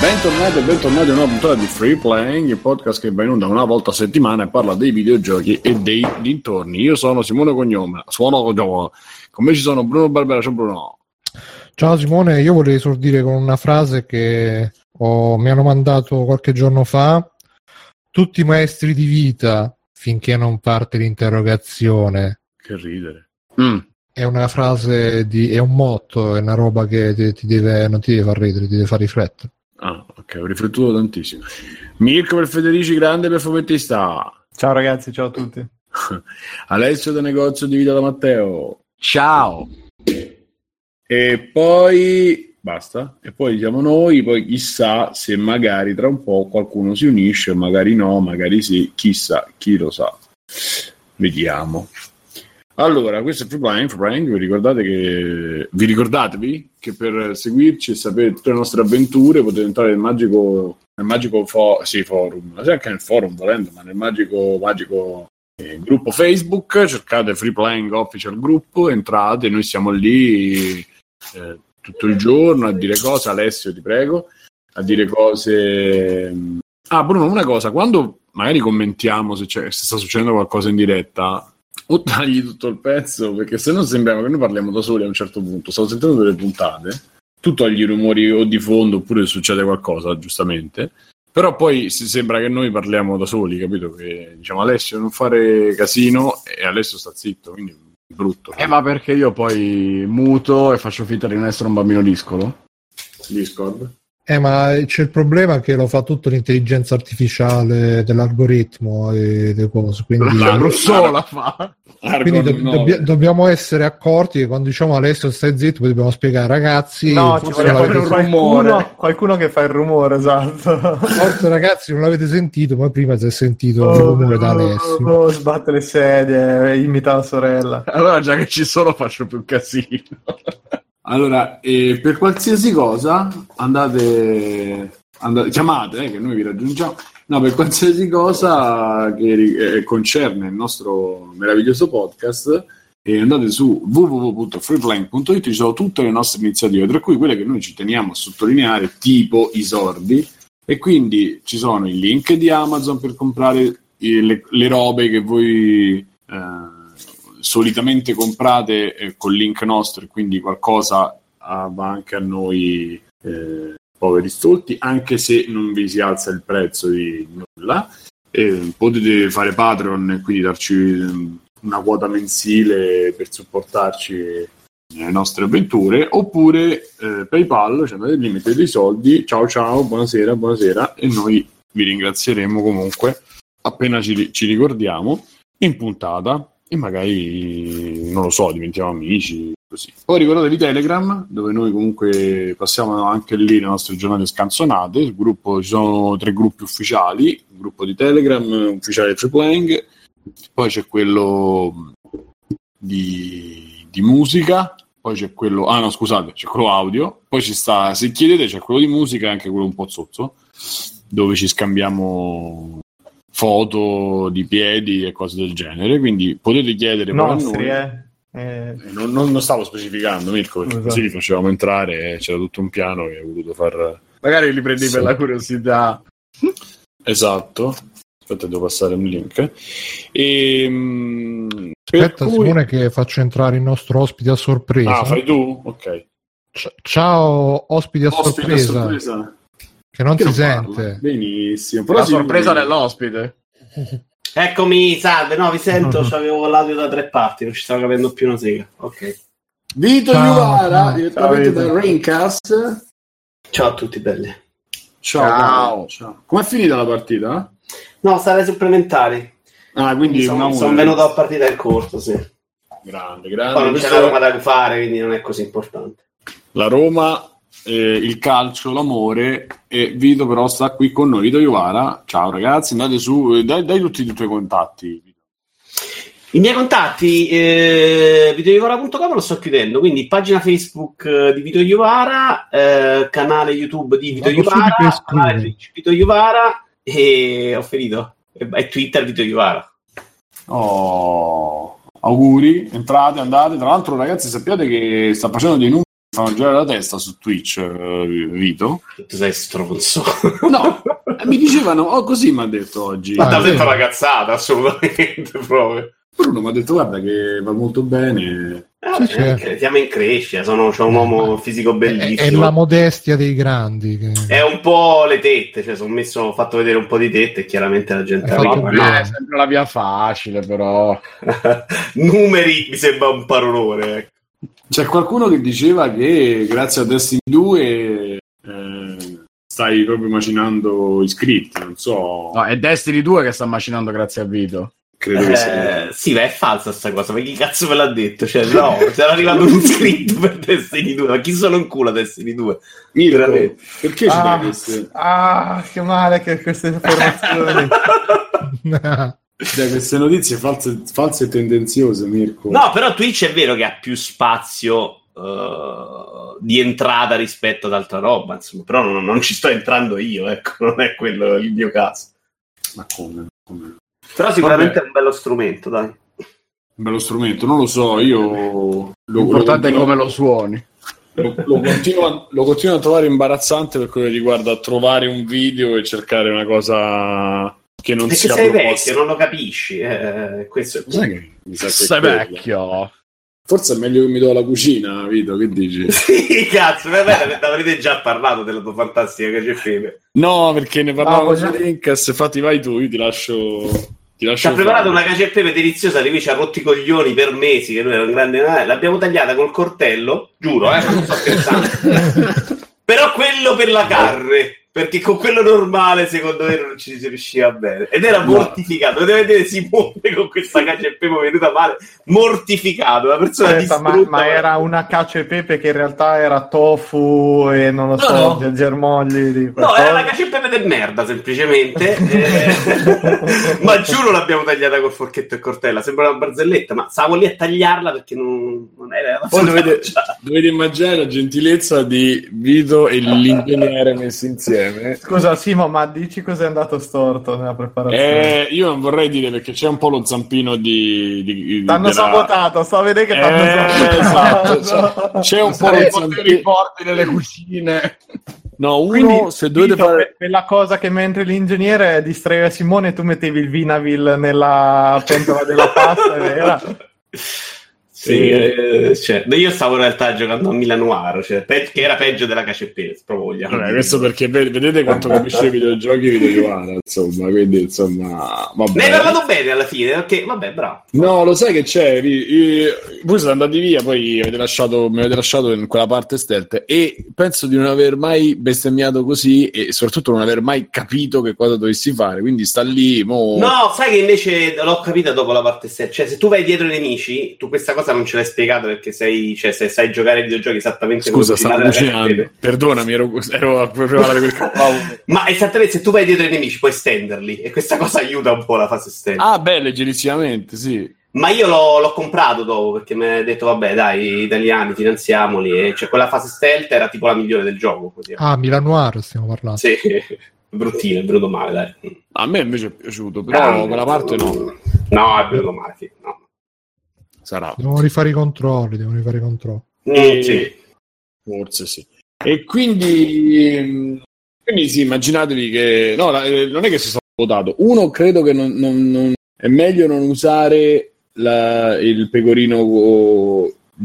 Bentornati e bentornati a una puntata di Free Playing, il podcast che va in onda una volta a settimana e parla dei videogiochi e dei dintorni. Io sono Simone Cognome, suono Cognome. Con me ci sono Bruno Barbera. Ciao Bruno. Ciao Simone, io vorrei esordire con una frase che mi hanno mandato qualche giorno fa. Tutti maestri di vita finché non parte l'interrogazione. Che ridere. È una frase, è un motto, è una roba che non ti deve far ridere, ti deve far riflettere. Ah, ok, ho riflettuto tantissimo. Mirko per Federici, grande per fumettista. Ciao ragazzi, ciao a tutti. Alessio del negozio di vita da Matteo. Ciao. E poi basta. E poi siamo noi. Poi chissà se magari tra un po' qualcuno si unisce, magari no, magari sì. Chissà, chi lo sa. Vediamo. Allora, questo è Free Playing. Vi ricordatevi che per seguirci e sapere tutte le nostre avventure potete entrare nel magico forum, ma anche nel forum volendo, ma nel magico gruppo Facebook, cercate Free Playing Official Group, entrate, noi siamo lì tutto il giorno a dire cose. Alessio, ti prego, a dire cose. Bruno, una cosa, quando magari commentiamo se sta succedendo qualcosa in diretta, o tagli tutto il pezzo, perché se no sembriamo che noi parliamo da soli a un certo punto. Stavo sentendo delle puntate, tu togli i rumori o di fondo oppure succede qualcosa, giustamente, però poi si sembra che noi parliamo da soli, capito? Che diciamo Alessio non fare casino e Alessio sta zitto, quindi è brutto. Ma perché io poi muto e faccio finta di non essere un bambino discolo? Discord? Ma c'è il problema che lo fa tutto l'intelligenza artificiale dell'algoritmo e le cose, quindi la Rousseau la fa. Quindi dobbiamo essere accorti che quando diciamo Alessio stai zitto, poi dobbiamo spiegare ragazzi, no, ci vuole qualcuno che fa il rumore, esatto. Forse ragazzi non l'avete sentito, ma prima si è sentito il rumore da Alessio. Sbatte le sedie, imita la sorella. Allora già che ci sono faccio più casino. Allora, per qualsiasi cosa andate chiamate, che noi vi raggiungiamo. No, per qualsiasi cosa che concerne il nostro meraviglioso podcast, andate su www.freeplaying.it, ci sono tutte le nostre iniziative, tra cui quelle che noi ci teniamo a sottolineare, tipo i sordi, e quindi ci sono i link di Amazon per comprare le robe che voi solitamente comprate con link nostro, e quindi qualcosa va anche a noi poveri stolti, anche se non vi si alza il prezzo di nulla. Potete fare Patreon e quindi darci una quota mensile per supportarci nelle nostre avventure, oppure PayPal, cioè andate lì, mettete dei soldi, ciao, buonasera, e noi vi ringrazieremo comunque appena ci ricordiamo in puntata. E magari, non lo so, diventiamo amici, così. Poi ricordatevi Telegram, dove noi comunque passiamo anche lì le nostre giornate scanzonate. Il gruppo, ci sono 3 gruppi ufficiali: il gruppo di Telegram ufficiale Free Playing, poi c'è quello di musica, poi c'è quello, c'è quello audio, poi ci sta, se chiedete, c'è quello di musica e anche quello un po' zozzo, dove ci scambiamo foto di piedi e cose del genere, quindi potete chiedere nostri, non stavo specificando, Mirko, perché così li facevamo entrare, c'era tutto un piano che ho voluto far, magari li prendi per la curiosità. Esatto, aspetta, devo passare un link aspetta Simone che faccio entrare il nostro ospite a sorpresa. Fai tu? Ok. Ciao ospite a sorpresa. Che non si sente. Benissimo. Però la sorpresa dell'ospite. Eccomi, salve. No, vi sento, avevo l'audio da 3 parti, non ci stavo capendo più una sega. Ok. Vito Iuvara, direttamente da Raincast. Ciao a tutti belli. Ciao. Com'è finita la partita? No, stare supplementari. Quindi sono venuto a partita in corso, sì. Grande. Poi non c'è la Roma da fare, quindi non è così importante. La Roma, il calcio, l'amore, e Vito però sta qui con noi. Vito Iuvara, ciao ragazzi, andate su, dai tutti i tuoi contatti. I miei contatti, videoiuvara.com lo sto chiudendo, quindi pagina Facebook di Vito Iuvara, canale YouTube di Vito Iuvara, canale Twitch Vito Iuvara, e ho finito, e Twitter Vito Iuvara. Auguri, entrate, andate. Tra l'altro ragazzi, sappiate che sta facendo dei numeri fanno girare la testa su Twitch, Vito. Tu sei stronzo. No, mi dicevano, così mi ha detto oggi. Ma ti ha detto una cazzata, assolutamente, proprio. Bruno mi ha detto, guarda che va molto bene. Siamo in crescita, c'è un uomo fisico bellissimo. È la modestia dei grandi. È un po' le tette, cioè ho fatto vedere un po' di tette e chiaramente la gente è sempre la via facile, però. Numeri mi sembra un parolone, ecco. C'è qualcuno che diceva che grazie a Destiny 2 stai proprio macinando iscritti, non so. No, è Destiny 2 che sta macinando grazie a Vito. Credo che sia. Sì, ma è falsa sta cosa, ma chi cazzo me l'ha detto? Cioè, no, c'era arrivato un iscritto per Destiny 2, ma chi sono in culo a Destiny 2? Veramente. Perché ci dai queste? Che male che queste informazioni. Queste notizie false e tendenziose, Mirko. No, però Twitch è vero che ha più spazio di entrata rispetto ad altra roba, insomma, però non ci sto entrando io, ecco, non è quello il mio caso. Ma come? Però sicuramente è un bello strumento, dai. Un bello strumento, non lo so, io... L'importante è come lo suoni. Lo continuo a trovare imbarazzante per quello che riguarda trovare un video e cercare una cosa che non sia sei proposta. vecchio, non lo capisci. Questo è che mi sa che sei vecchio. Forse è meglio che mi do la cucina, Vito, che dici? Sì, cazzo, avrete già parlato della tua fantastica cacio e pepe. No, perché ne parlavamo su Linkas, infatti vai tu, io ti lascio ci ha preparato una cacio e pepe deliziosa di cui ci ha rotti i coglioni per mesi, che lui era un grande... l'abbiamo tagliata col coltello, giuro, non sto scherzando. Però quello per la carne, perché con quello normale secondo me non ci si riusciva bene, ed era mortificato. Potete vedere Simone con questa cacio e pepe venuta male, mortificato, una persona distrutta. Ma era una cacio e pepe che in realtà era tofu e non lo so, germogli di no, era la cacio e pepe del merda semplicemente. Ma giuro l'abbiamo tagliata col forchetto e coltella, sembra una barzelletta, ma stavo lì a tagliarla perché non era poi dovete immaginare la gentilezza di Vito e l'ingegnere messi insieme. Scusa Simo, ma dici cos'è andato storto nella preparazione? Io non vorrei dire perché c'è un po' lo zampino di t'hanno sabotato, sto a vedere che t'hanno sabotato. Esatto. C'è un po' lo zampino porti nelle cucine. No, quindi, se dovete fare quella cosa che mentre l'ingegnere distraeva Simone tu mettevi il Vinavil nella pentola della pasta, è vera? Sì, io stavo in realtà giocando a Milan Noir, che era peggio della cacio e pepe, proprio questo perché vedete quanto capisce i videogiochi e videogiochi, insomma, quindi insomma vabbè. Ne hai parlato bene alla fine, perché vabbè, bravo. No, lo sai che c'è, voi siete andati via, poi mi avete lasciato in quella parte stealth e penso di non aver mai bestemmiato così e soprattutto non aver mai capito che cosa dovessi fare, quindi sta lì No, sai che invece l'ho capita dopo la parte stealth, cioè se tu vai dietro i nemici, tu questa cosa non ce l'hai spiegato perché se sai giocare ai videogiochi esattamente come stavo cucinando, perdonami, ero a preparare quel capo. Ma esattamente, se tu vai dietro i nemici puoi stenderli e questa cosa aiuta un po' la fase stealth. Leggerissimamente, sì. Ma io l'ho comprato dopo perché mi ha detto vabbè dai, italiani, finanziamoli, e cioè quella fase stealth era tipo la migliore del gioco così. Milan Noir stiamo parlando. Sì, bruttino, è venuto male, dai. A me invece è piaciuto, però quella parte no, è venuto male, sì, no. Sarà. Devono rifare i controlli. Sì. Forse sì. E quindi sì, immaginatevi che non è che si sta votato. Uno, credo che non è meglio non usare il pecorino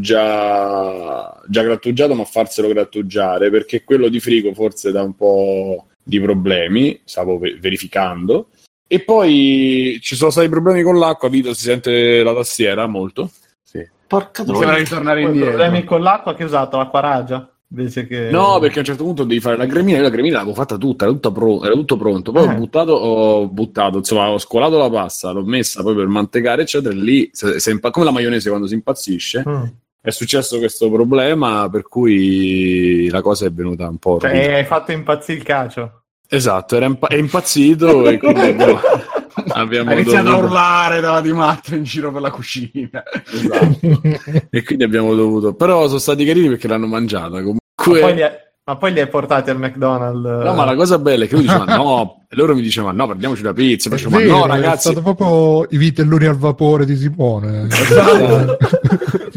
già grattugiato, ma farselo grattugiare, perché quello di frigo forse dà un po' di problemi, stavo verificando. E poi ci sono stati problemi con l'acqua, Vito si sente la tastiera molto. Sì. Porca troia. Ritornare indietro. Problemi con l'acqua che hai usato? L'acqua ragia? Invece che... No, perché a un certo punto devi fare la cremina. Io la cremina l'avevo fatta tutta, era tutto pronto. Poi ho buttato, insomma, ho scolato la pasta, l'ho messa poi per mantecare, eccetera. E lì, come la maionese quando si impazzisce, è successo questo problema, per cui la cosa è venuta un po'. Hai fatto impazzire il cacio. Esatto, è impazzito e quindi abbiamo iniziato a urlare davanti matto in giro per la cucina. Esatto. E quindi abbiamo dovuto, però sono stati carini perché l'hanno mangiata comunque. Ma poi li hai portati al McDonald's? No, ma la cosa bella è che lui diceva no, e loro mi dicevano no, prendiamoci una pizza. Facevo, no, ragazzi, è stato proprio i vitelloni al vapore di Simone.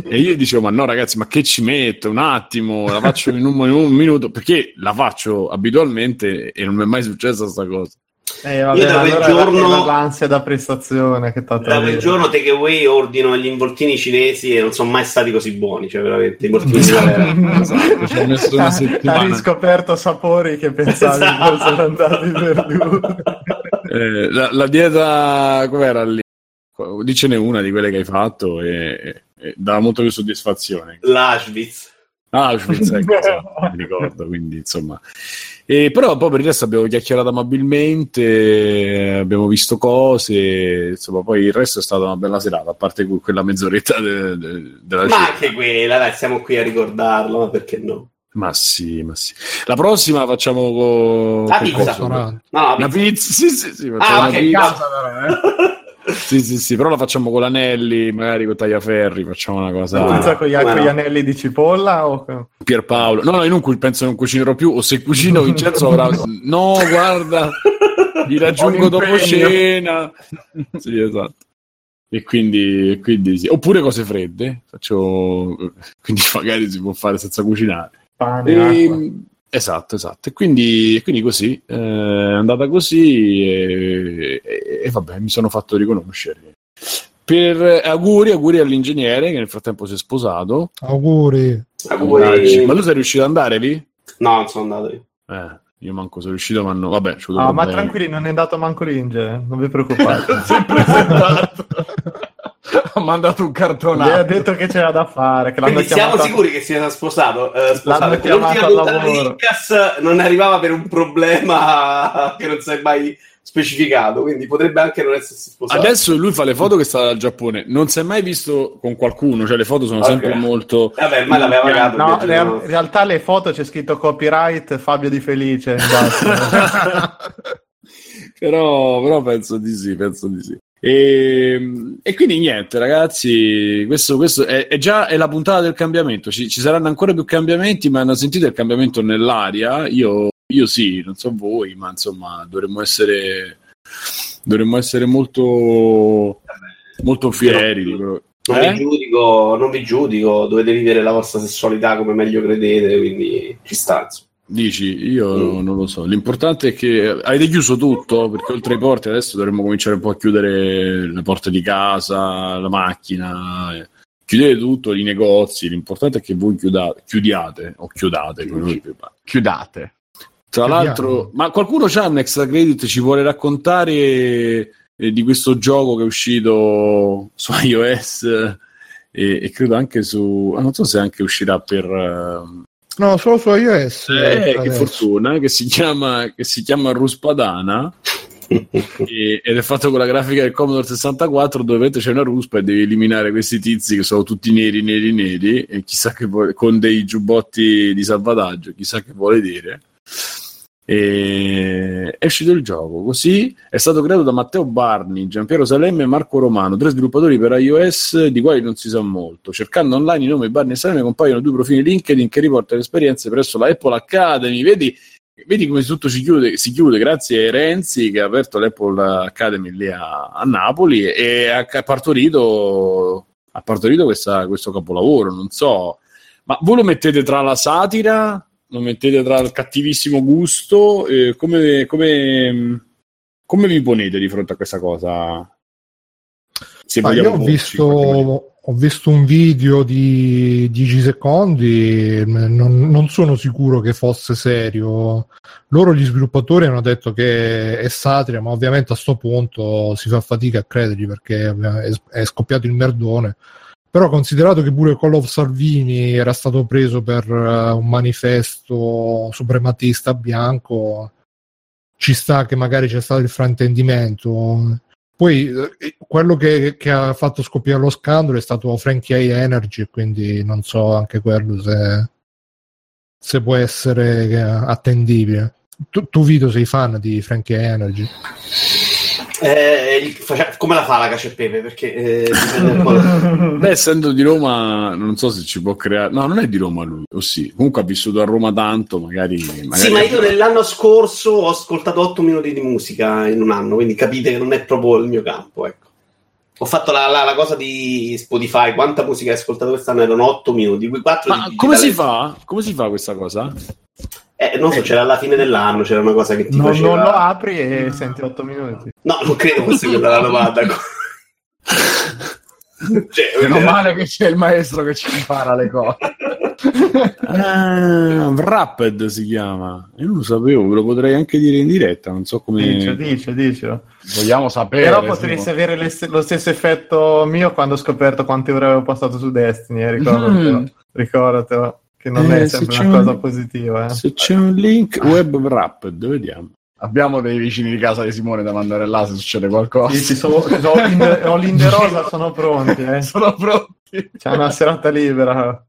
E io dicevo, ma no ragazzi, ma che ci metto? Un attimo, la faccio in un minuto, perché la faccio abitualmente e non mi è mai successa sta cosa. Vabbè, io da quel giorno l'ansia da prestazione che da quel giorno Takeaway ordino gli involtini cinesi e non sono mai stati così buoni, cioè veramente involtini Ci ho messo una settimana. hai riscoperto sapori che pensavi fossero andati perduti. La dieta com'era lì? Dicene una di quelle che hai fatto e dà molto più soddisfazione. l'Auschwitz, Ecco, esatto, mi ricordo, quindi insomma. Però poi per il resto abbiamo chiacchierato amabilmente, abbiamo visto cose, insomma, poi il resto è stata una bella serata, a parte quella mezz'oretta della ma cena. anche quella, dai, siamo qui a ricordarlo, ma perché no? Ma sì. La prossima facciamo con La pizza. No, la una pizza, sì, facciamo una che pizza. casa però, Sì, però la facciamo con l'anelli, magari con tagliaferri, facciamo una cosa. La pizza con gli anelli di cipolla o... Pierpaolo. No, io penso non cucinerò più, o se cucino Vincenzo avrà... No, guarda, li raggiungo dopo cena. Sì, esatto. E quindi sì. Oppure cose fredde, quindi magari si può fare senza cucinare. Pane, Esatto. E quindi così è andata così e vabbè, mi sono fatto riconoscere. Per auguri all'ingegnere che nel frattempo si è sposato. Auguri. Ma tu sei riuscito ad andare lì? No, non sono andato io. Io manco sono riuscito, ma no, vabbè. Ma tranquilli, non è andato manco l'Inge, non vi preoccupate. Si è presentato. Ha mandato un cartonato. Gli ha detto che c'era da fare. Che Quindi siamo sicuri che sia sposato. L'hanno L'ultima chiamato al puntata di lavoro. Icas non arrivava per un problema che non si è mai specificato, quindi potrebbe anche non essersi sposato. Adesso lui fa le foto che sta dal Giappone, non si è mai visto con qualcuno, cioè le foto sono sempre molto... Vabbè, ormai l'aveva pagato. No, in realtà le foto c'è scritto copyright Fabio Di Felice. però penso di sì. E quindi niente ragazzi, questo è già la puntata del cambiamento, ci saranno ancora più cambiamenti, ma hanno sentito il cambiamento nell'aria, io sì, non so voi, ma insomma dovremmo essere molto fieri. Non vi giudico, dovete vivere la vostra sessualità come meglio credete, quindi ci sta. Dici, io non lo so. L'importante è che avete chiuso tutto, perché oltre ai porti adesso dovremmo cominciare un po' a chiudere le porte di casa, la macchina, chiudete tutto, i negozi. L'importante è che voi chiudiate. Tra l'altro, ma qualcuno c'ha un extra credit, ci vuole raccontare di questo gioco che è uscito su iOS e credo anche su... non so se anche uscirà per... No, solo su iOS. Che fortuna, che si chiama Ruspadana ed è fatto con la grafica del Commodore 64, dove c'è una ruspa e devi eliminare questi tizi che sono tutti neri e chissà che con dei giubbotti di salvataggio, chissà che vuole dire. E è uscito il gioco così, è stato creato da Matteo Barni, Giampiero Salemme e Marco Romano, 3 sviluppatori per iOS di quali non si sa molto. Cercando online i nomi Barni e Salemme compaiono 2 profili LinkedIn che riportano esperienze presso la Apple Academy. Vedi come tutto si chiude grazie a Renzi che ha aperto l'Apple Academy lì a Napoli e ha partorito questo capolavoro. Non so, ma voi lo mettete tra la satira, lo mettete tra il cattivissimo gusto, come vi ponete di fronte a questa cosa? Io ho visto un video di 10 secondi, non sono sicuro che fosse serio. Loro gli sviluppatori hanno detto che è satira, ma ovviamente a sto punto si fa fatica a credergli perché è scoppiato il merdone. Però considerato che pure Call of Salvini era stato preso per un manifesto suprematista bianco, ci sta che magari c'è stato il fraintendimento. Poi quello che ha fatto scoppiare lo scandalo è stato Frankie Energy, quindi non so anche quello se può essere attendibile. Tu Vito sei fan di Frankie Energy? Come la fa la cacio e pepe? Perché beh, essendo di Roma non so se ci può creare. No, non è di Roma lui, o sì, comunque ha vissuto a Roma tanto, magari sì, ma io nell'anno scorso ho ascoltato 8 minuti di musica in un anno, quindi capite che non è proprio il mio campo, ecco. Ho fatto la cosa di Spotify, quanta musica hai ascoltato quest'anno? Erano 8 minuti, di cui 4 Ma come si fa? Come si fa questa cosa? Non so, c'era alla fine dell'anno, c'era una cosa che ti faceva... Non lo apri e senti 8 minuti. No, non credo fosse quella la domanda. Meno male che c'è il maestro che ci impara le cose. Wrapped si chiama. Io non lo sapevo, ve lo potrei anche dire in diretta, non so come... Dice. Vogliamo sapere. Però potresti avere lo stesso effetto mio quando ho scoperto quante ore avevo passato su Destiny, ricordatelo, che non è sempre una cosa positiva. Se c'è un link web Wrapped, vediamo. Abbiamo dei vicini di casa di Simone da mandare là se succede qualcosa. Sì, ho l'Inde Rosa, sono pronti. Sono pronti. C'è una serata libera.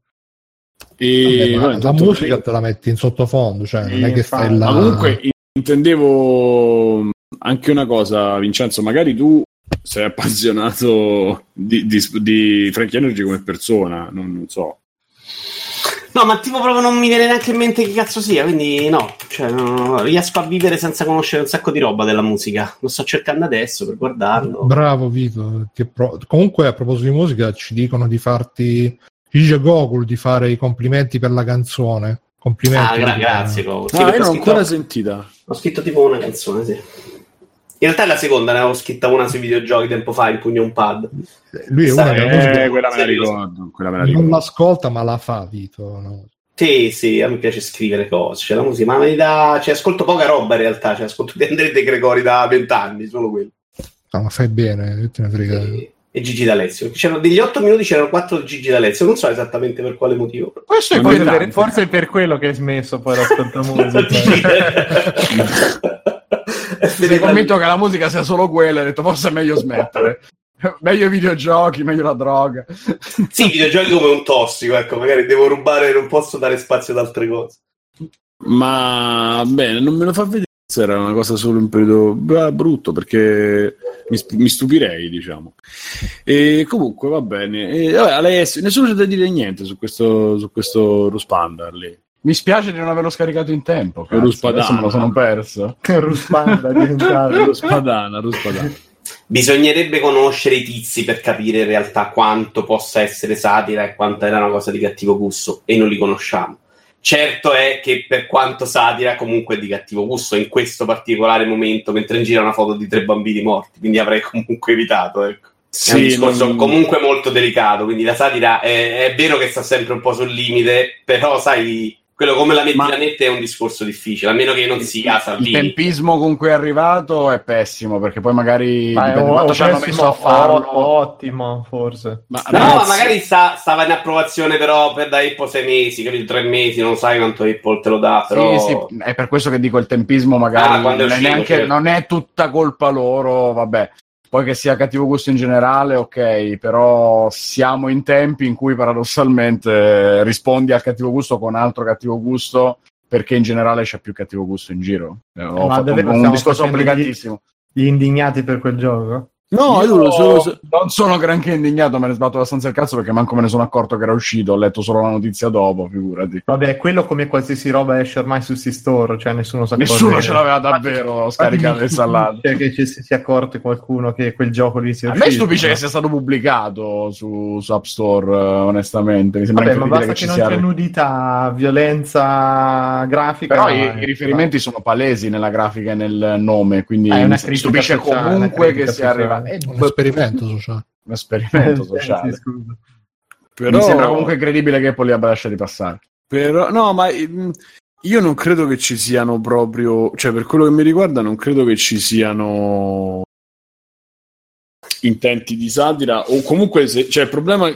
E vabbè, la musica te la metti in sottofondo, cioè non è che stai là. Ma comunque intendevo anche una cosa, Vincenzo, magari tu sei appassionato di Frankie Energy come persona, non so. No, ma tipo proprio non mi viene neanche in mente chi cazzo sia, quindi no, cioè non riesco a vivere senza conoscere un sacco di roba della musica. Lo sto cercando adesso per guardarlo. Bravo Vito. Comunque a proposito di musica ci dicono di farti dice Gogol di fare i complimenti per la canzone. Complimenti. Grazie Gogol. Io non l'ho ancora sentita. Ho scritto tipo una canzone, sì. In realtà è la seconda, ne avevo scritta una sui videogiochi tempo fa in Pugno un Pad. Lui è una che quella me la ricordo. Non l'ascolta ma la fa, Vito. No? Sì, a me piace scrivere cose, c'è la musica, ma ascolto poca roba in realtà, ascolto di Andrea De Gregori da 20 anni, solo quello. No, ma fai bene, te ne frega. E Gigi D'Alessio. C'erano degli 8 minuti, c'erano 4 Gigi D'Alessio, non so esattamente per quale motivo. Questo è forse è per quello che hai smesso poi l'ascolto musica. Sei convinto che la musica sia solo quella, hai detto forse è meglio smettere. Meglio i videogiochi, meglio la droga. Sì, i videogiochi come un tossico, ecco, magari devo rubare, non posso dare spazio ad altre cose. Ma bene, non me lo fa vedere. Era una cosa solo un periodo brutto, perché mi stupirei, diciamo. E comunque va bene. E, vabbè, Alessio, nessuno c'è da dire niente su questo Ruspanda lì. Mi spiace di non averlo scaricato in tempo. Adesso me lo sono perso. Ruspadana. Bisognerebbe conoscere i tizi per capire in realtà quanto possa essere satira e quanto era una cosa di cattivo gusto, e non li conosciamo. Certo è che per quanto satira comunque è di cattivo gusto in questo particolare momento, mentre in gira una foto di 3 bambini morti, quindi avrei comunque evitato, ecco. Sì, è un discorso comunque molto delicato, quindi la satira è vero che sta sempre un po' sul limite, però sai, quello come la metti la netta è un discorso difficile, a meno che non sia Salvini. Il tempismo con cui è arrivato è pessimo, perché poi magari quanto ci hanno messo a farlo. Ottimo, forse. Ma magari stava in approvazione però da Apple 6 mesi, capito? 3 mesi, non sai quanto Apple te lo dà, però... Sì, è per questo che dico il tempismo magari non è tutta colpa loro, vabbè. Poi che sia cattivo gusto in generale, ok, però siamo in tempi in cui paradossalmente rispondi al cattivo gusto con altro cattivo gusto, perché in generale c'è più cattivo gusto in giro. Ho fatto un discorso complicatissimo. Gli indignati per quel gioco? No, io non sono granché indignato, me ne sbatto abbastanza il cazzo perché manco me ne sono accorto che era uscito, ho letto solo la notizia dopo, figurati. Vabbè, quello come qualsiasi roba esce ormai su C-Store, cioè nessuno si accorge. Nessuno ce l'aveva davvero scaricato e installato. Cioè che ci si accorte qualcuno che quel gioco lì sia uscito. A me stupisce che sia stato pubblicato su App Store, onestamente. Mi sembra ma basta che non c'è nudità, violenza grafica. Però i riferimenti sono palesi nella grafica e nel nome, quindi mi stupisce comunque che sia arrivato. È un esperimento sociale. Un esperimento sociale. Però... Mi sembra comunque credibile che Apple li abbia lasciati passare. Però, no, ma io non credo che ci siano proprio... Cioè, per quello che mi riguarda, non credo che ci siano intenti di satira. O comunque, cioè, il problema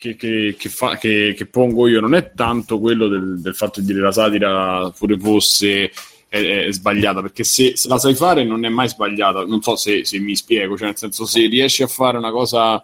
che pongo io non è tanto quello del fatto di dire la satira pure fosse... È sbagliata, perché se la sai fare non è mai sbagliata, non so se mi spiego, cioè nel senso, se riesci a fare una cosa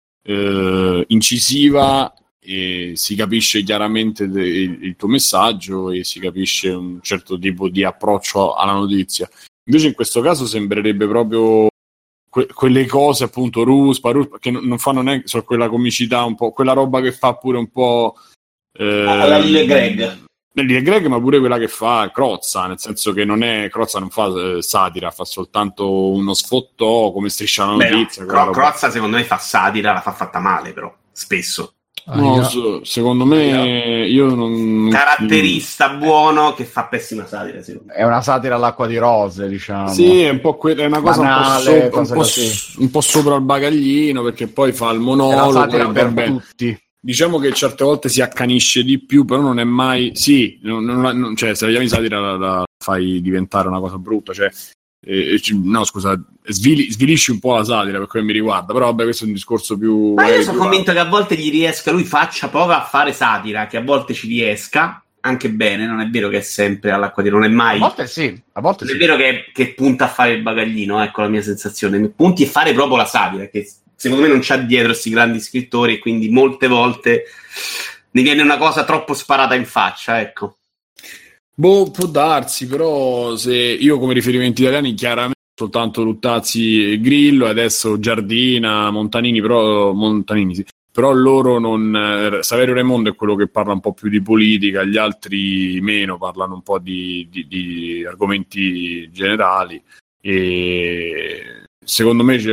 incisiva e si capisce chiaramente il tuo messaggio e si capisce un certo tipo di approccio alla notizia. Invece in questo caso sembrerebbe proprio quelle cose appunto ruspa che non fanno neanche so, quella comicità un po', quella roba che fa pure un po' alla Greg. di Greg, ma pure quella che fa Crozza, nel senso che Crozza non fa satira, fa soltanto uno sfottò come Striscia la Notizia. No, Crozza secondo me fa satira, la fa fatta male però, spesso. Secondo me io non caratterista buono che fa pessima satira, secondo me. È una satira all'acqua di rose, diciamo. Sì, è un po' è una cosa banale, un po' sopra il bagaglino, perché poi fa il monologo. È una satira per tutti. Diciamo che certe volte si accanisce di più, però non è mai... Sì, cioè, se la chiami satira la fai diventare una cosa brutta, cioè... no, scusa, svilisci un po' la satira per quello che mi riguarda, però vabbè, questo è un discorso più... Ma io sono convinto che a volte gli riesca, lui faccia prova a fare satira, che a volte ci riesca anche bene, non è vero che è sempre all'acqua di... non è mai... A volte sì, non è vero che punta a fare il bagaglino, ecco la mia sensazione, punti a fare proprio la satira, che secondo me non c'ha dietro questi grandi scrittori e quindi molte volte ne viene una cosa troppo sparata in faccia, ecco. Può darsi, però se io come riferimenti italiani chiaramente soltanto Luttazzi e Grillo, e adesso Giardina, Montanini sì. Però loro non... Saverio Raimondo è quello che parla un po' più di politica, gli altri meno, parlano un po' di argomenti generali, e secondo me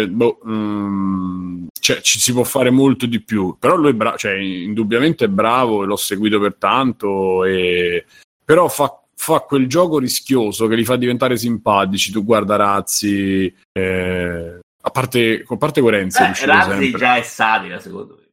ci si può fare molto di più, però lui è cioè, indubbiamente è bravo e l'ho seguito per tanto, però fa quel gioco rischioso che li fa diventare simpatici. Tu guarda Razzi, a parte coerenza, Razzi sempre. Già è satira, secondo me.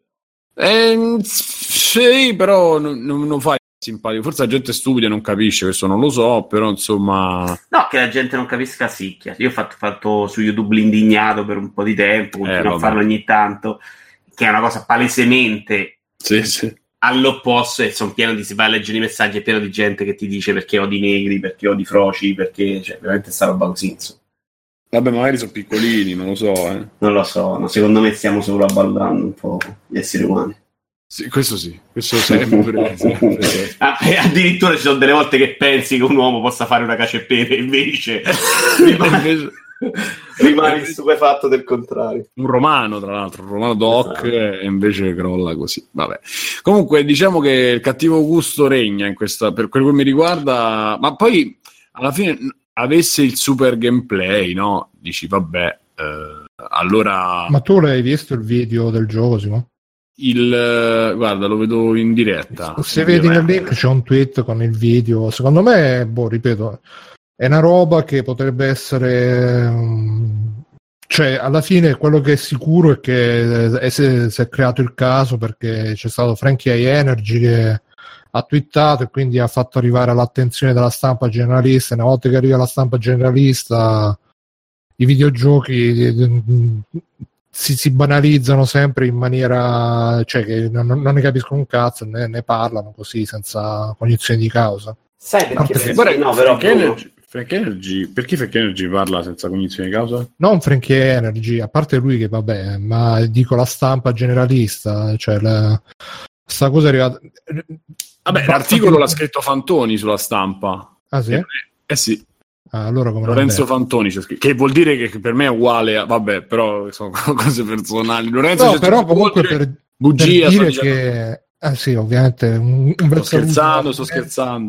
Sì, però non fai simpatico. Forse la gente stupida non capisce, questo non lo so, però insomma... No, che la gente non capisca sicchia. Io ho fatto su YouTube l'indignato per un po' di tempo, continuo a farlo ogni tanto, che è una cosa palesemente all'opposto, e sono pieno si va a leggere i messaggi, è pieno di gente che ti dice perché odi i negri, perché odi i froci, perché cioè, veramente sta roba così, insomma. Vabbè, magari sono piccolini, non lo so. Non lo so, no, secondo me stiamo solo abballando un po' gli esseri umani. Sì, questo sempre. Addirittura ci sono delle volte che pensi che un uomo possa fare una cacio e pepe, invece rimani stupefatto del contrario. Un romano, tra l'altro, un romano doc, e invece crolla così. Vabbè. Comunque, diciamo che il cattivo gusto regna in questa, per quello che mi riguarda, ma poi alla fine avesse il super gameplay, no? Dici, vabbè, allora... Ma tu l'hai visto il video del gioco, Simo? Guarda, lo vedo in diretta. Se vedi nel link c'è un tweet con il video. Secondo me, ripeto, è una roba che potrebbe essere... cioè, alla fine quello che è sicuro è che si è creato il caso perché c'è stato Frankie Energy che ha twittato e quindi ha fatto arrivare all'attenzione della stampa generalista. Una volta che arriva la stampa generalista, i videogiochi si banalizzano sempre in maniera, cioè che non ne capiscono un cazzo, ne parlano così senza cognizione di causa. Sai perché Frankie Energy, perché Frankie Energy parla senza cognizione di causa? Non Frankie Energy, a parte lui che vabbè, ma dico la stampa generalista, cioè sta cosa è arrivata. Vabbè, l'articolo l'ha scritto Fantoni sulla Stampa. Ah sì? Sì. Allora come Lorenzo Fantoni c'è scritto, che vuol dire che per me è uguale vabbè, però sono cose personali. Lorenzo, no, però comunque per dire che sì, ovviamente sto scherzando.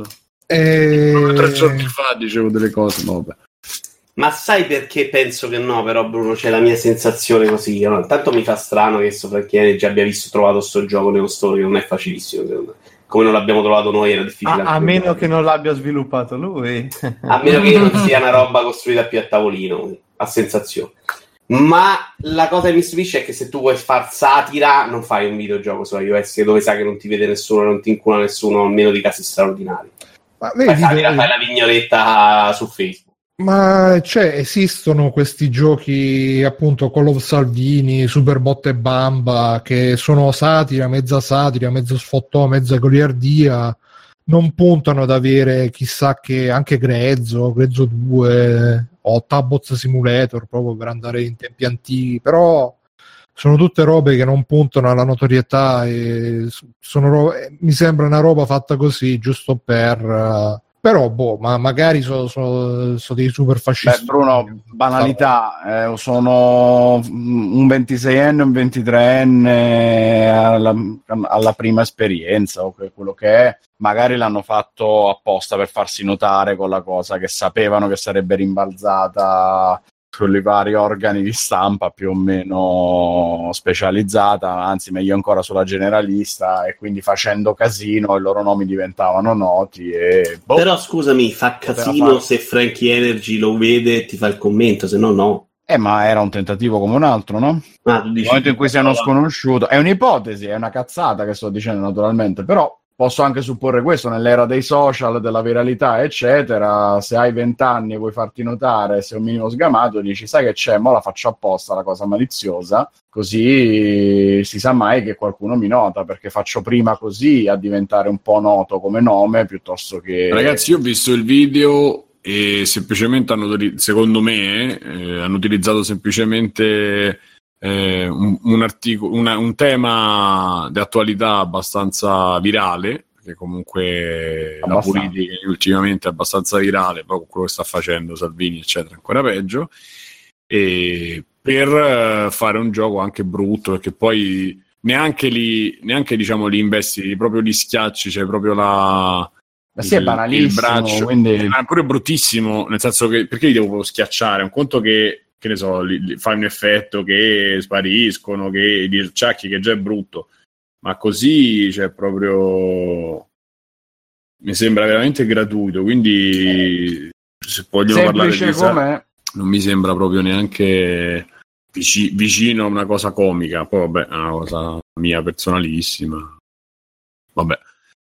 3 giorni fa dicevo delle cose, ma vabbè. Ma sai perché penso che no, però Bruno, c'è la mia sensazione così, no? Intanto mi fa strano che Frankie già abbia trovato sto gioco nello store, che non è facilissimo, secondo me. Come non l'abbiamo trovato noi era difficile. A meno che non l'abbia sviluppato lui. A meno che non sia una roba costruita più a tavolino, a sensazione. Ma la cosa che mi stupisce è che se tu vuoi far satira, non fai un videogioco su iOS dove sai che non ti vede nessuno, non ti incula nessuno, almeno di casi straordinari. Ma vedi, fai la vignoretta su Facebook. Ma esistono questi giochi appunto Call of Salvini, Super Botte e Bamba, che sono satira, mezzo sfottò, mezza goliardia, non puntano ad avere chissà che, anche Grezzo 2 o Tabot Simulator proprio per andare in tempi antichi, però sono tutte robe che non puntano alla notorietà e mi sembra una roba fatta così giusto per... Però, ma magari sono dei super fascisti. Bruno, banalità, sono un 26enne, un 23enne alla prima esperienza, o quello che è, magari l'hanno fatto apposta per farsi notare con la cosa, che sapevano che sarebbe rimbalzata sui vari organi di stampa più o meno specializzata, anzi meglio ancora sulla generalista, e quindi facendo casino i loro nomi diventavano noti. Però scusami, fa casino se Frankie Energy lo vede e ti fa il commento, se no no. Ma era un tentativo come un altro, no? Tu dici, nel momento in cui siano sconosciuto, è un'ipotesi, è una cazzata che sto dicendo naturalmente, però posso anche supporre questo nell'era dei social, della viralità, eccetera. Se hai 20 anni e vuoi farti notare, sei un minimo sgamato, dici, sai che c'è, mo la faccio apposta, la cosa maliziosa, così si sa mai che qualcuno mi nota, perché faccio prima così a diventare un po' noto come nome, piuttosto che... Ragazzi, io ho visto il video e semplicemente secondo me hanno utilizzato semplicemente un articolo, un tema di attualità abbastanza virale, perché comunque la politica ultimamente è abbastanza virale, poi con quello che sta facendo Salvini eccetera ancora peggio, e per fare un gioco anche brutto, perché poi neanche diciamo li investi, proprio li schiacci, c'è proprio sì, è banalissimo, il braccio, quindi... è pure bruttissimo, nel senso che perché li devo schiacciare? Un conto che ne so, fai un effetto che spariscono, che li acciacchi, che già è brutto, ma così c'è proprio, mi sembra veramente gratuito, quindi se vogliono parlare di non mi sembra proprio neanche vicino a una cosa comica. Poi vabbè, è una cosa mia personalissima, vabbè.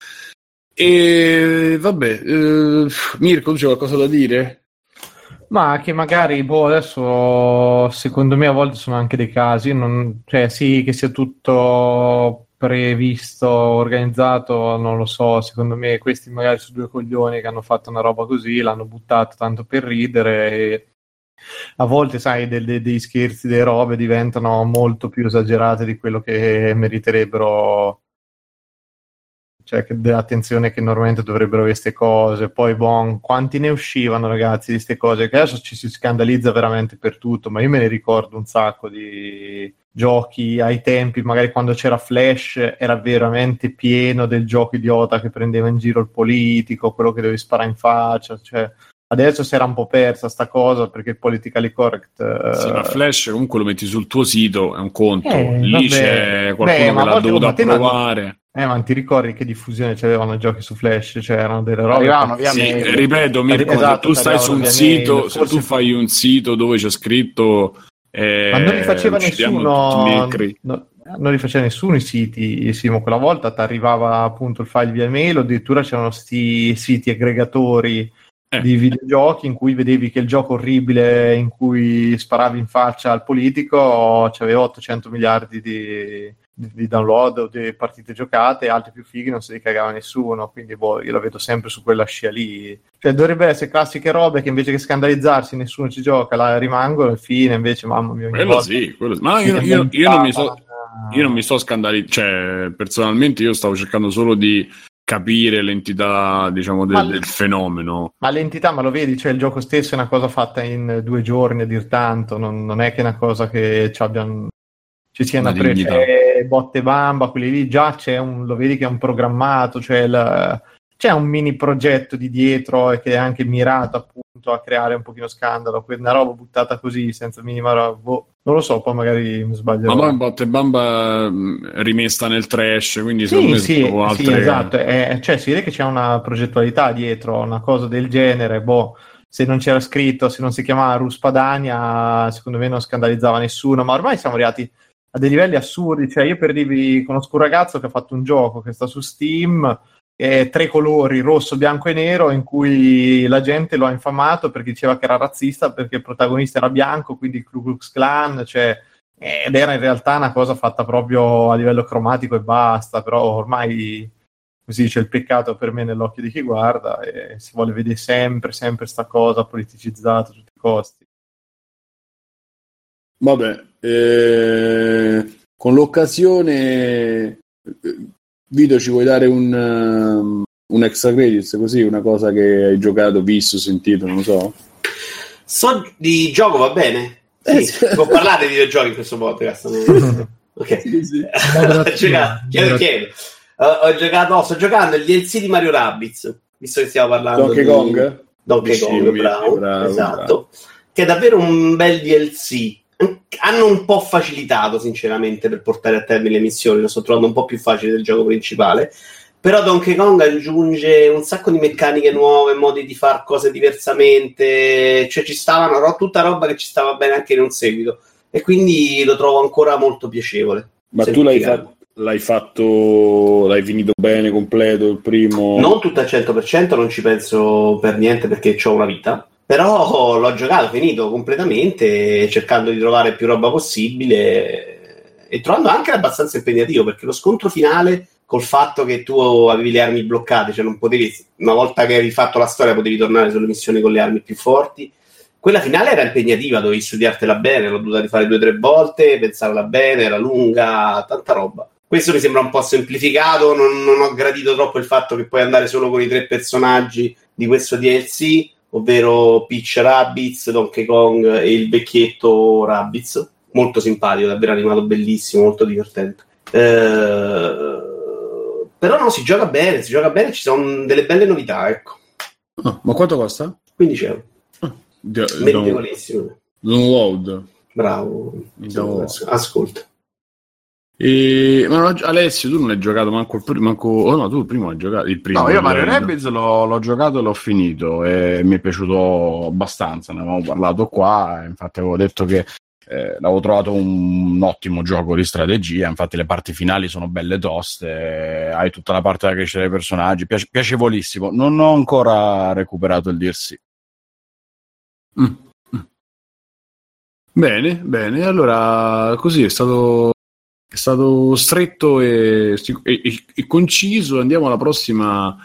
E vabbè, Mirko, tu c'è qualcosa da dire? Ma che magari, adesso secondo me a volte sono anche dei casi, cioè sì, che sia tutto previsto, organizzato, non lo so, secondo me questi magari su due coglioni che hanno fatto una roba così, l'hanno buttato tanto per ridere, e a volte, sai, dei scherzi, delle robe diventano molto più esagerate di quello che meriterebbero, cioè dell'attenzione che normalmente dovrebbero avere queste cose. Poi quanti ne uscivano, ragazzi, di queste cose, che adesso ci si scandalizza veramente per tutto, ma io me ne ricordo un sacco di giochi ai tempi, magari quando c'era Flash era veramente pieno del gioco idiota che prendeva in giro il politico, quello che dovevi sparare in faccia, cioè adesso si era un po' persa sta cosa perché il politically correct sì, ma Flash comunque lo metti sul tuo sito, è un conto, lì vabbè. c'è qualcuno che l'ha dovuto approvare. Ma ti ricordi che diffusione c'avevano giochi su Flash? Cioè erano delle robe. Arrivavano via sì, ripeto, Mirko, esatto, se tu stai su un sito, se tu fai un sito dove c'è scritto ma non li faceva nessuno, non li faceva nessuno i siti, Simo. Quella volta ti arrivava appunto il file via mail, addirittura c'erano sti siti aggregatori di videogiochi in cui vedevi che il gioco orribile in cui sparavi in faccia al politico c'aveva 800 miliardi di download o di partite giocate, e altri più fighi non se li cagava nessuno, quindi io la vedo sempre su quella scia lì. Cioè dovrebbe essere classiche robe che invece che scandalizzarsi nessuno ci gioca, la rimangono, e fine, invece mamma mia, quello sì, ma io non mi sto scandalizzando, cioè personalmente io stavo cercando solo di capire l'entità, diciamo, del fenomeno. Ma l'entità, ma lo vedi, cioè il gioco stesso è una cosa fatta in 2 giorni a dir tanto, non è che è una cosa che ci sia una botte bamba, quelli lì già lo vedi che è un programmato, cioè c'è un mini progetto di dietro e che è anche mirato appunto a creare un pochino scandalo, una roba buttata così senza minima roba, non lo so, poi magari mi sbaglio. Ma poi botte bamba rimessa nel trash, quindi secondo me sì, esatto, cioè si vede che c'è una progettualità dietro, una cosa del genere, se non c'era scritto, se non si chiamava Ruspadania, secondo me non scandalizzava nessuno, ma ormai siamo arrivati a dei livelli assurdi. Cioè io conosco un ragazzo che ha fatto un gioco che sta su Steam, 3 colori, rosso, bianco e nero, in cui la gente lo ha infamato perché diceva che era razzista perché il protagonista era bianco, quindi il Ku Klux Klan, cioè, ed era in realtà una cosa fatta proprio a livello cromatico e basta. Però ormai così c'è il peccato per me nell'occhio di chi guarda, e si vuole vedere sempre sta cosa politicizzata a tutti i costi. Vabbè, con l'occasione, Vito, ci vuoi dare un extra credits, così, una cosa che hai giocato, visto, sentito, non lo so? So di gioco, va bene? Sì. Può parlare di videogiochi in questo podcast? Ok. Sì. Chiedo. sto giocando il DLC di Mario Rabbids, visto che stiamo parlando Donkey Kong? Donkey Kong, bravo, esatto. Che è davvero un bel DLC. Hanno un po' facilitato, sinceramente, per portare a termine le missioni, lo sto trovando un po' più facile del gioco principale. Però Donkey Kong aggiunge un sacco di meccaniche nuove, modi di fare cose diversamente, cioè ci stavano tutta roba che ci stava bene anche in un seguito, e quindi lo trovo ancora molto piacevole. Ma tu l'hai finito bene, completo, il primo? Non tutto al 100%, non ci penso per niente perché ho una vita, però l'ho giocato, finito completamente, cercando di trovare più roba possibile e trovando anche abbastanza impegnativo, perché lo scontro finale, col fatto che tu avevi le armi bloccate, cioè non potevi, una volta che avevi fatto la storia potevi tornare sulle missioni con le armi più forti, quella finale era impegnativa, dovevi studiartela bene, l'ho dovuta rifare 2 o 3 volte, pensarla bene, era lunga, tanta roba. Questo mi sembra un po' semplificato, non ho gradito troppo il fatto che puoi andare solo con i 3 personaggi di questo DLC, ovvero Peach Rabbids, Donkey Kong e il vecchietto Rabbids, molto simpatico, davvero animato bellissimo, molto divertente. Però no, si gioca bene, ci sono delle belle novità, ecco. Ma quanto costa? 15 euro. Meritevolissimo. Download. Bravo. Ascolta. Ma Alessio, tu non hai giocato manco oh no, tu il primo hai giocato il primo. No, io Mario Rabbids l'ho giocato e l'ho finito e mi è piaciuto abbastanza, ne avevamo parlato qua, infatti avevo detto che l'avevo trovato un ottimo gioco di strategia, infatti le parti finali sono belle toste, hai tutta la parte da crescere dei personaggi, piacevolissimo. Non ho ancora recuperato il DLC. Bene, allora così è stato stretto e conciso. Andiamo alla prossima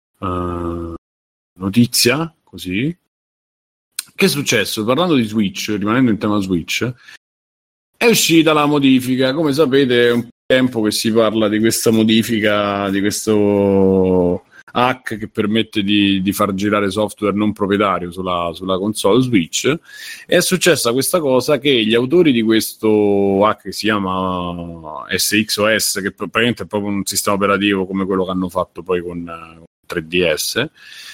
notizia, così. Che è successo? Parlando di Switch, rimanendo in tema Switch, è uscita la modifica. Come sapete è un tempo che si parla di questa modifica, di questo hack che permette di far girare software non proprietario sulla console Switch. È successa questa cosa che gli autori di questo hack, che si chiama SXOS, che praticamente è proprio un sistema operativo come quello che hanno fatto poi con 3DS,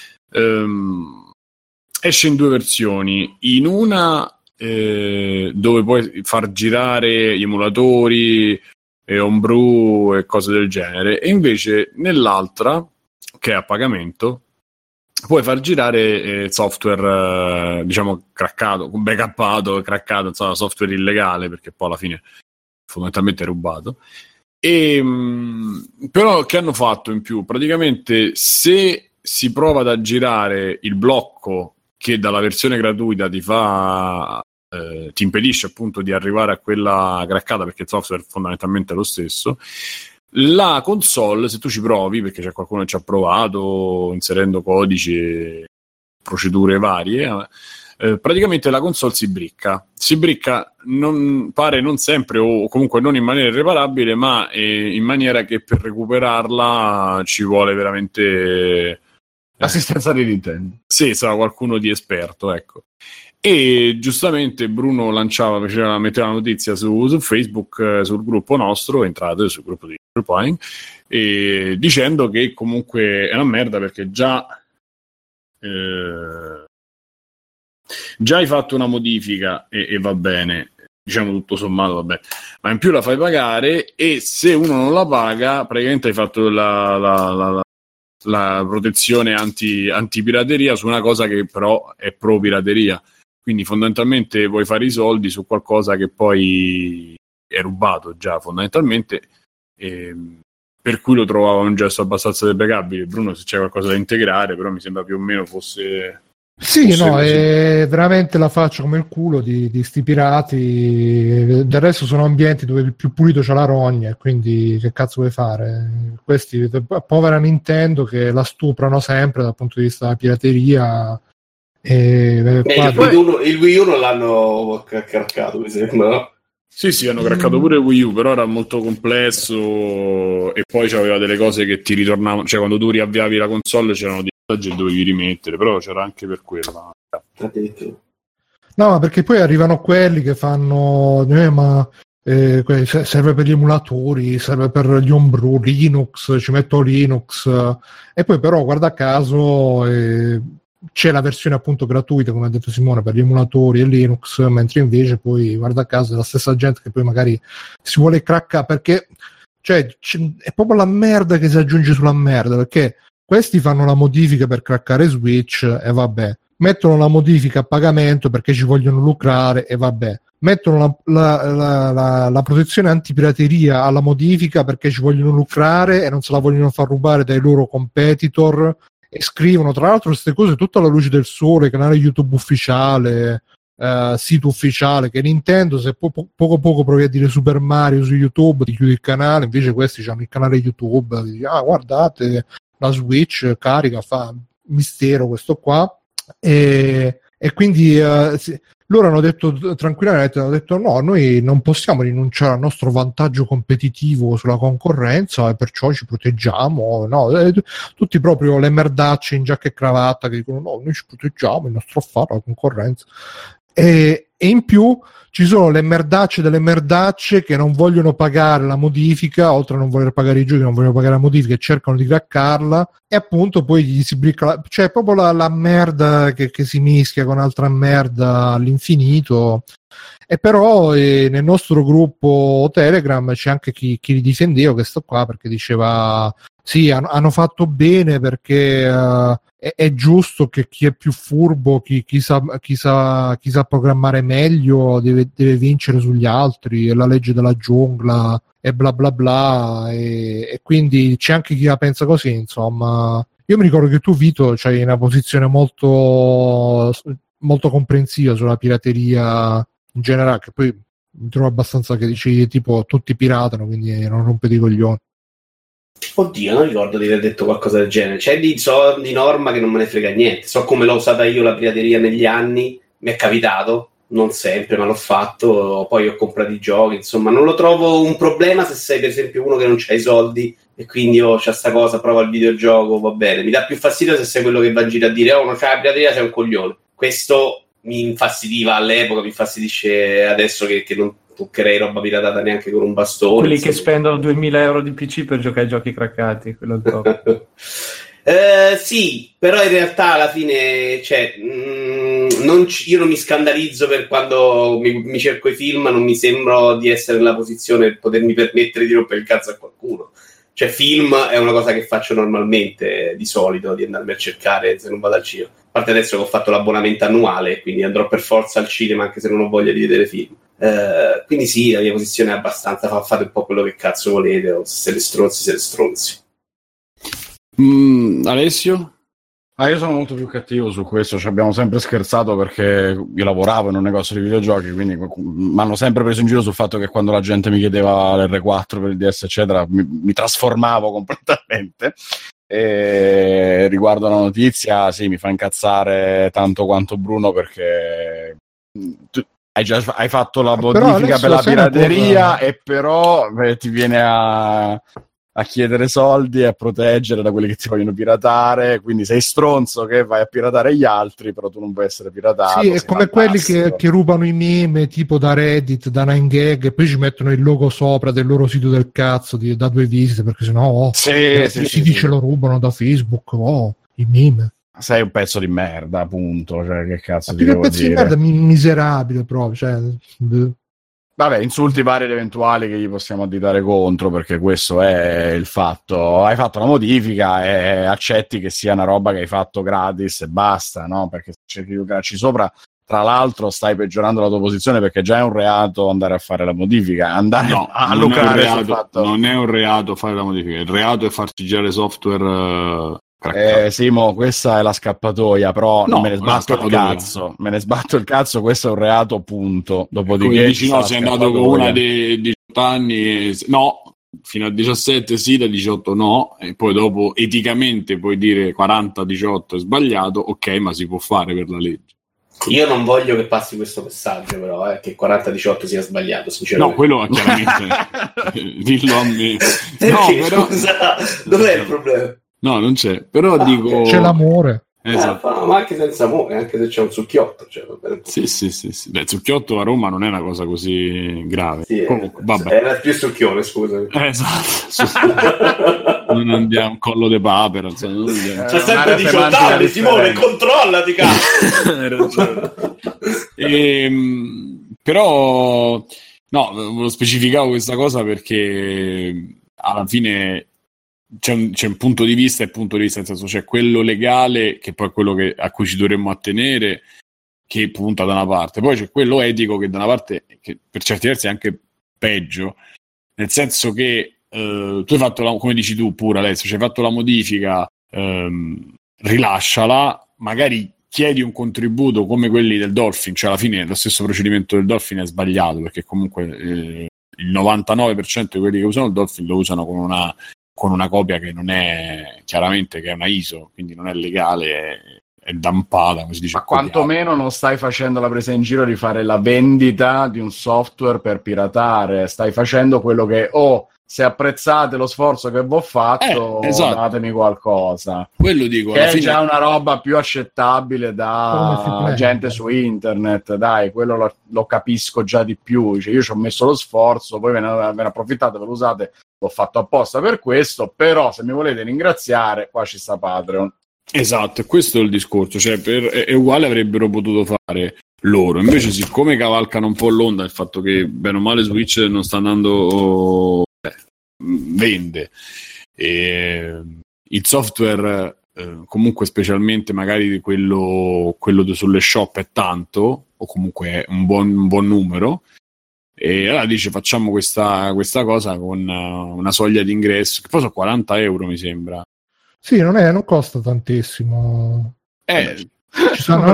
esce in 2 versioni. In una dove puoi far girare gli emulatori e homebrew e cose del genere, e invece nell'altra, che è a pagamento, puoi far girare software diciamo craccato, backuppato, craccato, insomma software illegale, perché poi alla fine fondamentalmente è rubato. E però che hanno fatto in più? Praticamente se si prova ad aggirare il blocco che dalla versione gratuita ti impedisce appunto di arrivare a quella craccata, perché il software fondamentalmente è lo stesso, la console, se tu ci provi, perché c'è qualcuno che ci ha provato inserendo codici e procedure varie, praticamente la console si bricca, non sempre, o comunque non in maniera irreparabile, ma in maniera che per recuperarla ci vuole veramente l'assistenza di Nintendo. Sì, sarà qualcuno di esperto, ecco. E giustamente Bruno metteva la notizia su Facebook, sul gruppo nostro, entrate sul gruppo di Point, e dicendo che comunque è una merda, perché già hai fatto una modifica e va bene, diciamo tutto sommato vabbè, ma in più la fai pagare, e se uno non la paga praticamente hai fatto la protezione anti-pirateria su una cosa che però è pro pirateria. Quindi fondamentalmente vuoi fare i soldi su qualcosa che poi è rubato già fondamentalmente, per cui lo trovavo un gesto abbastanza deprecabile. Bruno, se c'è qualcosa da integrare, però mi sembra più o meno fosse... Sì, no, è veramente la faccia come il culo di sti pirati. Del resto sono ambienti dove il più pulito c'ha la rogna, quindi che cazzo vuoi fare? Questi, povera Nintendo, che la stuprano sempre dal punto di vista della pirateria. Il Wii U non l'hanno craccato, mi sembra, no? Sì, hanno craccato pure il Wii U, però era molto complesso, e poi c'aveva delle cose che ti ritornavano, cioè quando tu riavviavi la console c'erano dei messaggi che dovevi rimettere, però c'era anche per quello. No, perché poi arrivano quelli che fanno ma serve per gli emulatori, serve per gli homebrew, Linux, ci metto Linux, e poi però guarda caso c'è la versione appunto gratuita, come ha detto Simone, per gli emulatori e Linux, mentre invece poi guarda caso è la stessa gente che poi magari si vuole craccare, perché cioè è proprio la merda che si aggiunge sulla merda, perché questi fanno la modifica per craccare Switch e vabbè, mettono la modifica a pagamento perché ci vogliono lucrare e vabbè, mettono la protezione antipirateria alla modifica perché ci vogliono lucrare e non se la vogliono far rubare dai loro competitor, e scrivono tra l'altro queste cose tutta alla luce del sole, canale YouTube ufficiale, sito ufficiale, che Nintendo se poco provi a dire Super Mario su YouTube ti chiudi il canale, invece questi hanno il canale YouTube, guardate la Switch carica, fa mistero questo qua, e quindi loro hanno detto tranquillamente, no, noi non possiamo rinunciare al nostro vantaggio competitivo sulla concorrenza e perciò ci proteggiamo, no? Tutti proprio le merdacce in giacca e cravatta che dicono no, noi ci proteggiamo, il nostro affare, la concorrenza, e in più ci sono le merdacce delle merdacce che non vogliono pagare la modifica, oltre a non voler pagare i giochi, non vogliono pagare la modifica e cercano di craccarla, e appunto poi gli si bricca cioè proprio la merda che si mischia con altra merda all'infinito. E però nel nostro gruppo Telegram c'è anche chi li difendeva questo qua, perché diceva sì, hanno fatto bene perché è giusto che chi è più furbo, chi sa programmare meglio deve vincere sugli altri, è la legge della giungla e bla bla bla, e quindi c'è anche chi la pensa così, insomma. Io mi ricordo che tu, Vito, c'hai una posizione molto molto comprensiva sulla pirateria in generale, che poi mi trovo abbastanza che dici tipo tutti piratano, quindi non rompete i coglioni. Oddio, non ricordo di aver detto qualcosa del genere. C'è di norma che non me ne frega niente. So come l'ho usata io la pirateria negli anni, mi è capitato, non sempre, ma l'ho fatto. Poi ho comprato i giochi, insomma, non lo trovo un problema se sei per esempio uno che non c'ha i soldi e quindi c'ha sta cosa, prova il videogioco, va bene. Mi dà più fastidio se sei quello che va in giro a dire non c'è la pirateria, sei un coglione. Questo mi infastidiva all'epoca, mi infastidisce adesso che non toccherei roba piratata neanche con un bastone. Quelli che spendono 2.000 euro di PC per giocare ai giochi craccati, quello è il top. Sì, però in realtà alla fine cioè, io non mi scandalizzo per quando mi cerco i film, non mi sembro di essere nella posizione di potermi permettere di rompere il cazzo a qualcuno. Cioè film è una cosa che faccio normalmente di solito, di andarmi a cercare se non vado al cinema. A parte adesso che ho fatto l'abbonamento annuale, quindi andrò per forza al cinema anche se non ho voglia di vedere film. Quindi sì, la mia posizione è abbastanza fate un po' quello che cazzo volete, o se le stronzi. Alessio? Io sono molto più cattivo su questo, ci abbiamo sempre scherzato perché io lavoravo in un negozio di videogiochi, quindi mi hanno sempre preso in giro sul fatto che quando la gente mi chiedeva l'R4 per il DS eccetera mi trasformavo completamente. E riguardo alla notizia, sì, mi fa incazzare tanto quanto Bruno, perché hai fatto la modifica per la pirateria e però ti viene a chiedere soldi e a proteggere da quelli che ti vogliono piratare, quindi sei stronzo che vai a piratare gli altri, però tu non puoi essere piratato. Sì, è come quelli che rubano i meme tipo da Reddit, da 9gag, e poi ci mettono il logo sopra del loro sito del cazzo da 2 visite, perché sennò si dice lo rubano da Facebook, i meme. Sei un pezzo di merda, appunto, cioè che cazzo ti devo dire? Pezzo di merda miserabile proprio, cioè... Vabbè, insulti vari ed eventuali che gli possiamo additare contro, perché questo è il fatto. Hai fatto la modifica e accetti che sia una roba che hai fatto gratis e basta, no? Perché se cerchi di lucrarci sopra, tra l'altro stai peggiorando la tua posizione, perché già è un reato andare a fare la modifica, andare a lucrare sul fatto. Non è un reato fare la modifica, il reato è farci girare software... Simo, questa è la scappatoia, però non me ne sbatto il cazzo. Me ne sbatto il cazzo, questo è un reato, punto. Dopodiché dici no, sei andato con una dei 18 anni, no, fino a 17 sì, da 18 no, e poi dopo eticamente puoi dire 40-18 è sbagliato, ok, ma si può fare per la legge. Io non voglio che passi questo messaggio, però, che 40-18 sia sbagliato, sinceramente. No, quello chiaramente dillo a me. Perché, no, però... scusa, dov'è il problema? No, non c'è, però dico... C'è l'amore. Esatto. Ma anche senza amore, anche se c'è un succhiotto. Cioè, sì. Beh, il succhiotto a Roma non è una cosa così grave. Sì, comunque, vabbè. Era più succhione, scusami. Esatto. Non andiamo un collo de papera. C'è sempre 18 anni, Simone, controllati, cazzo. Però no, specificavo questa cosa perché alla fine c'è un punto di vista e punto di vista, nel senso c'è quello legale che poi è quello a cui ci dovremmo attenere, che punta da una parte, poi c'è quello etico che da una parte, che per certi versi è anche peggio, nel senso che tu hai fatto come dici tu pure Alessio, hai fatto la modifica, rilasciala, magari chiedi un contributo come quelli del Dolphin, cioè alla fine lo stesso procedimento del Dolphin è sbagliato, perché comunque il 99% di quelli che usano il Dolphin lo usano con una copia che non è, chiaramente, che è una ISO, quindi non è legale, è dampata, come si dice. Ma quantomeno non stai facendo la presa in giro di fare la vendita di un software per piratare, stai facendo quello che se apprezzate lo sforzo che vi ho fatto, esatto. Datemi qualcosa. Quello dico, che alla è fine già una roba più accettabile da gente su internet, dai, quello lo capisco già di più. Cioè, io ci ho messo lo sforzo, voi ve ne approfittate, ve lo usate, l'ho fatto apposta per questo, però se mi volete ringraziare, qua ci sta Patreon. Esatto, questo è il discorso, cioè è uguale avrebbero potuto fare loro, invece siccome cavalcano un po' l'onda il fatto che bene o male Switch non sta andando, vende, e il software comunque, specialmente magari quello sulle shop, è tanto, o comunque è un buon numero, e allora dice facciamo questa cosa con una soglia di ingresso che poi sono 40 euro mi sembra. Sì, non costa tantissimo. Ci sono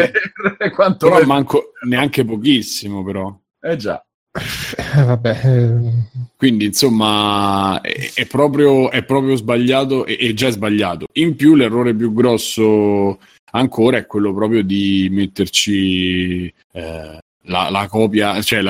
però manco neanche pochissimo, però. Già. Vabbè. Quindi insomma è proprio sbagliato, e già è sbagliato. In più l'errore più grosso ancora è quello proprio di metterci la copia, cioè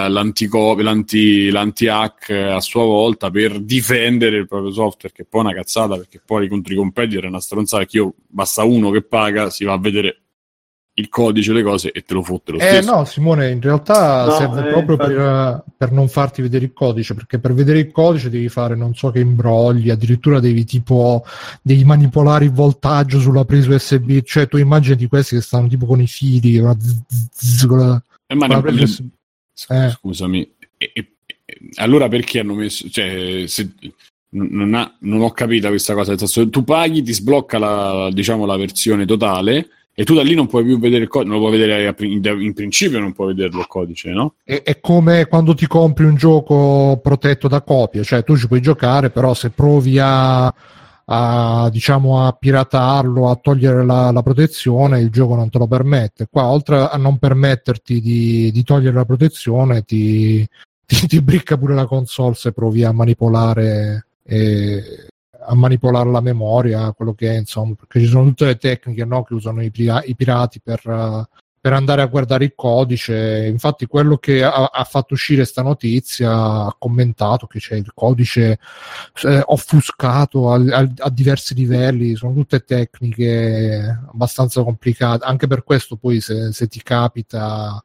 l'anti-hack a sua volta per difendere il proprio software, che poi è una cazzata, perché poi contro i competitor è una stronzata, che basta uno che paga, si va a vedere il codice, le cose, e te lo fotte lo stesso. No, Simone, in realtà serve proprio per non farti vedere il codice, perché per vedere il codice devi fare non so che imbrogli, addirittura devi manipolare il voltaggio sulla presa USB, cioè tu immagini questi che stanno tipo con i fili, scusami, allora perché hanno messo, cioè, non ho capito questa cosa, nel senso, tu paghi, ti sblocca la versione totale e tu da lì non puoi più vedere il codice, non lo puoi vedere in principio, non puoi vederlo il codice, no? È come quando ti compri un gioco protetto da copie, cioè tu ci puoi giocare, però se provi a piratarlo, a togliere la protezione, il gioco non te lo permette. Qua, oltre a non permetterti di togliere la protezione, ti bricca pure la console se provi a manipolare la memoria, quello che è, insomma, perché ci sono tutte le tecniche, no, che usano i pirati per andare a guardare il codice. Infatti quello che ha fatto uscire sta notizia ha commentato che c'è il codice offuscato a diversi livelli, sono tutte tecniche abbastanza complicate, anche per questo poi se ti capita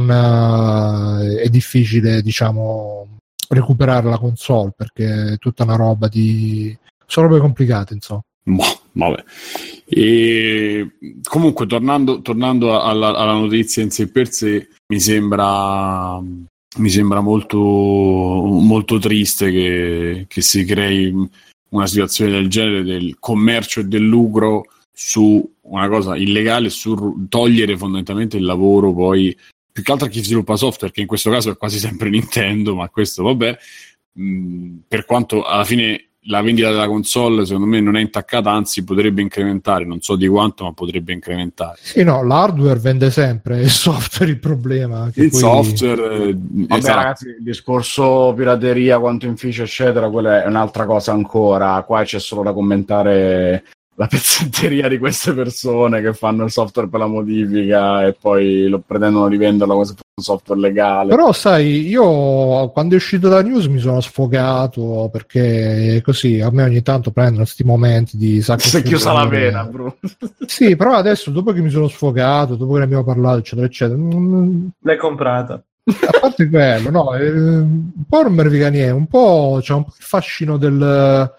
è difficile, diciamo, recuperare la console, perché è tutta una roba sono robe complicate, insomma. Vabbè. E comunque tornando alla notizia in sé per sé, mi sembra molto, molto triste che si crei una situazione del genere, del commercio e del lucro su una cosa illegale, su togliere fondamentalmente il lavoro poi più che altro a chi sviluppa software, che in questo caso è quasi sempre Nintendo, ma questo vabbè, per quanto alla fine la vendita della console secondo me non è intaccata, anzi potrebbe incrementare, non so di quanto, ma potrebbe incrementare. Sì, no, l'hardware vende sempre, il software il problema. Software vabbè, esatto. Ragazzi, il discorso pirateria, quanto inficia eccetera, quella è un'altra cosa ancora. Qua c'è solo da commentare la pezzetteria di queste persone che fanno il software per la modifica e poi lo pretendono di venderlo come se fosse software legale. Però sai, io quando è uscito la news mi sono sfogato, perché così a me ogni tanto prendono questi momenti di si è chiusa la vena, bro. Sì, però adesso dopo che mi sono sfogato, dopo che ne abbiamo parlato eccetera eccetera, l'hai comprata. A parte quello, no, un po' non me ne frega niente, un po' c'è un po' il fascino del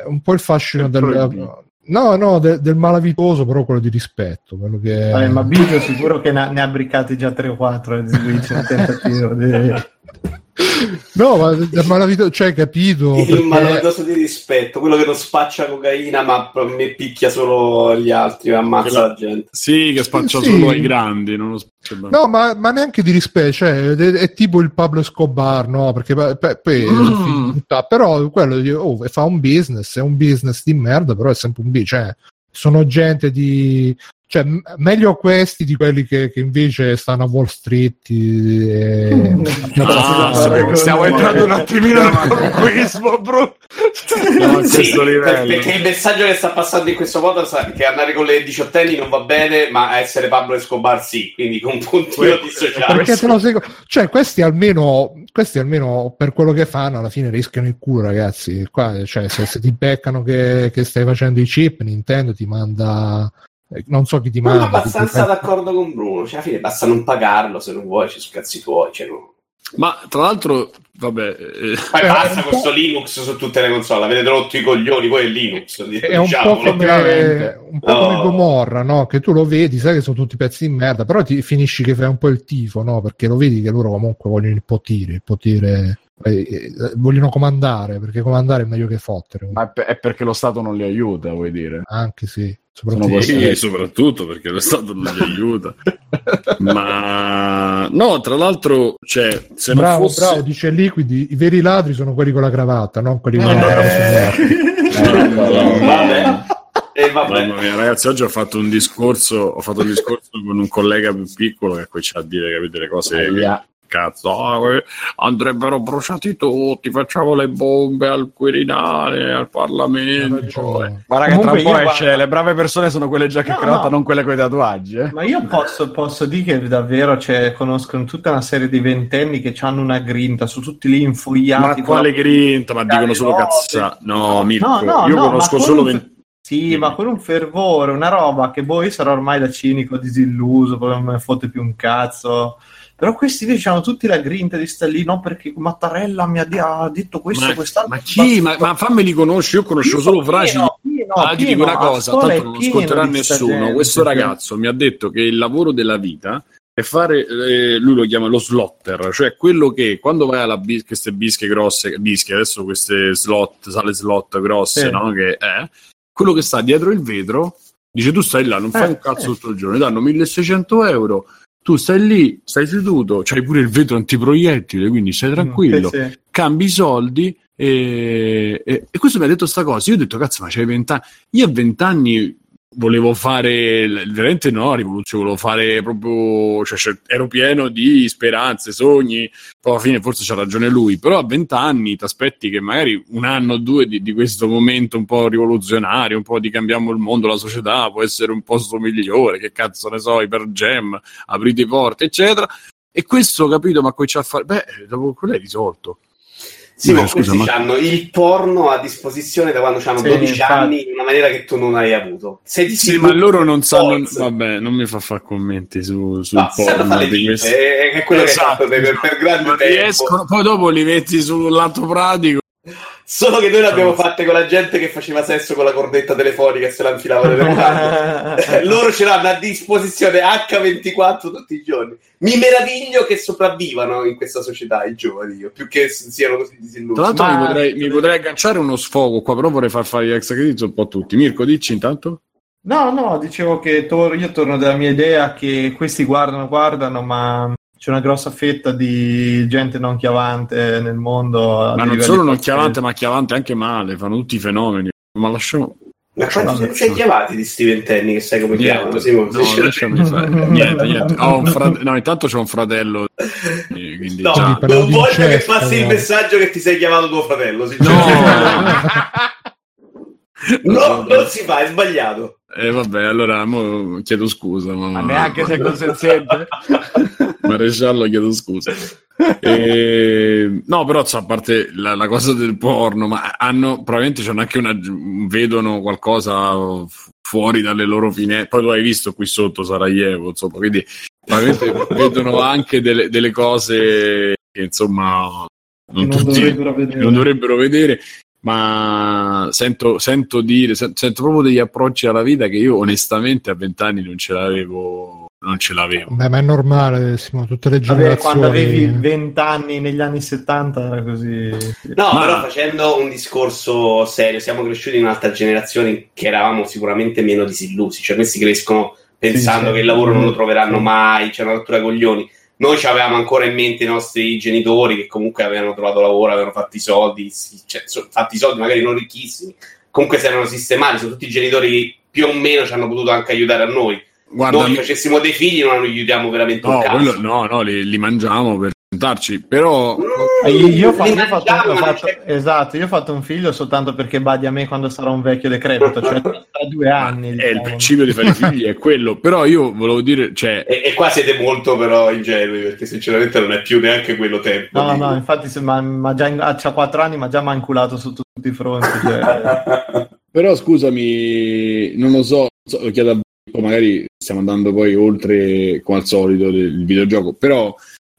del malavitoso, però quello di rispetto, quello che ma Biggio sicuro che ne ha briccati già 3 o 4 nel tentativo no, ma del malavitoso, cioè, capito, il perché... malavitoso di rispetto, quello che non spaccia cocaina ma picchia solo gli altri, ammazza la gente. Sì, che spaccia solo ai grandi, non lo spaccia. No, ma neanche di rispetto, cioè è tipo il Pablo Escobar, no? Perché poi però quello fa un business, è un business di merda, però è sempre un business, cioè sono gente di... Cioè, meglio questi di quelli che invece stanno a Wall Street. Stiamo entrando un attimino nel conquismo, bro. Sì, perché il messaggio che sta passando in questo podcast è che andare con le 18enni non va bene, ma essere Pablo Escobar sì, quindi con un puntino dissociato. Perché te lo cioè, questi almeno per quello che fanno alla fine rischiano il culo, ragazzi. Qua, cioè, se ti beccano che stai facendo i chip, Nintendo ti manda... non so chi ti manda. Sono abbastanza d'accordo con Bruno, cioè alla fine basta non pagarlo, se non vuoi, ci sono cazzi tuoi, cioè no. Ma tra l'altro, vabbè, basta con sto Linux su tutte le console, avete rotto i coglioni, poi è Linux. È un po' come Gomorra, no? Che tu lo vedi, sai che sono tutti pezzi di merda, però ti finisci che fai un po' il tifo, no? Perché lo vedi che loro comunque vogliono il potere vogliono comandare, perché comandare è meglio che fottere. Ma è perché lo Stato non li aiuta, vuoi dire? Anche sì. Soprattutto perché lo Stato non li aiuta. Ma no, tra l'altro, cioè, se bravo, non fosse... bravo, dice Liquidi, i veri ladri sono quelli con la cravatta, non quelli con vabbè. Mamma mia, ragazzi, oggi ho fatto un discorso con un collega più piccolo che comincia a dire, capite, le cose cazzo, andrebbero bruciati tutti, facciamo le bombe al Quirinale, al Parlamento. Guarda che tra un po' esce, le brave persone sono quelle già che crotta, non quelle con i tatuaggi. Ma io posso dire che davvero conoscono tutta una serie di ventenni che hanno una grinta, su tutti lì infogliati. Ma quale grinta? Ma dicono solo cazzate. No, Mirko, io conosco solo 20. Sì, ma con un fervore, una roba che io sarò ormai da cinico, disilluso, poi non me ne fotte più un cazzo. Però questi invece hanno tutti la grinta di stare lì, no? Perché Mattarella mi ha detto questo, quest'altro. Ma chi? Ma fammeli conoscere, io conosco solo frasi. Ti dico una cosa, tanto non ascolterà nessuno. Gente, questo ragazzo mi ha detto che il lavoro della vita è fare, lui lo chiama lo slotter, cioè quello che quando vai alla queste bische grosse, adesso queste sale slot grosse, no? Che è quello che sta dietro il vetro, dice tu stai là, non fai un cazzo tutto il giorno, ti danno 1.600 euro. Tu stai lì, stai seduto, c'hai pure il vetro antiproiettile, quindi stai tranquillo, cambi i soldi e questo mi ha detto sta cosa. Io ho detto, cazzo, ma c'hai 20 anni? Io a 20 anni volevo fare, veramente no, rivoluzione, volevo fare proprio, cioè ero pieno di speranze, sogni, poi alla fine forse c'ha ragione lui, però a 20 anni ti aspetti che magari un anno o due di questo momento un po' rivoluzionario, un po' di cambiamo il mondo, la società, può essere un posto migliore, che cazzo ne so, Hyper Gem, aprite i porti, eccetera, e questo, capito, ma comincia a fare, dopo quello è risolto. Sì, ma questi hanno il porno a disposizione da quando hanno 12 anni in una maniera che tu non hai avuto. Sì, ma loro non sanno. Vabbè, non mi fa fare commenti sul porno di questo. È quello che hai fatto per grande tempo. Riescono, poi dopo li metti sul lato pratico. Solo che noi l'abbiamo fatte con la gente che faceva sesso con la cordetta telefonica e se la infilava nelle mani. Loro ce l'hanno a disposizione H24 tutti i giorni. Mi meraviglio che sopravvivano in questa società i giovani, più che siano così disillusi. Tra l'altro mi potrei agganciare uno sfogo qua, però vorrei far fare gli extra credits un po' a tutti. Mirko, dici intanto? No, dicevo che io torno dalla mia idea che questi guardano, ma c'è una grossa fetta di gente non chiavante nel mondo. Ma non solo non chiavante, ma chiavante anche male, fanno tutti i fenomeni. Ma lasciamo... Ma quanti sei chiamati di sti ventenni che sai come chiamano? Lasciami fare. Niente. No, intanto c'è un fratello. Quindi no, non voglio che passi il messaggio che ti sei chiamato tuo fratello. No. No, non si fa, è sbagliato. Vabbè, allora chiedo scusa. Ma neanche se è consenziente. Maresciallo, chiedo scusa. No, però a parte la cosa del porno, ma probabilmente c'hanno anche vedono qualcosa fuori dalle loro finestre. Poi lo hai visto qui sotto Sarajevo, insomma, quindi probabilmente vedono anche delle cose che insomma non dovrebbero vedere. Ma sento proprio degli approcci alla vita che io onestamente a 20 anni non ce l'avevo. Beh, ma è normale, tutte le generazioni. Quando avevi 20 anni negli anni 70 era così. No, però facendo un discorso serio, siamo cresciuti in un'altra generazione che eravamo sicuramente meno disillusi, cioè questi crescono pensando che il lavoro non lo troveranno mai, c'è una rottura ai coglioni. Noi ci avevamo ancora in mente i nostri genitori che comunque avevano trovato lavoro, avevano fatto i soldi, fatti i soldi magari non ricchissimi, comunque si erano sistemati, sono tutti i genitori che più o meno ci hanno potuto anche aiutare a noi. Guarda, noi facessimo dei figli non li aiutiamo veramente un cazzo. Li mangiamo per sentarci, però io ho fatto un figlio soltanto perché badi a me quando sarà un vecchio decrepito, cioè tra 2 anni. Il principio di fare i figli è quello, però io volevo dire, cioè e qua siete molto però ingenui, perché sinceramente non è più neanche quello tempo. No, infatti ma già c'ha 4 anni, ma già mi ha inculato su tutti i fronti. Cioè. Però scusami, non lo so, lo chiedo a magari stiamo andando poi oltre come al solito del videogioco, però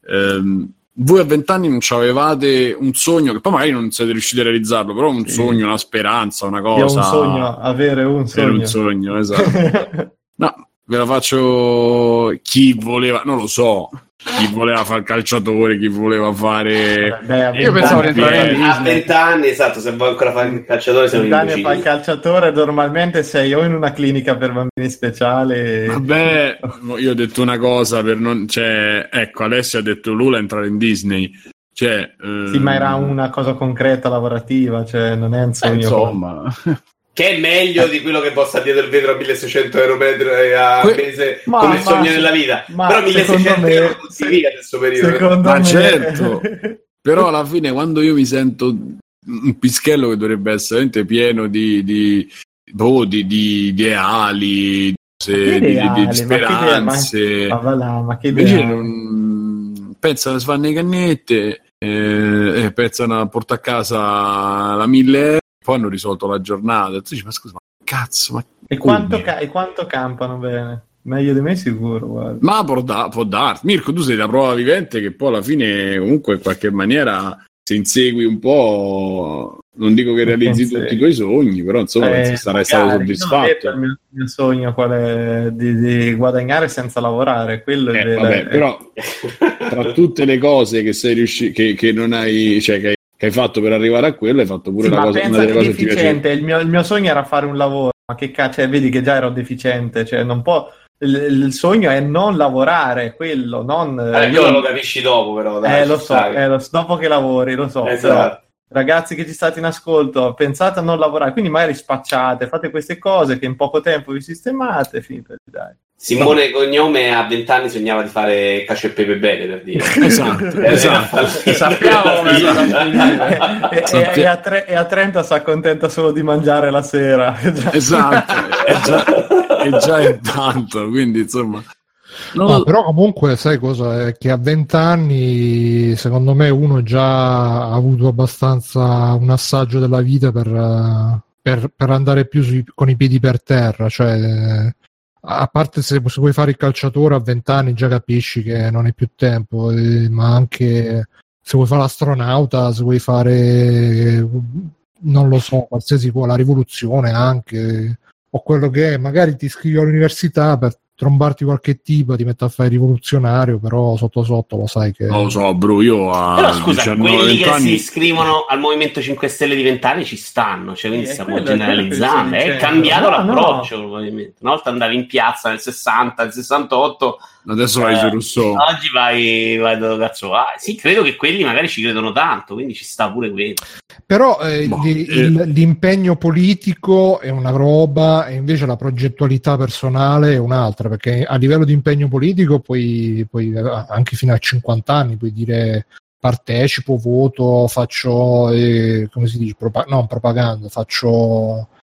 voi a 20 anni non avevate un sogno che poi magari non siete riusciti a realizzarlo, però un sogno, una speranza, una cosa. Io ho un sogno, avere un sogno, esatto. No, ve la faccio. Chi voleva, non lo so, chi voleva fare il calciatore, chi voleva fare. Io pensavo di entrare a 20 anni, esatto, se vuoi ancora fare il calciatore sei un imbecille. Fai il calciatore normalmente sei o in una clinica per bambini speciali. Vabbè, io ho detto una cosa per non, cioè, ecco, Alessio ha detto Lula entrare in Disney, cioè sì, ma era una cosa concreta lavorativa, cioè non è un sogno, insomma. Che è meglio di quello che possa dire il vetro a 1600 euro a mese come sogno nella vita. Però 1600 euro non si via questo periodo. Ma certo, però alla fine quando io mi sento un pischello che dovrebbe essere veramente pieno di ideali, di speranze, ma che idea? Pensano a fare le cannette, pensano a portare a casa la 1000 euro, poi hanno risolto la giornata. Tu dici, ma scusa, ma cazzo, ma e quanto campano bene? Meglio di me sicuro, guarda. Ma può darsi. Mirko, tu sei la prova vivente che poi alla fine comunque in qualche maniera se insegui un po', non dico che realizzi tutti i tuoi sogni, però insomma sarai stato soddisfatto. Il mio sogno qual è? Di guadagnare senza lavorare, quello è vabbè, però tra tutte le cose che sei riuscito che non hai, cioè che hai fatto per arrivare a quello, hai fatto pure una delle cose che ti piace. Il mio sogno era fare un lavoro, ma che cazzo, vedi che già ero deficiente, cioè non può. Il sogno è non lavorare, quello, non. Io lo capisci dopo, però. Dai, lo so, dopo che lavori, lo so. Esatto. Però, ragazzi che ci state in ascolto, pensate a non lavorare, quindi magari spacciate, fate queste cose che in poco tempo vi sistemate. Dai. Simone Cognome a 20 anni sognava di fare cacio e pepe bene, per dire. Esatto. Sappiamo. E a 30 si accontenta solo di mangiare la sera. Esatto, è già è tanto, quindi insomma. No, però comunque sai cosa? È che a 20 anni secondo me uno già ha avuto abbastanza un assaggio della vita per andare più con i piedi per terra, cioè a parte se vuoi fare il calciatore a 20 anni già capisci che non è più tempo, ma anche se vuoi fare l'astronauta, se vuoi fare non lo so, qualsiasi la rivoluzione anche, o quello che è, magari ti iscrivi all'università per trombarti qualche tipo, ti metti a fare rivoluzionario, però sotto sotto lo sai che... Non lo so, bro, io però scusa, quelli che si iscrivono al Movimento 5 Stelle di 20 anni ci stanno, cioè quindi stiamo generalizzando, è cambiato l'approccio probabilmente. Una volta andavi in piazza nel 60, nel 68, adesso vai su Rousseau. Oggi vai dove cazzo vai. Sì, credo che quelli magari ci credono tanto, quindi ci sta pure quello. Però l'impegno politico è una roba e invece la progettualità personale è un'altra, perché a livello di impegno politico poi anche fino a 50 anni puoi dire partecipo, voto, faccio come si dice, propaganda, faccio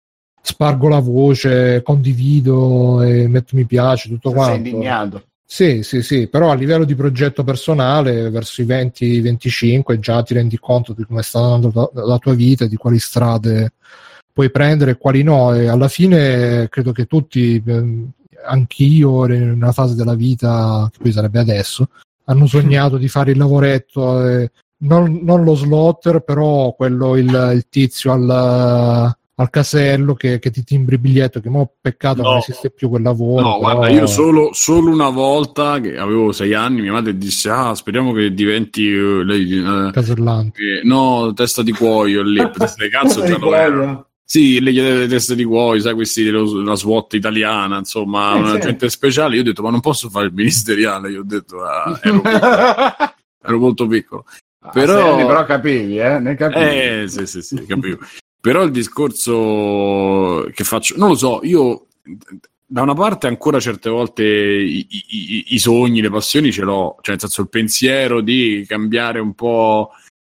spargo la voce, condivido e metto mi piace, tutto quanto. Sei indignato. Sì, però a livello di progetto personale verso i 20-25 già ti rendi conto di come sta andando la tua vita, di quali strade puoi prendere e quali no, e alla fine credo che tutti, anch'io in una fase della vita che poi sarebbe adesso, hanno sognato di fare il lavoretto, non lo slotter, però quello il tizio al casello che ti timbri il biglietto, che mo peccato non esiste più quel lavoro. No, però... guarda, io solo una volta, che avevo 6 anni, mia madre disse speriamo che diventi casellante. No, testa di cuoio lì, testa di cazzo già lo era. Sì, le chiedeva le teste di cuoio, sai, questi la SWAT italiana, insomma, un agente speciale. Io ho detto, ma non posso fare il ministeriale, io ho detto, ero molto piccolo. Però capivi, ne capivi. Sì, capivo. Però il discorso che faccio, non lo so, io da una parte ancora certe volte i sogni, le passioni ce l'ho, cioè nel senso il pensiero di cambiare un po'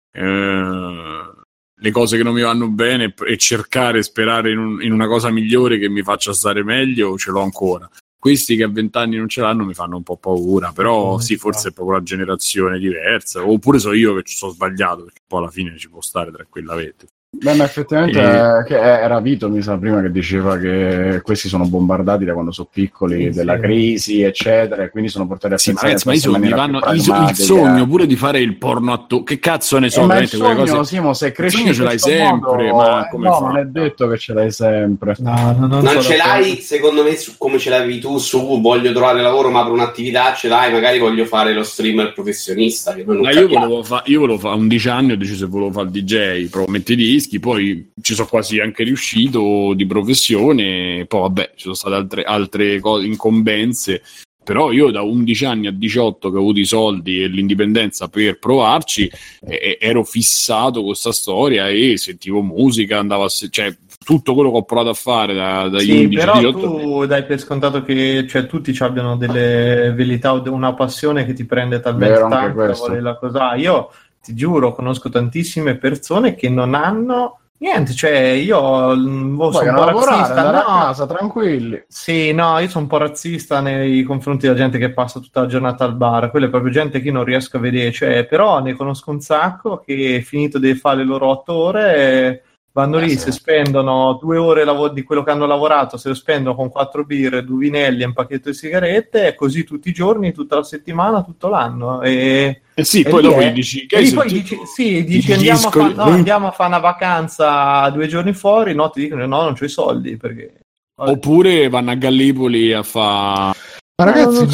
le cose che non mi vanno bene e cercare, sperare in una cosa migliore che mi faccia stare meglio, ce l'ho ancora. Questi che a 20 anni non ce l'hanno mi fanno un po' paura, però sì, forse è proprio una generazione diversa, oppure so io che ci sono sbagliato, perché poi alla fine ci può stare tranquillamente. Beh, ma effettivamente che era Vito, mi sa, prima che diceva che questi sono bombardati da quando sono piccoli, della crisi, eccetera, e quindi sono portati a pensare ragazzi, ma i sogni vanno il sogno pure di fare il porno attore, che cazzo ne so, ma il sogno, cose... Simo, se cresci ce l'hai sempre, modo, ma come no, non è detto che ce l'hai sempre. Non ce l'hai, secondo me, come ce l'avevi tu su voglio trovare lavoro, ma per un'attività ce l'hai, magari voglio fare lo streamer professionista. Che ma io volevo fare a 11 anni, ho deciso che volevo fare il DJ, metti dischi, poi ci sono quasi anche riuscito di professione, poi vabbè ci sono state altre cose, incombenze, però io da 11 anni a 18 che ho avuto i soldi e l'indipendenza per provarci, ero fissato con questa storia e sentivo musica, andavo cioè tutto quello che ho provato a fare dagli 11 però 18. Tu dai per scontato che tutti abbiano delle velità o una passione che ti prende talmente tanto da volere la cosa. Io ti giuro, conosco tantissime persone che non hanno niente, cioè io sono un po' razzista, a casa tranquilli. Sì, no, io sono un po' razzista nei confronti della gente che passa tutta la giornata al bar, quella è proprio gente che io non riesco a vedere, cioè, però ne conosco un sacco che finito di fare le loro 8 ore vanno lì, se spendono 2 ore di quello che hanno lavorato, se lo spendono con 4 birre, 2 vinelli e un pacchetto di sigarette, e così tutti i giorni, tutta la settimana, tutto l'anno. E sì, poi dopo dici andiamo a fare una vacanza 2 giorni fuori, no, ti dicono no, non c'ho i soldi perché... Oppure vanno a Gallipoli a fare... Ma ragazzi,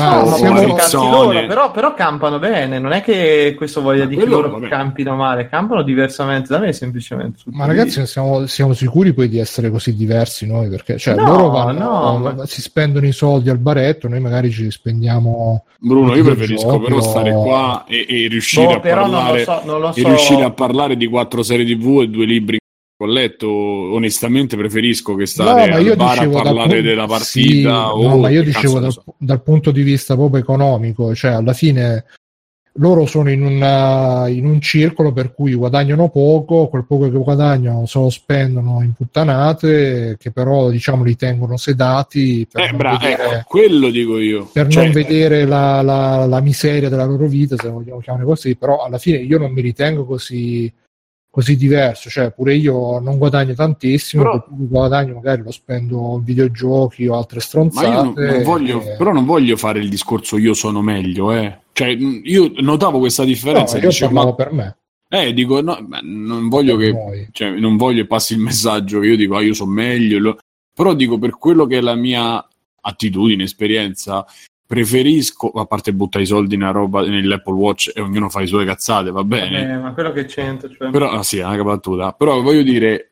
però campano bene, non è che questo voglia dire che loro campino male, campano diversamente da me semplicemente. Ma ragazzi, siamo sicuri poi di essere così diversi noi? Perché loro si spendono i soldi al baretto, noi magari ci spendiamo. Bruno, io preferisco però stare qua e riuscire a parlare riuscire a parlare di 4 serie TV e 2 libri ho letto. Onestamente preferisco che stare al bar a parlare della partita. Ma io dicevo dal punto di vista proprio economico, cioè alla fine loro sono in un circolo per cui guadagnano poco, quel poco che guadagnano se lo spendono in puttanate che però diciamo li tengono sedati per quello dico io, per non vedere la miseria della loro vita, se vogliamo chiamare così, però alla fine io non mi ritengo così diverso, cioè pure io non guadagno tantissimo, però guadagno magari lo spendo in videogiochi o altre stronzate. Ma io non voglio fare il discorso io sono meglio, cioè io notavo questa differenza. No, io parlavo per me. Dico no, non voglio non voglio passi il messaggio che io dico io sono meglio, però dico per quello che è la mia attitudine, esperienza, preferisco, a parte buttare i soldi in una roba nell'Apple Watch e ognuno fa le sue cazzate, va bene. Ma quello che c'entra, cioè... Però sì, è una battuta. Però voglio dire,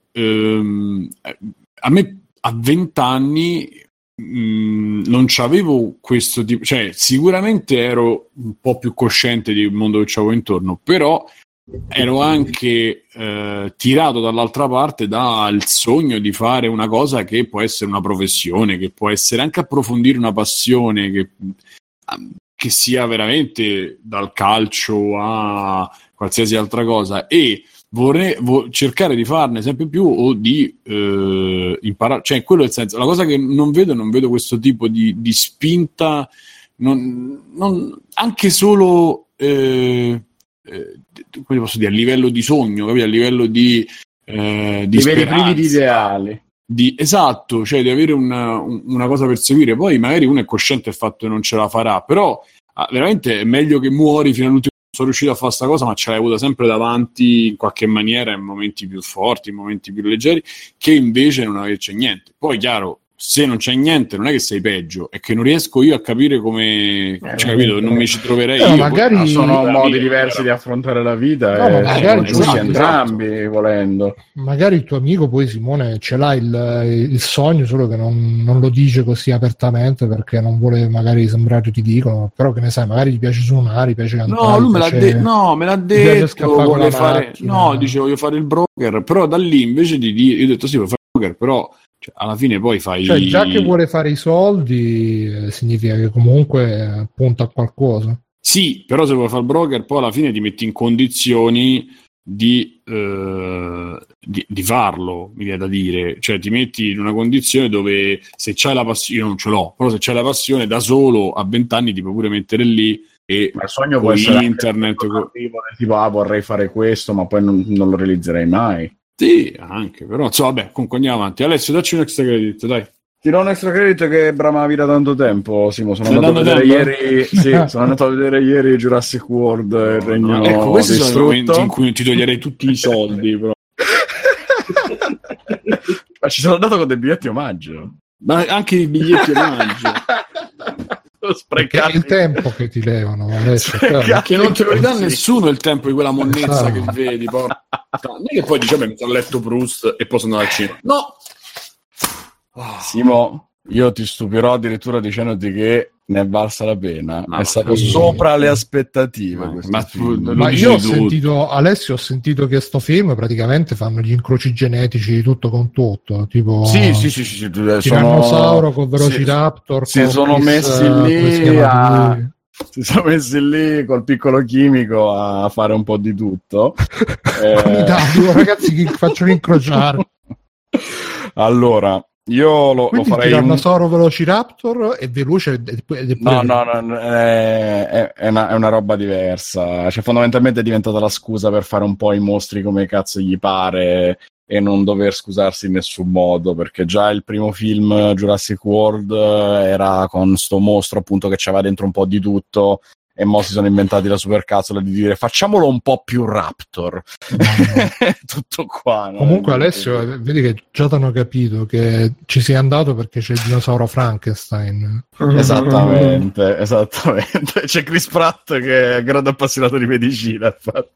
a me a 20 anni non c'avevo questo tipo, cioè sicuramente ero un po' più cosciente del mondo che c'avevo intorno, però ero anche tirato dall'altra parte dal sogno di fare una cosa che può essere una professione, che può essere anche approfondire una passione che sia veramente dal calcio a qualsiasi altra cosa, e cercare di farne sempre più o di imparare, cioè quello è il senso. La cosa che non vedo questo tipo di spinta, anche solo come posso dire, a livello di sogno, capito? A livello di livelli privi di ideali. Esatto, cioè di avere una cosa per seguire. Poi magari uno è cosciente del fatto che non ce la farà, però veramente è meglio che muori fino all'ultimo. Sono riuscito a fare sta cosa, ma ce l'hai avuta sempre davanti in qualche maniera, in momenti più forti, in momenti più leggeri, che invece non averci niente. Poi chiaro, se non c'è niente non è che sei peggio, è che non riesco io a capire come capito, non mi ci troverei io. Magari sono modi diversi di affrontare la vita, magari giusti entrambi, volendo. Magari il tuo amico poi, Simone, ce l'ha il sogno, solo che non lo dice così apertamente perché non vuole magari sembrare ridicolo, però che ne sai, magari gli piace suonare, gli piace cantare. No, lui me l'ha detto, vuole fare, dice voglio fare il broker, però da lì invece di dire, io ho detto sì, voglio fare il broker, però alla fine poi fai... Cioè, già che vuole fare i soldi, significa che comunque punta a qualcosa. Sì, però se vuoi fare il broker, poi alla fine ti metti in condizioni di farlo, mi viene da dire. Cioè, ti metti in una condizione dove se c'hai la passione, io non ce l'ho, però se c'hai la passione da solo a 20 anni ti puoi pure mettere lì e ma il sogno può essere internet tipo vorrei fare questo, ma poi non lo realizzerei mai. Sì, anche, però insomma, vabbè, comunque andiamo avanti. Alessio, dacci un extra credit, dai. Ti do un extra credit che brama la vita tanto tempo, Simo. Sono andato a vedere ieri Jurassic World, il regno ecco, questi distrutto. sono i momenti in cui ti toglierei tutti i soldi, però. Ma ci sono andato con dei biglietti omaggio. Ma anche i biglietti omaggio. Sprecati. Il tempo che ti levano adesso, che non te lo dà nessuno il tempo di quella monnezza che vedi, porca. Non è che poi dice mi sono letto Proust e poi sono andato al cinema. No, Simo, io ti stupirò addirittura dicendoti che ne è valsa la pena. È stato sopra le aspettative. Ma io ho sentito, Alessio, ho sentito che sto film praticamente fanno gli incroci genetici di tutto con tutto, tipo sì, Tirannosauro con Velociraptor. Si sono messi lì col piccolo chimico a fare un po' di tutto. Ragazzi, che facciano incrociare. Allora, io lo farei Tirannosauro Velociraptor è veloce no, è una roba diversa. Cioè, fondamentalmente è diventata la scusa per fare un po' i mostri come cazzo gli pare e non dover scusarsi in nessun modo, perché già il primo film Jurassic World era con sto mostro appunto che c'aveva dentro un po' di tutto, e mo si sono inventati la supercazzola di dire facciamolo un po' più Raptor. Tutto qua, no? Comunque Alessio, vedi che già ti hanno capito che ci sei andato perché c'è il dinosauro Frankenstein. Esattamente. C'è Chris Pratt che è grande appassionato di medicina, infatti.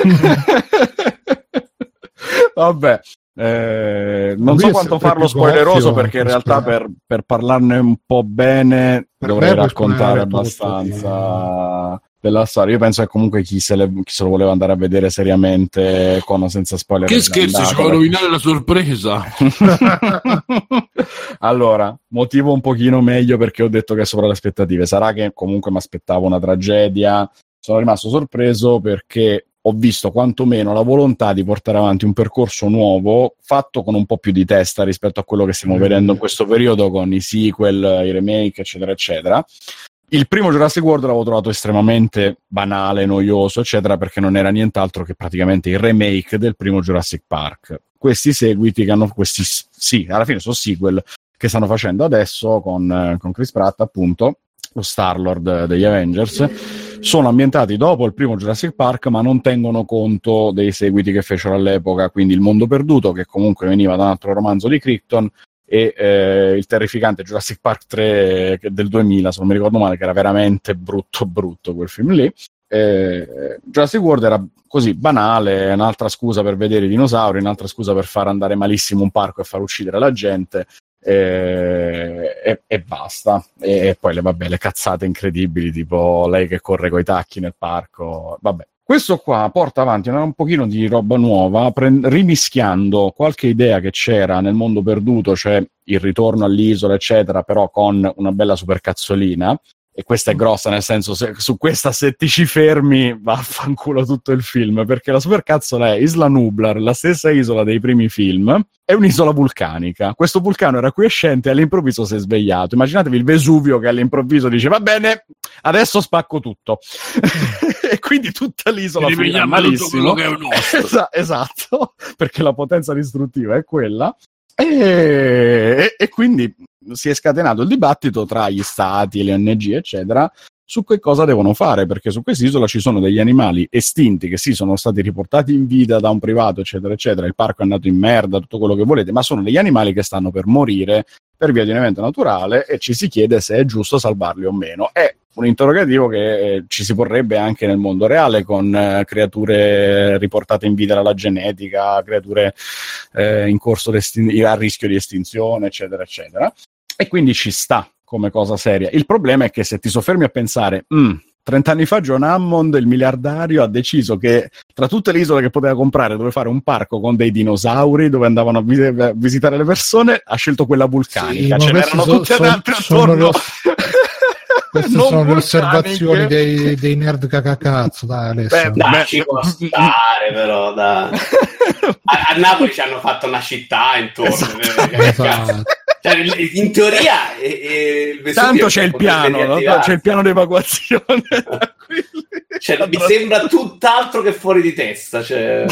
Vabbè, non so quanto farlo spoileroso, perché in realtà per parlarne un po' bene dovrei raccontare abbastanza della storia. Io penso che comunque chi se lo voleva andare a vedere seriamente con o senza spoiler, che scherzi, ci vuoi rovinare la sorpresa. Allora, motivo un pochino meglio perché ho detto che è sopra le aspettative. Sarà che comunque mi aspettavo una tragedia. Sono rimasto sorpreso perché ho visto quantomeno la volontà di portare avanti un percorso nuovo, fatto con un po' più di testa rispetto a quello che stiamo vedendo in questo periodo con i sequel, i remake, eccetera, eccetera. Il primo Jurassic World l'avevo trovato estremamente banale, noioso, eccetera, perché non era nient'altro che praticamente il remake del primo Jurassic Park. Questi seguiti che hanno, alla fine sono sequel che stanno facendo adesso con Chris Pratt, appunto, lo Star-Lord degli Avengers, sono ambientati dopo il primo Jurassic Park, ma non tengono conto dei seguiti che fecero all'epoca, quindi Il Mondo Perduto, che comunque veniva da un altro romanzo di Crichton, e il terrificante Jurassic Park 3 del 2000, se non mi ricordo male, che era veramente brutto quel film lì. Jurassic World era così banale, un'altra scusa per vedere i dinosauri, un'altra scusa per far andare malissimo un parco e far uccidere la gente, e basta. E poi le cazzate incredibili, tipo lei che corre coi tacchi nel parco, vabbè. Questo qua porta avanti un pochino di roba nuova, rimischiando qualche idea che c'era nel Mondo Perduto, cioè il ritorno all'isola, eccetera, però con una bella supercazzolina, e questa è grossa, nel senso, su questa se ti ci fermi vaffanculo tutto il film, perché la supercazzola è Isla Nublar, la stessa isola dei primi film, è un'isola vulcanica. Questo vulcano era quiescente e all'improvviso si è svegliato. Immaginatevi il Vesuvio che all'improvviso dice va bene, adesso spacco tutto. E quindi tutta l'isola finirà malissimo. Che è un nostro. Esatto, perché la potenza distruttiva è quella. E quindi si è scatenato il dibattito tra gli stati, le ONG, eccetera, su che cosa devono fare, perché su quest'isola ci sono degli animali estinti che sì, sono stati riportati in vita da un privato, eccetera, eccetera, il parco è andato in merda, tutto quello che volete, ma sono degli animali che stanno per morire per via di un evento naturale e ci si chiede se è giusto salvarli o meno. È un interrogativo che ci si porrebbe anche nel mondo reale con creature riportate in vita dalla genetica, creature in corso a rischio di estinzione, eccetera, eccetera. E quindi ci sta come cosa seria. Il problema è che se ti soffermi a pensare 30 anni fa John Hammond, il miliardario, ha deciso che tra tutte le isole che poteva comprare doveva fare un parco con dei dinosauri dove andavano a visitare le persone, ha scelto quella vulcanica. Sì, ce n'erano tutte le altre attorno. Queste sono le osservazioni dei nerd cacacazzo, dai Alessio. Dai, ci può stare però, dai. A Napoli ci hanno fatto una città intorno. Esatto. Cioè, in teoria tanto c'è il piano, no? C'è il piano di evacuazione. Cioè, mi sembra tutt'altro che fuori di testa. Cioè...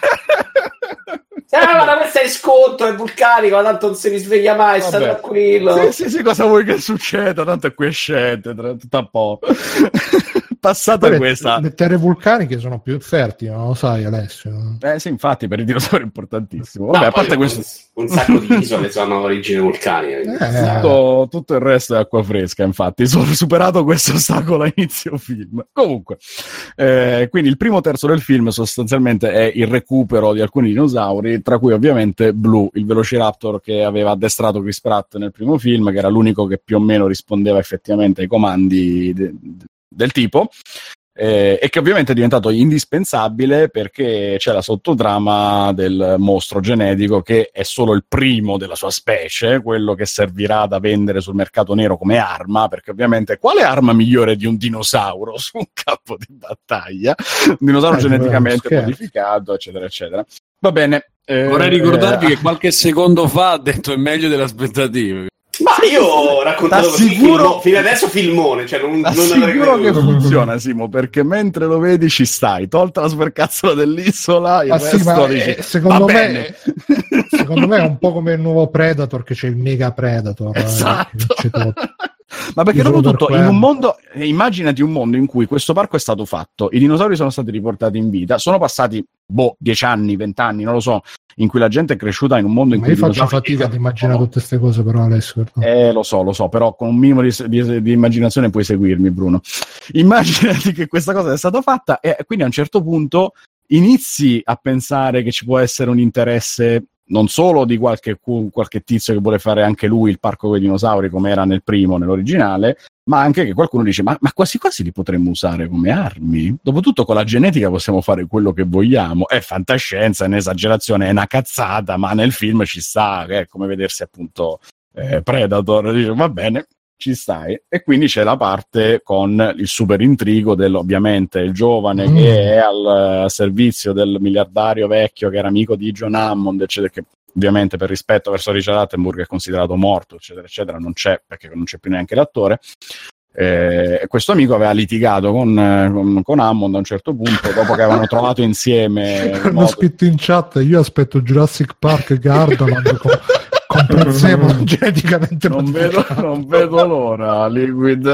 ma questo è sconto, è vulcanico, ma tanto non si risveglia mai, sta tranquillo. Sì, cosa vuoi che succeda? Tanto è quiescente, tutto un po'. Passata questa. Le terre vulcaniche sono più fertili, non lo sai Alessio? Sì, infatti per i dinosauri è importantissimo. Vabbè, a parte questo, un sacco di isole sono origine vulcanica. Tutto il resto è acqua fresca, infatti. Sono superato questo ostacolo a inizio film. Comunque, quindi il primo terzo del film sostanzialmente è il recupero di alcuni dinosauri, tra cui ovviamente Blue, il Velociraptor che aveva addestrato Chris Pratt nel primo film, che era l'unico che più o meno rispondeva effettivamente ai comandi del tipo, e che ovviamente è diventato indispensabile perché c'è la sottotrama del mostro genetico che è solo il primo della sua specie, quello che servirà da vendere sul mercato nero come arma, perché ovviamente quale arma migliore di un dinosauro su un campo di battaglia, un dinosauro geneticamente modificato, eccetera eccetera. Va bene, vorrei ricordarvi che qualche secondo fa ha detto è meglio delle aspettative. Ma io ho raccontato così fino adesso filmone, cioè non sicuro che funziona, Simo, perché mentre lo vedi ci stai, tolta la supercazzola dell'isola, il resto dici, secondo me è un po' come il nuovo Predator, che c'è il Mega Predator. Esatto. Ma perché dopo tutto, in un mondo, immaginati un mondo in cui questo parco è stato fatto, i dinosauri sono stati riportati in vita, sono passati 10 anni, 20 anni, non lo so, in cui la gente è cresciuta in un mondo in cui io faccio fatica ad immaginare tutte queste cose, però Alessio, lo so, però con un minimo di immaginazione puoi seguirmi, Bruno. Immaginati che questa cosa è stata fatta e quindi a un certo punto inizi a pensare che ci può essere un interesse non solo di qualche tizio che vuole fare anche lui il parco con i dinosauri come era nel primo, nell'originale, ma anche che qualcuno dice ma quasi quasi li potremmo usare come armi. Dopotutto con la genetica possiamo fare quello che vogliamo. È fantascienza, è un'esagerazione, è una cazzata, ma nel film ci sta, è come vedersi appunto Predator, dice va bene, ci stai. E quindi c'è la parte con il super intrigo ovviamente il giovane che è al servizio del miliardario vecchio che era amico di John Hammond, eccetera, che ovviamente per rispetto verso Richard Attenborough è considerato morto, eccetera eccetera, non c'è perché non c'è più neanche l'attore. Questo amico aveva litigato con Hammond a un certo punto, dopo che avevano trovato insieme hanno scritto in chat io aspetto Jurassic Park Gardaland con prezzemolo geneticamente non vedo l'ora, Liquid.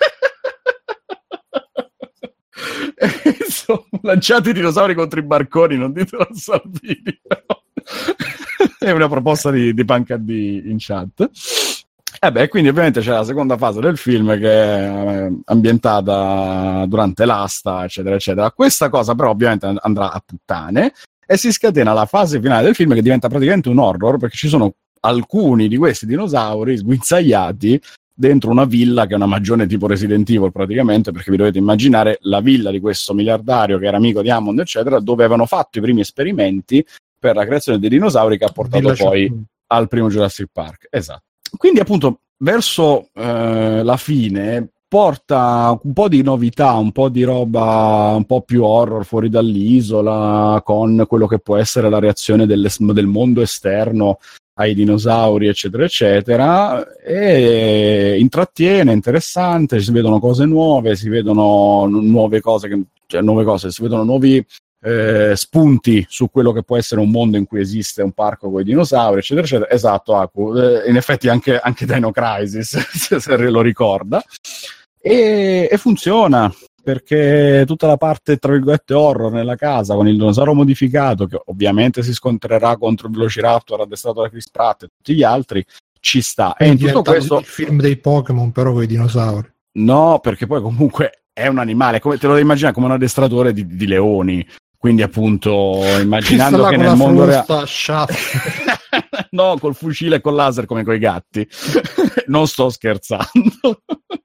Insomma, lanciate i dinosauri contro i barconi, non ditelo a Salvini, però. È una proposta di Panca in chat. Quindi ovviamente c'è la seconda fase del film che è ambientata durante l'asta, eccetera eccetera. Questa cosa però ovviamente andrà a puttane e si scatena la fase finale del film che diventa praticamente un horror, perché ci sono alcuni di questi dinosauri sguinzagliati dentro una villa che è una magione tipo Resident Evil praticamente, perché vi dovete immaginare la villa di questo miliardario che era amico di Hammond eccetera, dove avevano fatto i primi esperimenti per la creazione dei dinosauri che ha portato poi al primo Jurassic Park. Esatto. Quindi appunto verso la fine apporta un po' di novità, un po' di roba un po' più horror fuori dall'isola, con quello che può essere la reazione del mondo esterno ai dinosauri, eccetera eccetera, e intrattiene, è interessante, si vedono cose nuove, si vedono nuove cose, si vedono nuovi spunti su quello che può essere un mondo in cui esiste un parco con i dinosauri, eccetera eccetera. Esatto, Aku, in effetti anche Dino Crisis se lo ricorda, e funziona, perché tutta la parte tra virgolette horror nella casa con il dinosauro modificato, che ovviamente si scontrerà contro il Velociraptor addestrato da Chris Pratt e tutti gli altri, ci sta. E in tutto questo il film dei Pokémon però con i dinosauri. No, perché poi comunque è un animale, come te lo devi immaginare, come un addestratore di leoni. Quindi appunto immaginando che nel mondo reale no, col fucile e col laser come coi gatti. Non sto scherzando.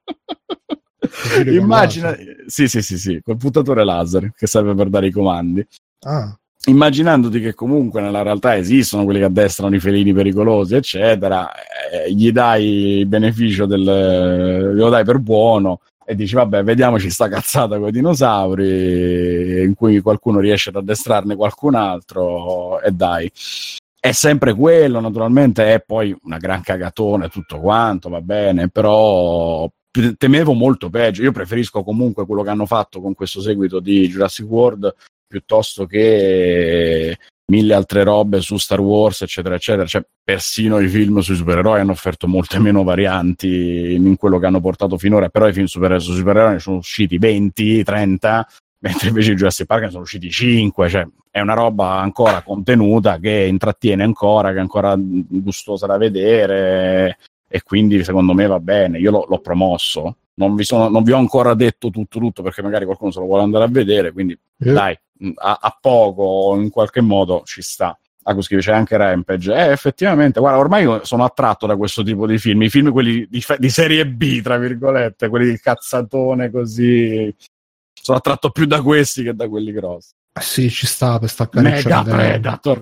Immagina, sì, col puntatore laser che serve per dare i comandi. Immaginandoti che comunque nella realtà esistono quelli che addestrano i felini pericolosi, eccetera, gli dai il beneficio glielo dai per buono e dici vabbè, vediamoci sta cazzata con i dinosauri, in cui qualcuno riesce ad addestrarne qualcun altro, e dai. È sempre quello, naturalmente è poi una gran cagatona e tutto quanto, va bene, però temevo molto peggio. Io preferisco comunque quello che hanno fatto con questo seguito di Jurassic World piuttosto che mille altre robe su Star Wars, eccetera eccetera. Cioè, persino i film sui supereroi hanno offerto molte meno varianti in quello che hanno portato finora, però i film sui supereroi ne sono usciti 20, 30, mentre invece i Jurassic Park ne sono usciti 5. Cioè è una roba ancora contenuta, che intrattiene ancora, che è ancora gustosa da vedere, e quindi secondo me va bene. Io l'ho promosso, non vi ho ancora detto tutto perché magari qualcuno se lo vuole andare a vedere, quindi dai, a poco in qualche modo ci sta. Scrive, c'è anche Rampage. Effettivamente, guarda, ormai sono attratto da questo tipo di film, i film quelli di serie B, tra virgolette, quelli di cazzatone così, sono attratto più da questi che da quelli grossi. Sì, ci sta per staccare Mega Predator.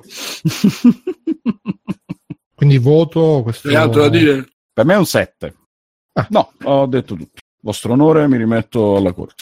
Quindi voto questo... altro da dire? Per me è un 7. No, ho detto tutto. Vostro onore, mi rimetto alla corte.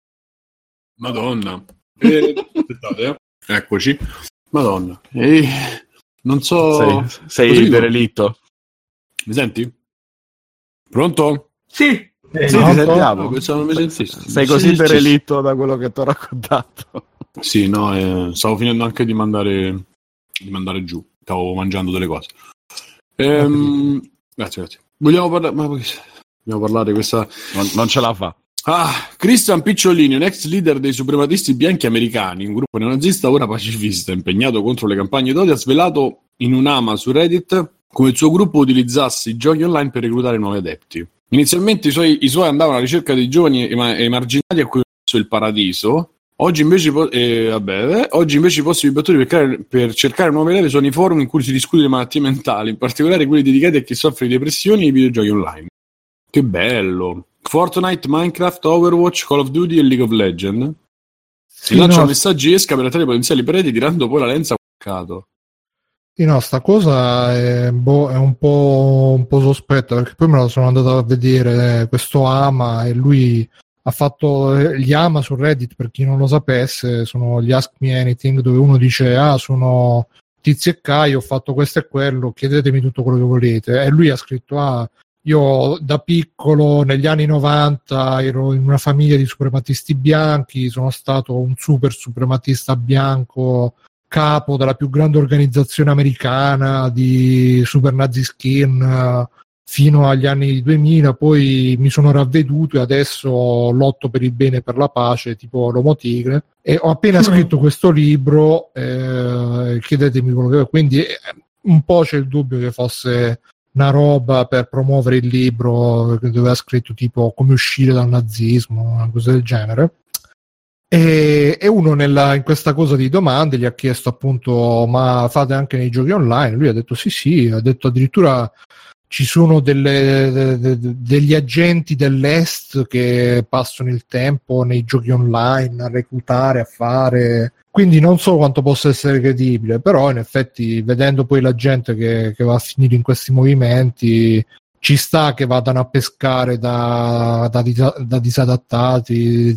Madonna. Aspettate, eccoci. Madonna. Non so... Sei il derelitto. Mi senti? Pronto? Sì. Ti sentiamo. Pensavo non mi sentissi. Sei così derelitto da quello che ti ho raccontato. Sì, no, stavo finendo anche di mandare giù. Stavo mangiando delle cose. Grazie. Vogliamo parlare di questa... Non ce la fa. Christian Picciolini, un ex leader dei suprematisti bianchi americani, un gruppo neonazista ora pacifista impegnato contro le campagne d'odio, ha svelato in un ama su Reddit come il suo gruppo utilizzasse i giochi online per reclutare nuovi adepti. Inizialmente i suoi andavano alla ricerca di giovani emarginati a cui ha messo il paradiso. Oggi invece i posti migliori per cercare nuove leve sono i forum in cui si discute di malattie mentali, in particolare quelli dedicati a chi soffre di depressioni e i videogiochi online. Che bello! Fortnite, Minecraft, Overwatch, Call of Duty e League of Legends. Si lanciano messaggi esca per attrarre potenziali preti, tirando poi la lenza a mercato. Sì, no, sta cosa è un po' sospetta, perché poi me lo sono andato a vedere questo ama, e lui ha fatto gli ama su Reddit, per chi non lo sapesse, sono gli Ask Me Anything, dove uno dice sono Tizio e Caio, ho fatto questo e quello, chiedetemi tutto quello che volete, e lui ha scritto io da piccolo negli anni 90 ero in una famiglia di suprematisti bianchi, sono stato un super suprematista bianco, capo della più grande organizzazione americana di super nazi skin fino agli anni 2000, poi mi sono ravveduto e adesso lotto per il bene e per la pace, tipo l'Uomo Tigre, e ho appena scritto questo libro, chiedetemi quello che... Quindi un po' c'è il dubbio che fosse una roba per promuovere il libro, dove ha scritto tipo come uscire dal nazismo, una cosa del genere. E uno in questa cosa di domande gli ha chiesto appunto: ma fate anche nei giochi online? Lui ha detto sì, ha detto addirittura ci sono degli agenti dell'Est che passano il tempo nei giochi online a reclutare, a fare... Quindi non so quanto possa essere credibile, però in effetti vedendo poi la gente che va a finire in questi movimenti ci sta che vadano a pescare da disadattati,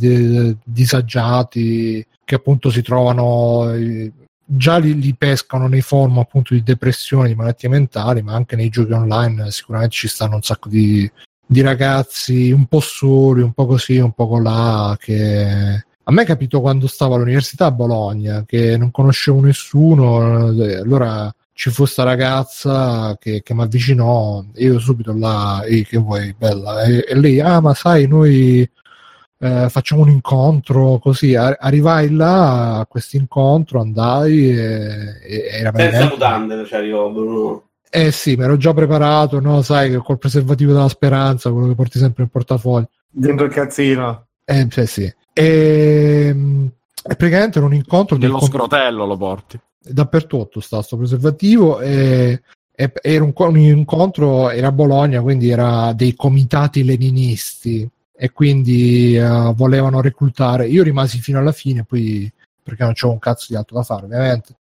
disagiati, che appunto si trovano, già li pescano nei forum appunto di depressione, di malattie mentali, ma anche nei giochi online sicuramente ci stanno un sacco di ragazzi un po' soli, un po' così, un po' colà, che a me è capito quando stavo all'università a Bologna, che non conoscevo nessuno, allora ci fu sta ragazza che mi avvicinò, e io subito là, che vuoi, bella, e lei, ma sai, noi facciamo un incontro, così, arrivai là a questo incontro, andai e era senza mutande, cioè arrivò Bruno. Sì, mi ero già preparato, no? Sai, che col preservativo della speranza, quello che porti sempre in portafoglio. Dentro il cazzino. Sì. E praticamente era un incontro dello scrotello lo porti. Dappertutto sto preservativo e era un incontro, era a Bologna, quindi era dei comitati leninisti e quindi volevano reclutare. Io rimasi fino alla fine, poi perché non c'avevo un cazzo di altro da fare, ovviamente.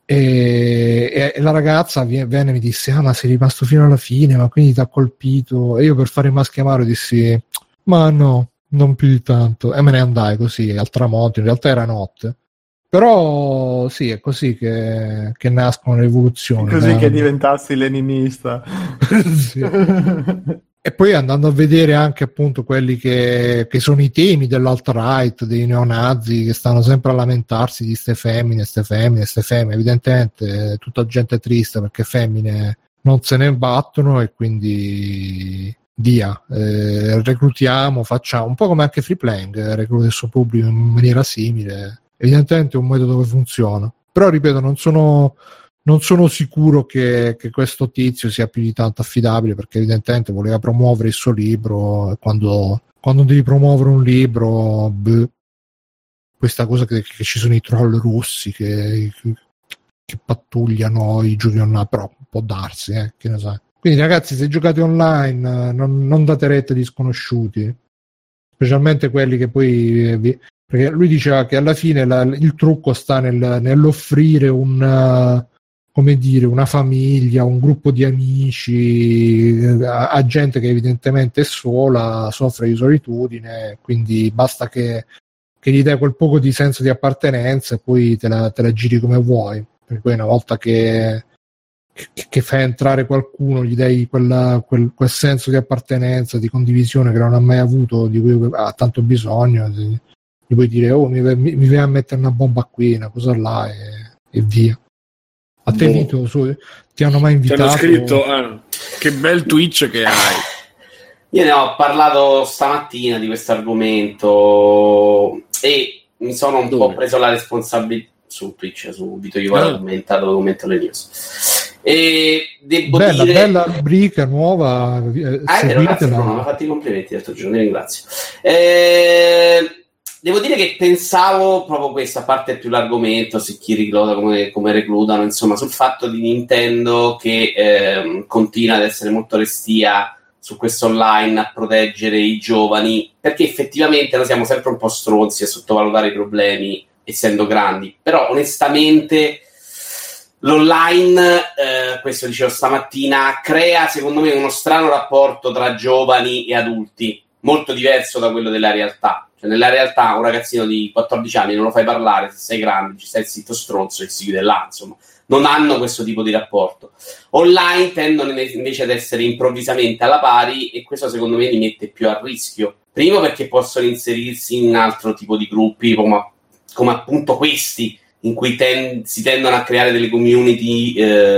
E la ragazza venne e mi disse: ma sei rimasto fino alla fine, ma quindi ti ha colpito? E io, per fare maschi amaro, dissi: ma no, non più di tanto, e me ne andai così al tramonto. In realtà era notte, però sì, è così che nascono le evoluzioni, così che diventassi leninista. Sì. E poi andando a vedere anche appunto quelli che sono i temi dell'alt-right, dei neonazi, che stanno sempre a lamentarsi di ste femmine, evidentemente tutta gente triste perché femmine non se ne battono, e quindi via, reclutiamo, facciamo un po' come anche Free Playing, recluta il suo pubblico in maniera simile. Evidentemente è un metodo che funziona, però ripeto, non sono sicuro che questo tizio sia più di tanto affidabile, perché evidentemente voleva promuovere il suo libro, e quando devi promuovere un libro, questa cosa che ci sono i troll russi che pattugliano i giochi online, però può darsi, che ne sai. Quindi ragazzi, se giocate online non date retta agli sconosciuti, specialmente quelli che poi perché lui diceva che alla fine il trucco sta nell'offrire una famiglia, un gruppo di amici a gente che evidentemente è sola, soffre di solitudine, quindi basta che gli dai quel poco di senso di appartenenza e poi te la giri come vuoi, perché poi una volta che fai entrare qualcuno, gli dai quel senso di appartenenza, di condivisione che non ha mai avuto, di cui ha tanto bisogno, gli puoi dire: mi vai a mettere una bomba qui, una cosa là, e via. A te, Vito, ti hanno mai invitato? Ti hanno scritto che bel Twitch che hai. Io ne ho parlato stamattina di questo argomento e mi sono un po' preso la responsabilità su Twitch, su Vito Iovara commento le news. E devo dire, bella rubrica nuova, seguitela. Non mi ha fatto i complimenti l'altro giorno, vi ringrazio. Devo dire che pensavo proprio questo, a parte più l'argomento, se chi recluta, come reclutano, insomma, sul fatto di Nintendo che continua ad essere molto restia su questo online a proteggere i giovani, perché effettivamente noi siamo sempre un po' stronzi a sottovalutare i problemi essendo grandi, però onestamente l'online, questo dicevo stamattina, crea secondo me uno strano rapporto tra giovani e adulti, molto diverso da quello della realtà. Cioè, nella realtà un ragazzino di 14 anni non lo fai parlare, se sei grande ci stai zitto stronzo e si chiude là, insomma. Non hanno questo tipo di rapporto. Online tendono invece ad essere improvvisamente alla pari, e questo secondo me li mette più a rischio. Primo perché possono inserirsi in altro tipo di gruppi come appunto questi, in cui si tendono a creare delle community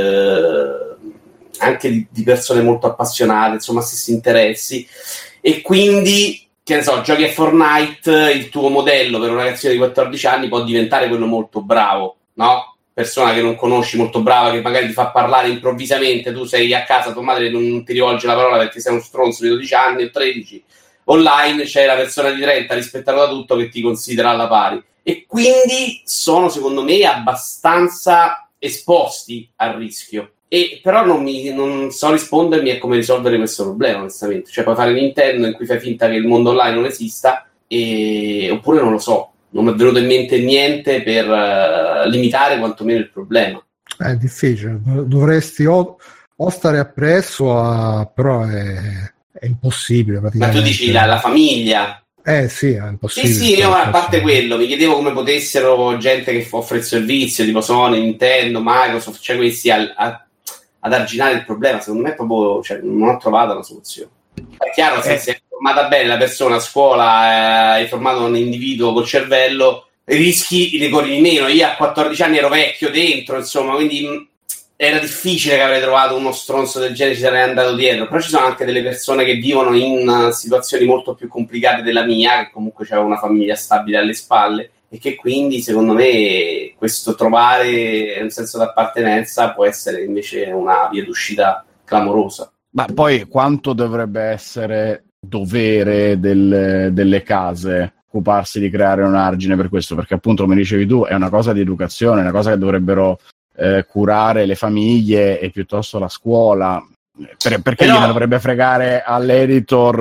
anche di persone molto appassionate, insomma, stessi interessi, e quindi, che ne so, giochi a Fortnite, il tuo modello per un ragazzino di 14 anni può diventare quello molto bravo, no? Persona che non conosci, molto brava, che magari ti fa parlare improvvisamente, tu sei a casa, tua madre non ti rivolge la parola perché sei uno stronzo di 12 anni o 13, online c'è la persona di 30 rispettata da tutto che ti considera alla pari, e quindi sono secondo me abbastanza esposti al rischio. E però non so rispondermi a come risolvere questo problema, onestamente. Cioè, puoi fare Nintendo in cui fai finta che il mondo online non esista, oppure non lo so, non mi è venuto in mente niente per limitare quantomeno il problema. È difficile, dovresti o stare appresso però è impossibile praticamente. Ma tu dici la famiglia? Sì, è impossibile. Sì, io a parte quello, mi chiedevo come potessero gente che offre il servizio, tipo Sony, Nintendo, Microsoft, cioè questi ad arginare il problema. Secondo me è proprio, cioè, non ho trovato una soluzione. È chiaro, se è formata bene la persona a scuola, hai formato un individuo col cervello, rischi di correre di meno. Io a 14 anni ero vecchio dentro, insomma, quindi era difficile che avrei trovato uno stronzo del genere, ci sarei andato dietro. Però ci sono anche delle persone che vivono in situazioni molto più complicate della mia, che comunque c'è una famiglia stabile alle spalle, e che quindi secondo me questo trovare un senso d'appartenenza può essere invece una via d'uscita clamorosa. Ma poi quanto dovrebbe essere dovere delle case occuparsi di creare un argine per questo? Perché appunto, come dicevi tu, è una cosa di educazione, è una cosa che dovrebbero curare le famiglie e piuttosto la scuola. Perché gliene dovrebbe fregare all'editor,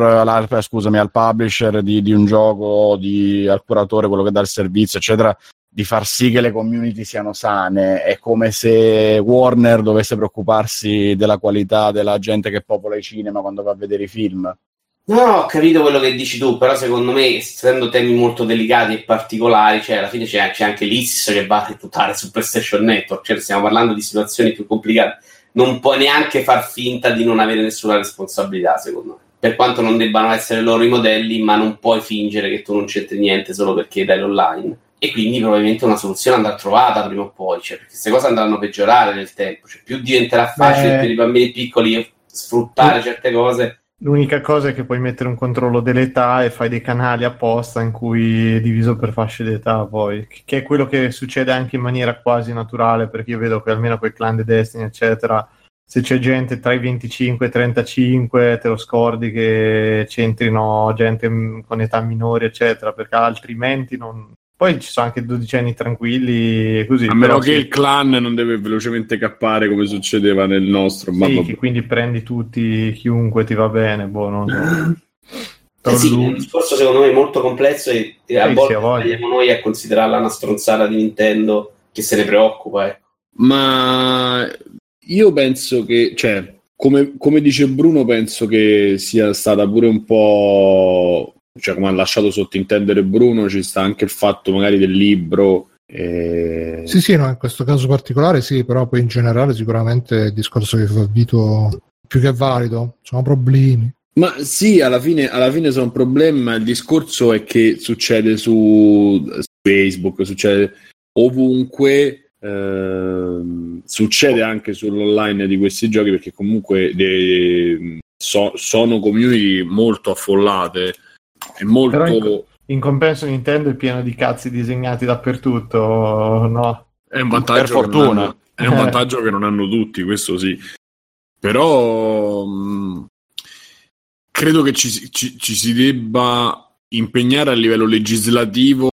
al publisher di un gioco, al curatore, quello che dà il servizio, eccetera, di far sì che le community siano sane? È come se Warner dovesse preoccuparsi della qualità della gente che popola i cinema quando va a vedere i film. No, ho capito quello che dici tu, però secondo me, essendo temi molto delicati e particolari, cioè alla fine c'è anche l'ISIS che va a reputare su PlayStation Network, cioè stiamo parlando di situazioni più complicate. Non puoi neanche far finta di non avere nessuna responsabilità, secondo me. Per quanto non debbano essere loro i modelli, ma non puoi fingere che tu non c'entri niente solo perché dai l'online. E quindi probabilmente una soluzione andrà trovata prima o poi, cioè, perché queste cose andranno a peggiorare nel tempo, cioè più diventerà facile per i bambini piccoli sfruttare certe cose. L'unica cosa è che puoi mettere un controllo dell'età e fai dei canali apposta in cui è diviso per fasce d'età, poi, che è quello che succede anche in maniera quasi naturale, perché io vedo che almeno quei clan di Destiny, eccetera, se c'è gente tra i 25 e i 35 te lo scordi che c'entrino gente con età minori, eccetera, perché altrimenti non... Poi ci sono anche 12 anni tranquilli così. A meno che il clan non deve velocemente cappare come succedeva nel nostro. Sì, che quindi prendi tutti, chiunque ti va bene, non so. Sì, è un discorso secondo me molto complesso e a volte sbagliamo noi a considerarla una stronzata di Nintendo che se ne preoccupa. Ma io penso che, cioè, come dice Bruno, penso che sia stata pure un po'... Cioè, come ha lasciato sottintendere Bruno, ci sta anche il fatto magari del libro. Sì, no, in questo caso particolare sì, però poi in generale sicuramente il discorso che fa Vito più che valido, sono problemi. Ma sì, alla fine sono un problema. Il discorso è che succede su Facebook, succede ovunque, succede anche sull'online di questi giochi, perché comunque sono community molto affollate. È molto... Però in compenso Nintendo è pieno di cazzi disegnati dappertutto, no? È un vantaggio, per fortuna. È un vantaggio che non hanno tutti, questo sì. Però credo che ci si debba impegnare a livello legislativo,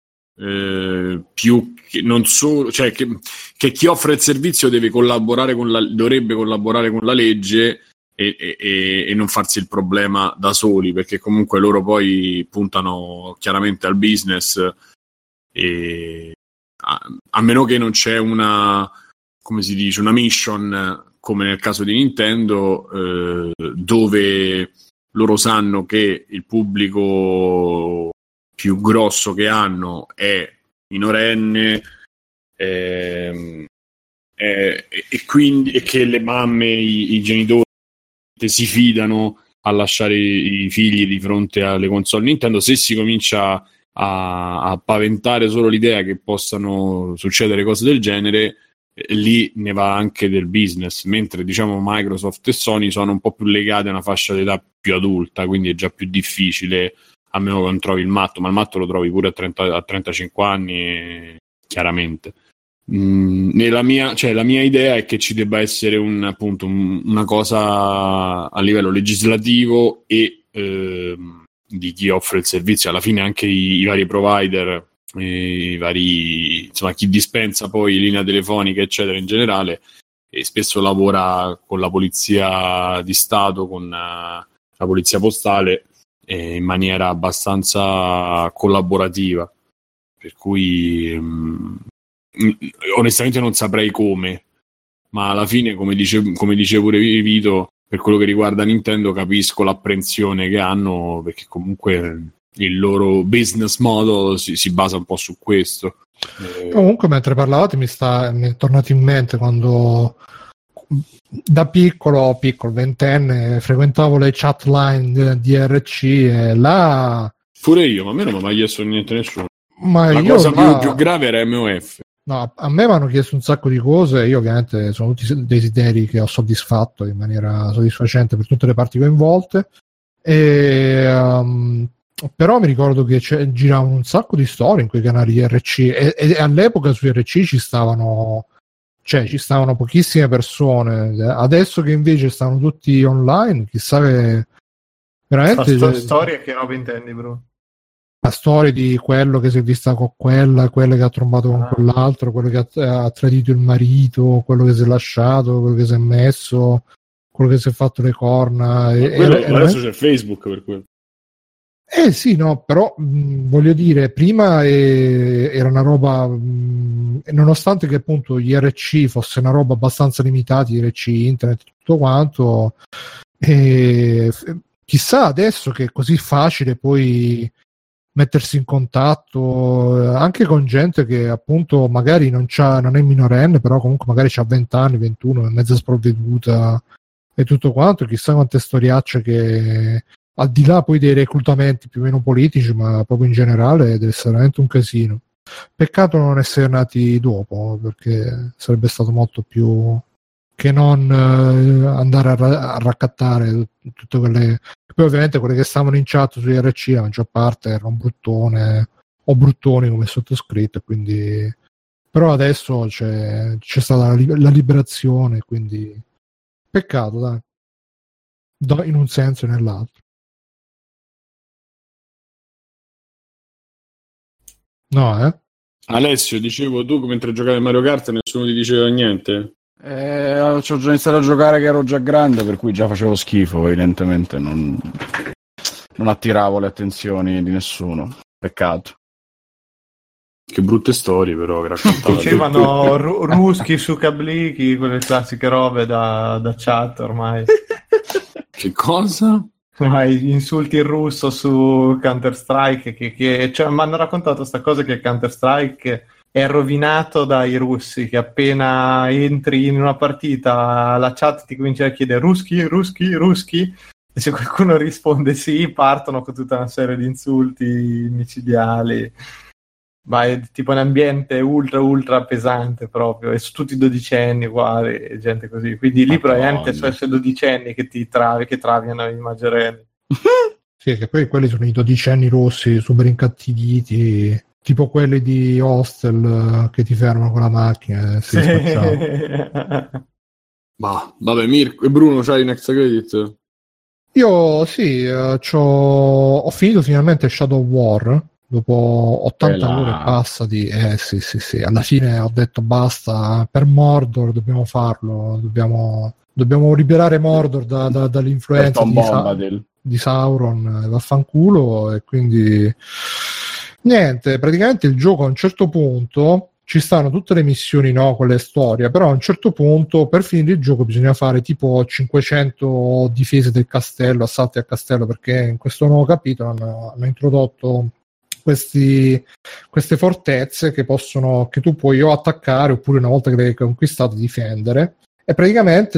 più che non solo, cioè che chi offre il servizio dovrebbe collaborare con la legge e non farsi il problema da soli, perché comunque loro poi puntano chiaramente al business, e a meno che non c'è una, come si dice, una mission come nel caso di Nintendo, dove loro sanno che il pubblico più grosso che hanno è minorenne, e quindi che le mamme, i genitori si fidano a lasciare i figli di fronte alle console Nintendo. Se si comincia a paventare solo l'idea che possano succedere cose del genere, lì ne va anche del business, mentre diciamo Microsoft e Sony sono un po' più legate a una fascia d'età più adulta, quindi è già più difficile, a meno che non trovi il matto, ma il matto lo trovi pure a 35 anni, chiaramente. La mia idea è che ci debba essere una cosa a livello legislativo e di chi offre il servizio. Alla fine anche i vari provider, insomma, chi dispensa poi linea telefonica eccetera in generale, e spesso lavora con la polizia di Stato, con la polizia postale, in maniera abbastanza collaborativa, per cui onestamente non saprei come, ma alla fine, come dice pure Vito, per quello che riguarda Nintendo capisco l'apprensione che hanno, perché comunque il loro business model si basa un po' su questo. Comunque mentre parlavate mi è tornato in mente quando da piccolo ventenne frequentavo le chat line di RC e là pure io, ma a me non mi ha mai chiesto niente nessuno. Ma la cosa più grave era MOF. No, a me mi hanno chiesto un sacco di cose, io ovviamente sono tutti desideri che ho soddisfatto in maniera soddisfacente per tutte le parti coinvolte, però mi ricordo che giravano un sacco di storie in quei canali RC e all'epoca su RC ci stavano pochissime persone, adesso che invece stanno tutti online, chissà che veramente storie che roba intendi, bro? La storia di quello che si è vista con quella che ha trombato con quell'altro, quello che ha tradito il marito, quello che si è lasciato, quello che si è messo, quello che si è fatto le corna. Adesso c'è Facebook per quello. Sì, no, però voglio dire, prima era una roba, nonostante che appunto gli RC fosse una roba abbastanza limitata, gli RC, internet, tutto quanto, chissà adesso che è così facile poi mettersi in contatto anche con gente che appunto magari non è minorenne, però comunque magari c'ha 20 anni, 21, è mezza sprovveduta e tutto quanto, chissà quante storiacce che al di là poi dei reclutamenti più o meno politici, ma proprio in generale deve essere veramente un casino. Peccato non essere nati dopo, perché sarebbe stato molto più che non andare a raccattare tutte quelle. Poi ovviamente quelle che stavano in chat su IRC la maggior parte erano bruttone o bruttoni come sottoscritto, quindi però adesso c'è stata la liberazione, quindi peccato, dai, in un senso e nell'altro. No, Alessio, dicevo, tu mentre giocavi a Mario Kart nessuno ti diceva niente? Ci ho già iniziato a giocare che ero già grande, per cui già facevo schifo, evidentemente non attiravo le attenzioni di nessuno. Peccato. Che brutte storie però che raccontavano. Dicevano ruschi su Kabliki, quelle classiche robe da chat ormai. Che cosa? Insulti in russo su Counter-Strike cioè, mi hanno raccontato sta cosa che Counter-Strike è rovinato dai russi, che appena entri in una partita la chat ti comincia a chiedere ruschi e se qualcuno risponde sì, partono con tutta una serie di insulti micidiali, ma è tipo un ambiente ultra pesante proprio, e su tutti i dodicenni uguali e gente così, quindi lì probabilmente sono i dodicenni che traviano i maggiorenni. Sì, che poi quelli sono i dodicenni rossi super incattiviti, tipo quelli di Hostel che ti fermano con la macchina. Sì. Ma vabbè, Mirko e Bruno, c'hai Next Credit? Io sì, ho finito finalmente Shadow War dopo 80 ore e passa di sì, alla fine ho detto basta, per Mordor dobbiamo farlo, dobbiamo liberare Mordor dall'influenza di Sauron, vaffanculo, e quindi niente, praticamente il gioco a un certo punto ci stanno tutte le missioni, no, con le storie, però a un certo punto per finire il gioco bisogna fare tipo 500 difese del castello, assalti al castello, perché in questo nuovo capitolo hanno introdotto queste fortezze che tu puoi o attaccare oppure una volta che le hai conquistate difendere, e praticamente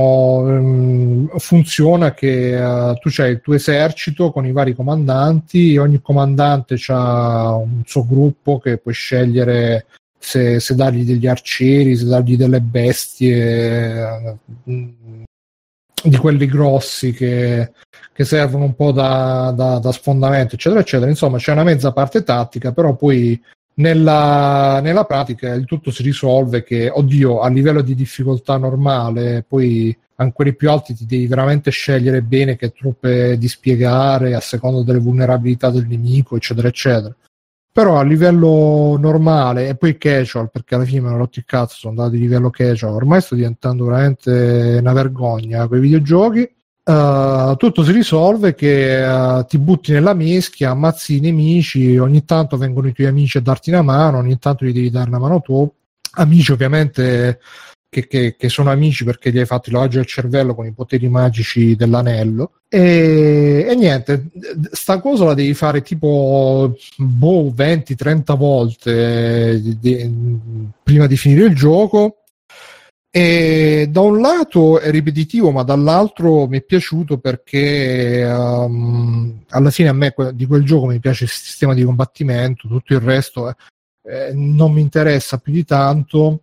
funziona che tu c'hai il tuo esercito con i vari comandanti, ogni comandante ha un suo gruppo che puoi scegliere se dargli degli arcieri, se dargli delle bestie di quelli grossi che servono un po' da sfondamento, eccetera eccetera. Insomma, c'è una mezza parte tattica, però poi nella pratica il tutto si risolve che, oddio, a livello di difficoltà normale, poi a quelli più alti ti devi veramente scegliere bene che truppe dispiegare a seconda delle vulnerabilità del nemico, eccetera eccetera. Però a livello normale, e poi casual, perché alla fine mi hanno rotto il cazzo, sono andato di livello casual, ormai sto diventando veramente una vergogna quei videogiochi. Tutto si risolve che ti butti nella mischia, ammazzi i nemici, ogni tanto vengono i tuoi amici a darti una mano, ogni tanto gli devi dare una mano tu. Amici ovviamente che sono amici perché gli hai fatto il lavaggio del cervello con i poteri magici dell'anello, e niente, sta cosa la devi fare tipo 20-30 volte prima di finire il gioco. E da un lato è ripetitivo, ma dall'altro mi è piaciuto perché alla fine a me di quel gioco mi piace il sistema di combattimento, tutto il resto non mi interessa più di tanto,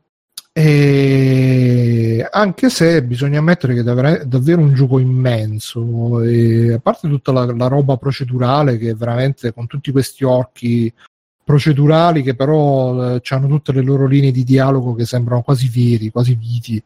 anche se bisogna ammettere che è davvero un gioco immenso, e a parte tutta la roba procedurale che veramente, con tutti questi orchi procedurali che però hanno tutte le loro linee di dialogo che sembrano quasi veri, quasi viti,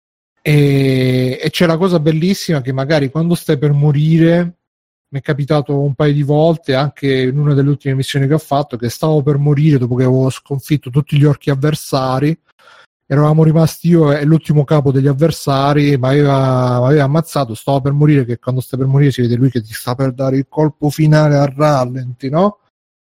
e c'è la cosa bellissima che magari quando stai per morire, mi è capitato un paio di volte anche in una delle ultime missioni che ho fatto, che stavo per morire dopo che avevo sconfitto tutti gli orchi avversari, eravamo rimasti io e l'ultimo capo degli avversari, mi aveva ammazzato, stavo per morire, che quando stai per morire si vede lui che ti sta per dare il colpo finale a rallenti, no?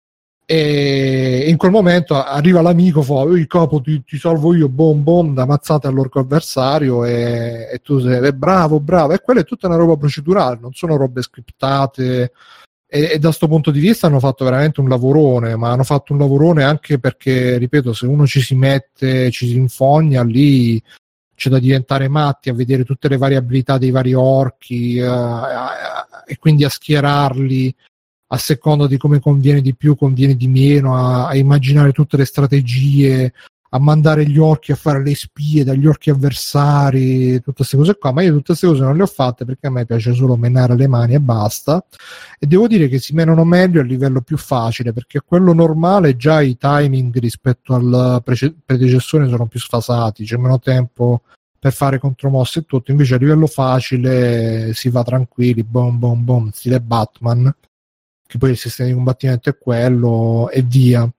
E in quel momento arriva l'amico, fa il capo, ti salvo io, bom, da mazzate all'orco avversario, e tu sei bravo, e quella è tutta una roba procedurale, non sono robe scriptate, e da sto punto di vista hanno fatto veramente un lavorone, ma hanno fatto un lavorone anche perché, ripeto, se uno ci si mette, ci si infogna, lì c'è da diventare matti a vedere tutte le variabilità dei vari orchi, e quindi a schierarli a seconda di come conviene di più, conviene di meno, a immaginare tutte le strategie, a mandare gli orchi a fare le spie dagli orchi avversari, tutte queste cose qua. Ma io tutte queste cose non le ho fatte perché a me piace solo menare le mani e basta, e devo dire che si menano meglio a livello più facile, perché a quello normale già i timing rispetto al predecessore sono più sfasati, c'è meno tempo per fare contromosse e tutto. Invece a livello facile si va tranquilli, bom, stile Batman, che poi il sistema di combattimento è quello, e via.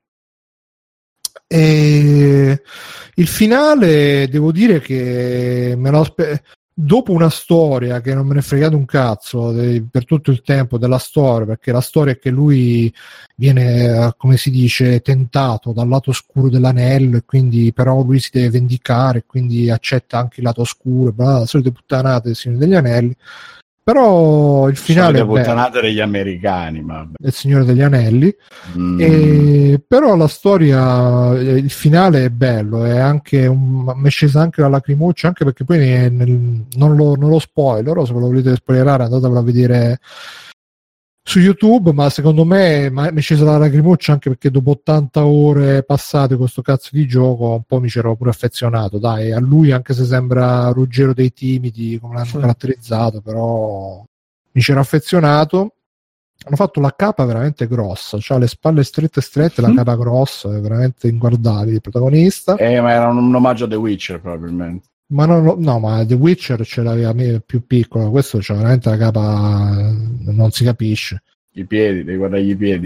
E il finale, devo dire che dopo una storia che non me ne è fregato un cazzo per tutto il tempo della storia, perché la storia è che lui viene, come si dice, tentato dal lato oscuro dell'anello, e quindi però lui si deve vendicare, quindi accetta anche il lato oscuro, le solite puttanate del Signore degli Anelli. Però il finale è puttanate degli americani, il Signore degli Anelli, però la storia, il finale è bello, è anche mi è scesa anche la lacrimuccia, anche perché poi non lo spoilerò, se ve lo volete spoilerare andatevelo a vedere su YouTube, ma secondo me mi è scesa la lacrimuccia anche perché dopo 80 ore passate con questo cazzo di gioco un po' mi c'ero pure affezionato, dai, a lui, anche se sembra Ruggero dei Timidi come l'hanno caratterizzato, però mi c'ero affezionato. Hanno fatto la capa veramente grossa, cioè le spalle strette, la capa grossa, è veramente inguardabile il protagonista. Ma era un omaggio a The Witcher probabilmente. Ma no, ma The Witcher ce l'aveva più piccola, questo c'è veramente la capa, non si capisce. I piedi, devi guardare i piedi.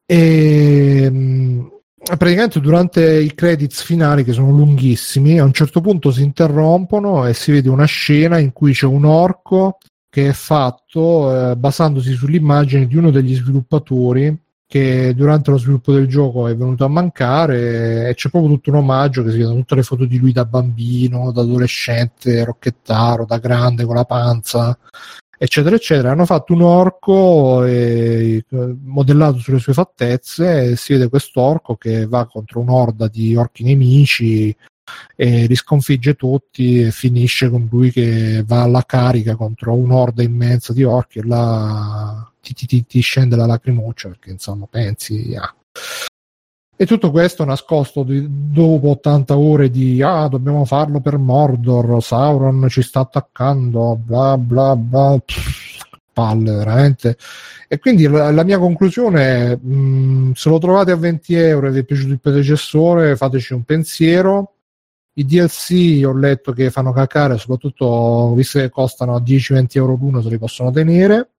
E praticamente durante i credits finali, che sono lunghissimi, a un certo punto si interrompono e si vede una scena in cui c'è un orco che è fatto basandosi sull'immagine di uno degli sviluppatori che durante lo sviluppo del gioco è venuto a mancare, e c'è proprio tutto un omaggio che si vedono tutte le foto di lui da bambino, da adolescente, rocchettaro, da grande con la panza, eccetera eccetera. Hanno fatto un orco modellato sulle sue fattezze, e si vede quest'orco che va contro un'orda di orchi nemici e li sconfigge tutti, e finisce con lui che va alla carica contro un'orda immensa di orchi, e là ti scende la lacrimuccia, perché insomma pensi e tutto questo nascosto dopo 80 ore di dobbiamo farlo per Mordor, Sauron ci sta attaccando, bla bla bla, palle veramente. E quindi la mia conclusione è, se lo trovate a 20 euro e vi è piaciuto il predecessore, fateci un pensiero. I DLC ho letto che fanno cacare, soprattutto visto che costano 10-20 euro l'uno, se li possono tenere.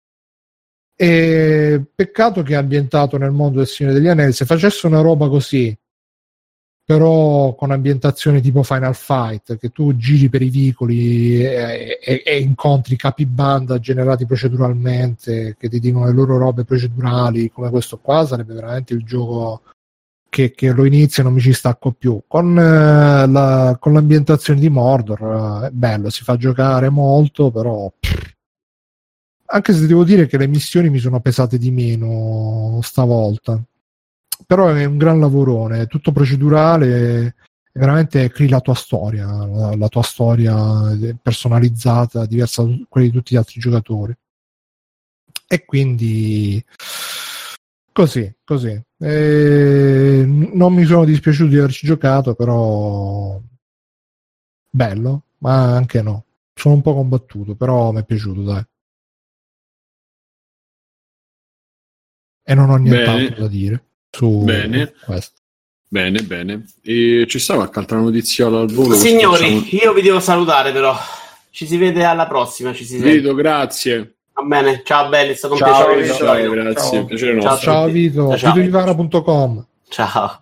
E peccato che è ambientato nel mondo del Signore degli Anelli. Se facesse una roba così, però con ambientazione tipo Final Fight, che tu giri per i vicoli e incontri capibanda generati proceduralmente che ti dicono le loro robe procedurali, come questo qua, sarebbe veramente il gioco che lo inizio e non mi ci stacco più. Con l'ambientazione di Mordor è bello, si fa giocare molto, però anche se devo dire che le missioni mi sono pesate di meno stavolta, però è un gran lavorone, è tutto procedurale, veramente crei la tua storia personalizzata, diversa da quella di tutti gli altri giocatori, e quindi così non mi sono dispiaciuto di averci giocato, però bello, ma anche no, sono un po' combattuto, però mi è piaciuto, dai. E non ho nient'altro da dire su questo. Bene. E ci sta qualche altra notizia al volo? Signori, io vi devo salutare, però ci si vede alla prossima. Vito, grazie. Va bene, ciao belli, è stato un piacere. Ciao, grazie. Piacere nostro. Ciao Vito, vitoivara.com. Ciao.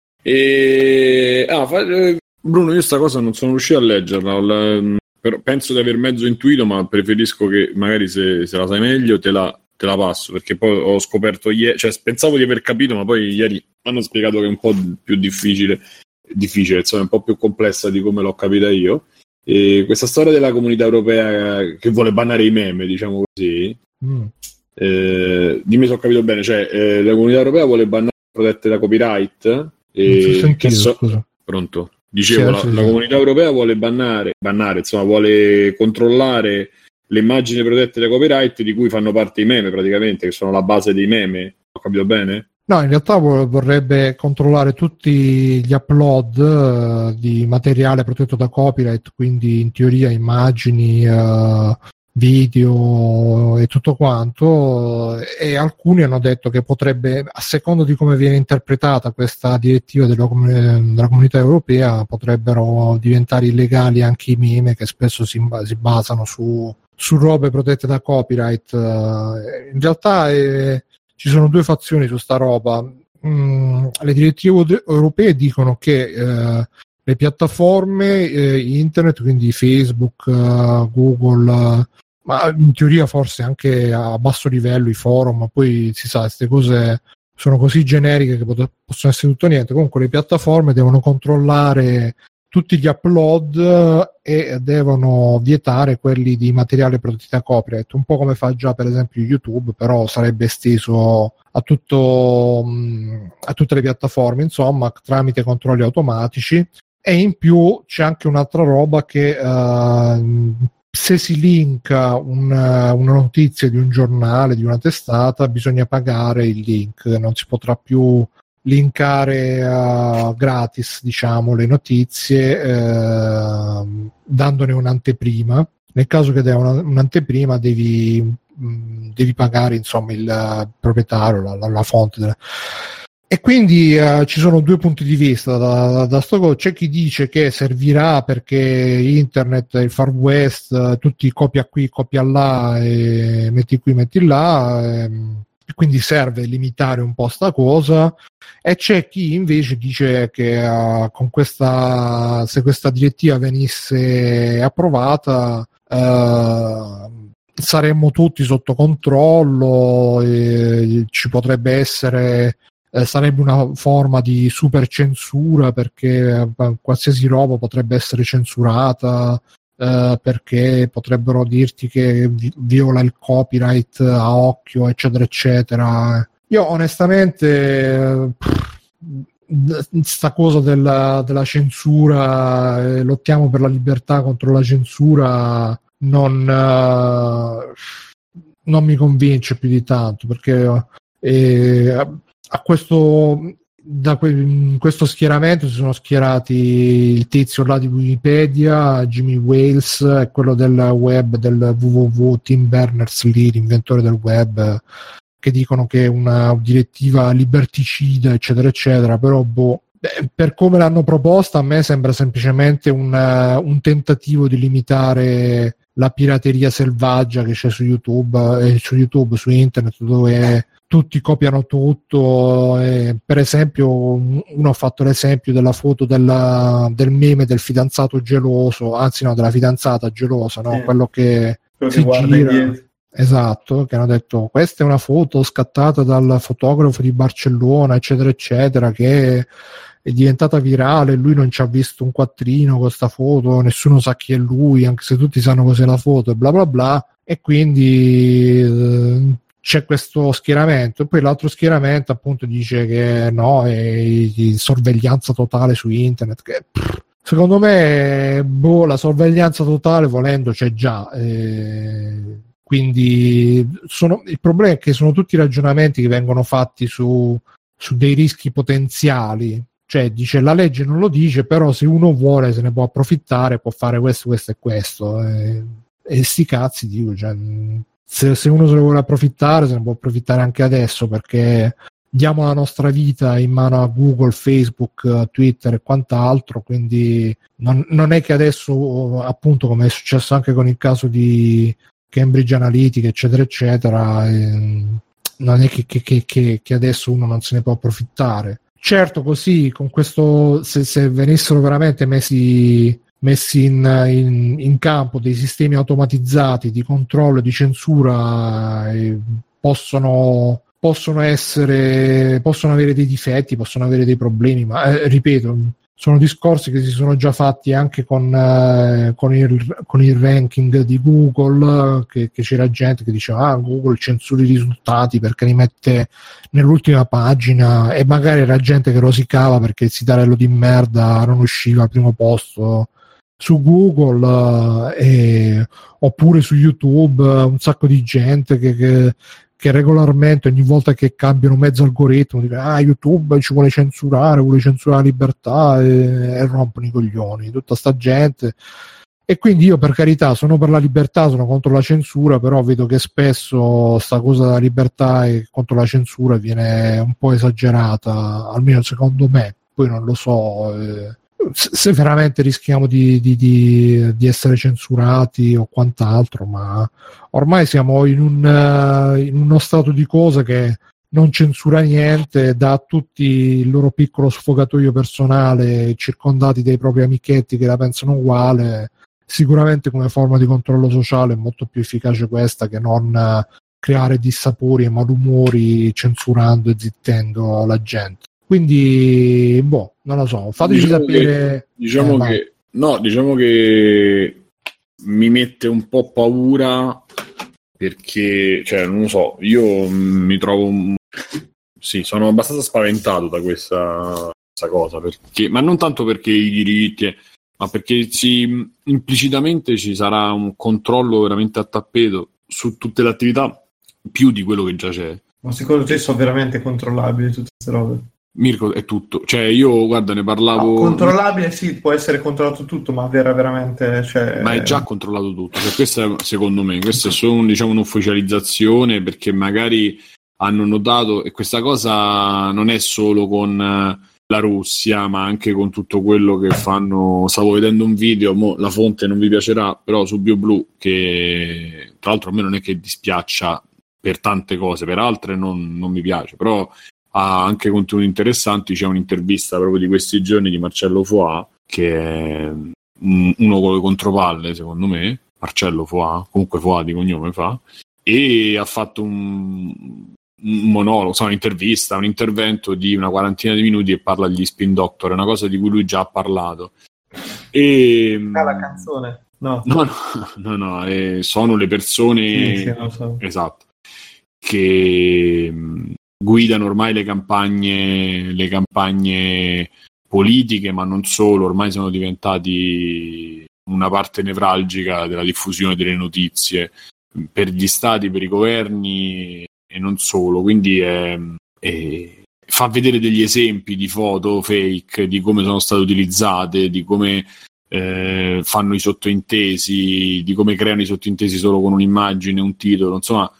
Bruno, io sta cosa non sono riuscito a leggerla, però penso di aver mezzo intuito, ma preferisco che magari se la sai meglio te la passo, perché poi ho scoperto ieri, cioè pensavo di aver capito, ma poi ieri hanno spiegato che è un po' più difficile, insomma, è un po' più complessa di come l'ho capita io. E questa storia della comunità europea che vuole bannare i meme, diciamo così, dimmi se ho capito bene, cioè la comunità europea vuole bannare protette da copyright, scusa. Pronto? Dicevo, la comunità europea vuole bannare, insomma, vuole controllare le immagini protette da copyright di cui fanno parte i meme, praticamente, che sono la base dei meme. Ho capito bene? No, in realtà vorrebbe controllare tutti gli upload di materiale protetto da copyright, quindi in teoria immagini, video e tutto quanto, e alcuni hanno detto che potrebbe, a seconda di come viene interpretata questa direttiva della comunità europea, potrebbero diventare illegali anche i meme, che spesso si basano su robe protette da copyright. In realtà ci sono due fazioni su sta roba. Le direttive europee dicono che le piattaforme internet, quindi Facebook, Google, ma in teoria forse anche a basso livello i forum, ma poi si sa, queste cose sono così generiche che possono essere tutto niente. Comunque le piattaforme devono controllare tutti gli upload e devono vietare quelli di materiale protetto da copyright, un po' come fa già per esempio YouTube, però sarebbe esteso a tutte le piattaforme, insomma, tramite controlli automatici. E in più c'è anche un'altra roba che se si linka una notizia di un giornale, di una testata, bisogna pagare il link, non si potrà più linkare gratis, diciamo, le notizie dandone un'anteprima. Nel caso che dai un'anteprima devi pagare, insomma, il proprietario, la fonte e quindi ci sono due punti di vista da sto coso. C'è chi dice che servirà perché internet, il far west, tutti copia qui, copia là e metti qui, metti là, e quindi serve limitare un po' sta cosa. E c'è chi invece dice che se questa direttiva venisse approvata saremmo tutti sotto controllo e ci potrebbe essere sarebbe una forma di super censura, perché qualsiasi roba potrebbe essere censurata, perché potrebbero dirti che viola il copyright a occhio, eccetera eccetera. Io onestamente sta cosa della censura, lottiamo per la libertà contro la censura, non mi convince più di tanto, perché in questo schieramento si sono schierati il tizio là di Wikipedia, Jimmy Wales, e quello del web, del www, Tim Berners-Lee, l'inventore del web, che dicono che è una direttiva liberticida, eccetera eccetera. Però per come l'hanno proposta a me sembra semplicemente un tentativo di limitare la pirateria selvaggia che c'è su YouTube, su internet, dove tutti copiano tutto. Per esempio, uno ha fatto l'esempio della foto del meme del fidanzato geloso, anzi no, della fidanzata gelosa, no? Quello che si gira. Esatto, che hanno detto questa è una foto scattata dal fotografo di Barcellona, eccetera eccetera, che è diventata virale, lui non ci ha visto un quattrino con sta foto, nessuno sa chi è lui, anche se tutti sanno cos'è la foto e bla bla bla, e quindi c'è questo schieramento. E poi l'altro schieramento appunto dice che no, è sorveglianza totale su internet, che secondo me la sorveglianza totale volendo c'è già, quindi il problema è che sono tutti ragionamenti che vengono fatti su dei rischi potenziali, cioè dice la legge non lo dice, però se uno vuole se ne può approfittare, può fare questo, questo e questo, e sti cazzi dico, cioè, se uno se ne vuole approfittare se ne può approfittare anche adesso, perché diamo la nostra vita in mano a Google, Facebook, Twitter e quant'altro, quindi non è che adesso, appunto come è successo anche con il caso di Cambridge Analytica eccetera eccetera, non è che adesso uno non se ne può approfittare. Certo, così con questo, se venissero veramente messi in campo dei sistemi automatizzati di controllo e di censura, possono avere dei difetti, possono avere dei problemi, ma ripeto, sono discorsi che si sono già fatti anche con il ranking di Google, che c'era gente che diceva Google censura i risultati perché li mette nell'ultima pagina, e magari era gente che rosicava perché il sitarello di merda non usciva al primo posto su Google, oppure su YouTube un sacco di gente che regolarmente, ogni volta che cambiano mezzo algoritmo, dicono YouTube ci vuole censurare la libertà, e rompono i coglioni tutta sta gente. E quindi io, per carità, sono per la libertà, sono contro la censura, però vedo che spesso sta cosa della libertà e contro la censura viene un po' esagerata, almeno secondo me. Poi non lo so se veramente rischiamo di essere censurati o quant'altro, ma ormai siamo in uno stato di cose che non censura niente, dà a tutti il loro piccolo sfogatoio personale, circondati dai propri amichetti che la pensano uguale. Sicuramente come forma di controllo sociale è molto più efficace questa che non creare dissapori e malumori censurando e zittendo la gente. Quindi, non lo so, fateci sapere. Diciamo che mi mette un po' paura, perché, cioè, non lo so, io mi trovo, sì, sono abbastanza spaventato da questa cosa, perché, ma non tanto perché i diritti, ma perché implicitamente ci sarà un controllo veramente a tappeto su tutte le attività, più di quello che già c'è. Ma secondo te sono veramente controllabili tutte queste robe? Mirko, è tutto, cioè io, guarda, ne parlavo. No, controllabile sì, può essere controllato tutto, ma veramente, cioè... Ma è già controllato tutto, cioè, questa secondo me questa è solo un'ufficializzazione, perché magari hanno notato, e questa cosa non è solo con la Russia, ma anche con tutto quello che fanno. Stavo vedendo un video, la fonte non vi piacerà, però su BioBlue, che tra l'altro a me non è che dispiaccia per tante cose, per altre non mi piace, però ha anche contenuti interessanti. C'è un'intervista proprio di questi giorni di Marcello Foà, che è uno con le contropalle, secondo me, Marcello Foà, comunque Foà di cognome fa, e ha fatto un monologo, un'intervista, un intervento di una quarantina di minuti, e parla degli spin doctor, è una cosa di cui lui già ha parlato. E la canzone? No, sono le persone, sì, lo so. Esatto, che guidano ormai le campagne politiche, ma non solo, ormai sono diventati una parte nevralgica della diffusione delle notizie per gli stati, per i governi e non solo. Quindi fa vedere degli esempi di foto fake, di come sono state utilizzate, di come fanno i sottointesi, di come creano i sottointesi solo con un'immagine, un titolo, insomma,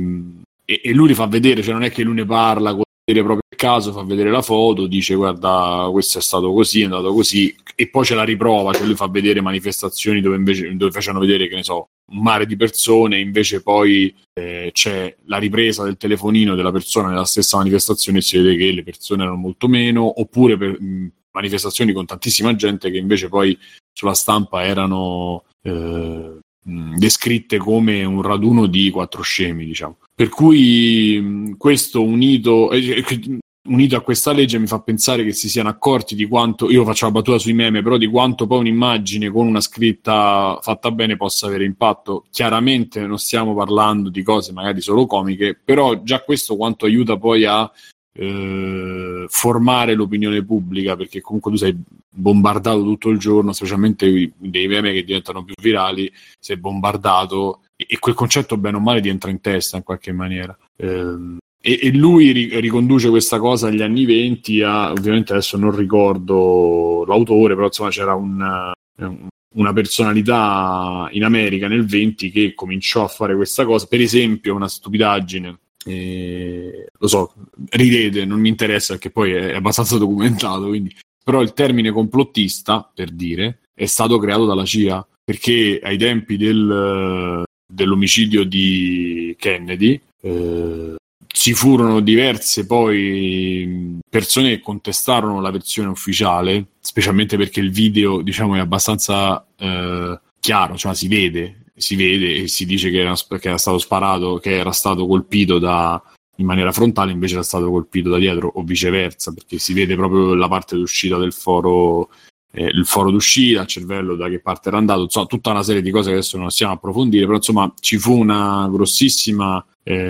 e lui li fa vedere, cioè non è che lui ne parla con proprio il caso, fa vedere la foto, dice guarda questo è stato così, è andato così, e poi ce la riprova, cioè lui fa vedere manifestazioni dove facciano vedere, che ne so, un mare di persone, invece poi c'è la ripresa del telefonino della persona nella stessa manifestazione e si vede che le persone erano molto meno, oppure per manifestazioni con tantissima gente che invece poi sulla stampa erano descritte come un raduno di quattro scemi, diciamo. Per cui questo unito a questa legge mi fa pensare che si siano accorti di quanto, io faccio la battuta sui meme, però di quanto poi un'immagine con una scritta fatta bene possa avere impatto. Chiaramente non stiamo parlando di cose magari solo comiche, però già questo quanto aiuta poi a formare l'opinione pubblica, perché comunque tu sei bombardato tutto il giorno, specialmente dei meme che diventano più virali, sei bombardato e quel concetto bene o male ti entra in testa in qualche maniera. E lui riconduce questa cosa agli anni 20 ovviamente adesso non ricordo l'autore, però insomma c'era una personalità in America nel 20 che cominciò a fare questa cosa, per esempio una stupidaggine, lo so, ridete, non mi interessa perché poi è abbastanza documentato, quindi. Però il termine complottista, per dire, è stato creato dalla CIA, perché ai tempi dell'omicidio di Kennedy ci furono diverse poi persone che contestarono la versione ufficiale, specialmente perché il video, diciamo, è abbastanza chiaro, cioè si vede e si dice che era stato sparato, che era stato colpito in maniera frontale, invece era stato colpito da dietro o viceversa, perché si vede proprio la parte d'uscita del foro, il foro d'uscita, il cervello da che parte era andato, insomma tutta una serie di cose che adesso non stiamo a approfondire, però insomma ci fu una grossissima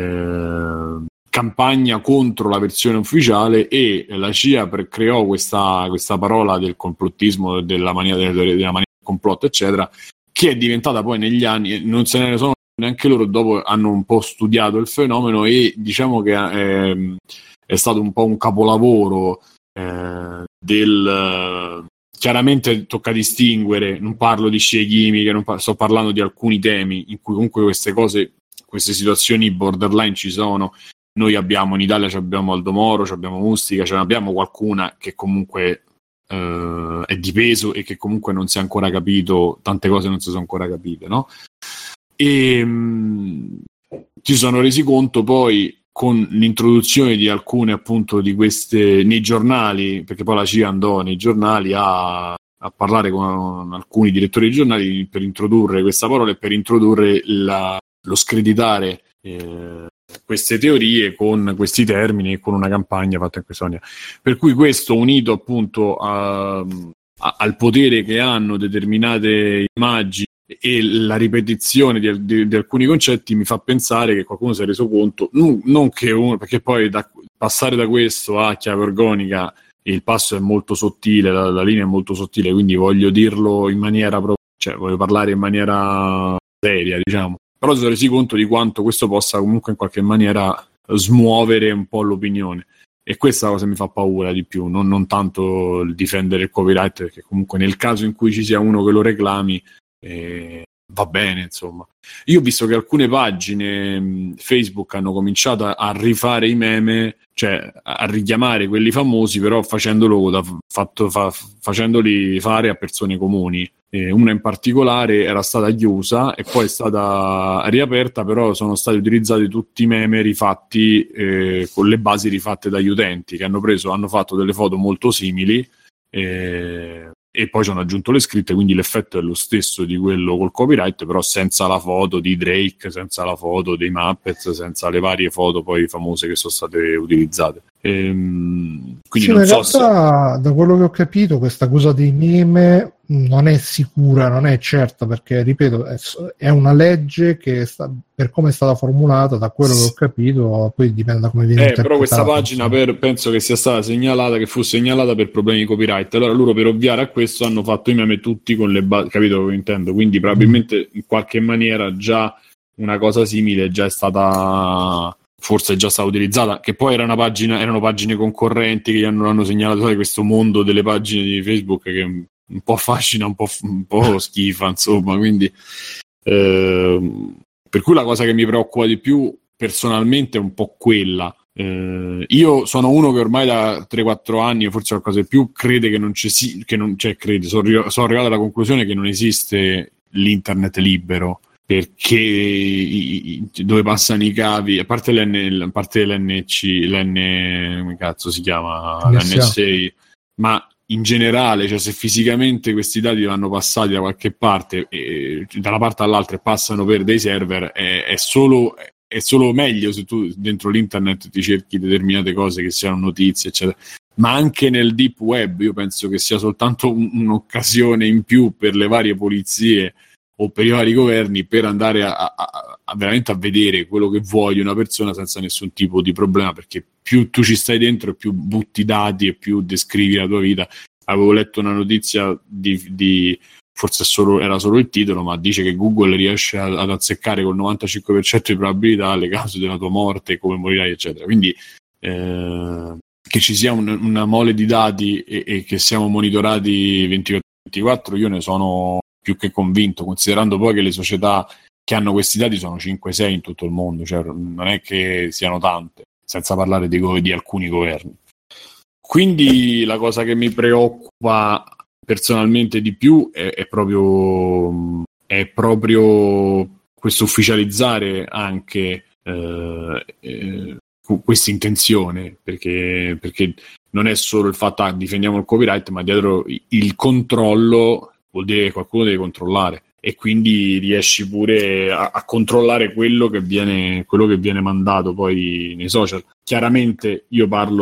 campagna contro la versione ufficiale e la CIA creò questa parola del complottismo, della mania del complotto eccetera, che è diventata poi negli anni, non se ne sono neanche loro, dopo hanno un po' studiato il fenomeno e diciamo che è stato un po' un capolavoro chiaramente tocca distinguere, non parlo di scie chimiche, sto parlando di alcuni temi in cui comunque queste cose, queste situazioni borderline ci sono. Noi abbiamo in Italia abbiamo Aldo Moro, abbiamo Mustica, abbiamo qualcuna che comunque è di peso e che comunque non si è ancora capito, tante cose non si sono ancora capite, no? E ci sono resi conto poi con l'introduzione di alcune appunto di queste nei giornali, perché poi la CIA andò nei giornali a parlare con alcuni direttori di giornali per introdurre questa parola e per introdurre lo screditare queste teorie con questi termini e con una campagna fatta in questa maniera. Per cui questo, unito appunto al potere che hanno determinate immagini e la ripetizione di alcuni concetti, mi fa pensare che qualcuno si è reso conto, non che perché poi passare da questo a chiave organica il passo è molto sottile, la linea è molto sottile, quindi voglio dirlo in maniera voglio parlare in maniera seria, diciamo. Però si sono resi conto di quanto questo possa comunque in qualche maniera smuovere un po' l'opinione, e questa cosa mi fa paura di più, non tanto il difendere il copyright, perché comunque nel caso in cui ci sia uno che lo reclami va bene, insomma. Io ho visto che alcune pagine Facebook hanno cominciato a rifare i meme, cioè a richiamare quelli famosi, però facendoli fare a persone comuni. Una in particolare era stata chiusa e poi è stata riaperta, però sono stati utilizzati tutti i meme rifatti con le basi rifatte dagli utenti che hanno fatto delle foto molto simili e poi ci hanno aggiunto le scritte, quindi l'effetto è lo stesso di quello col copyright, però senza la foto di Drake, senza la foto dei Muppets, senza le varie foto poi famose che sono state utilizzate. Quindi sì, non in so realtà, da quello che ho capito, questa cosa dei meme non è sicura, non è certa, perché ripeto, è una legge che per come è stata formulata, da quello che ho capito, poi dipende da come viene interpretata. Però questa pagina penso che sia stata segnalata, che fu segnalata per problemi di copyright. Allora loro, per ovviare a questo, hanno fatto i meme tutti con le basi, capito che intendo? Quindi probabilmente in qualche maniera già una cosa simile già è stata, forse è già stata utilizzata, che poi erano pagine concorrenti che hanno segnalato, sai, questo mondo delle pagine di Facebook che un po' affascina, un po' schifa, insomma, quindi per cui la cosa che mi preoccupa di più personalmente è un po' quella. Io sono uno che ormai da 3-4 anni, o forse qualcosa di più, crede che non c'è, sono arrivato alla conclusione che non esiste l'internet libero, perché dove passano i cavi, a parte l'NC, come cazzo si chiama? l'NSA, ma in generale, cioè se fisicamente questi dati vanno passati da qualche parte, da una parte all'altra e passano per dei server, è solo meglio se tu dentro l'internet ti cerchi determinate cose che siano notizie, eccetera. Ma anche nel deep web io penso che sia soltanto un'occasione in più per le varie polizie o per i vari governi per andare a veramente a vedere quello che vuoi una persona senza nessun tipo di problema, perché più tu ci stai dentro e più butti dati e più descrivi la tua vita. Avevo letto una notizia di forse era solo il titolo, ma dice che Google riesce ad azzeccare col 95% di probabilità le cause della tua morte, come morirai, eccetera. Quindi che ci sia una mole di dati e che siamo monitorati 24/24, io ne sono più che convinto, considerando poi che le società che hanno questi dati sono 5-6 in tutto il mondo, cioè non è che siano tante, senza parlare di alcuni governi. Quindi la cosa che mi preoccupa personalmente di più è proprio questo ufficializzare anche questa intenzione, perché non è solo il fatto difendiamo il copyright, ma dietro il controllo vuol dire che qualcuno deve controllare, e quindi riesci pure a controllare quello che viene mandato poi nei social. Chiaramente io parlo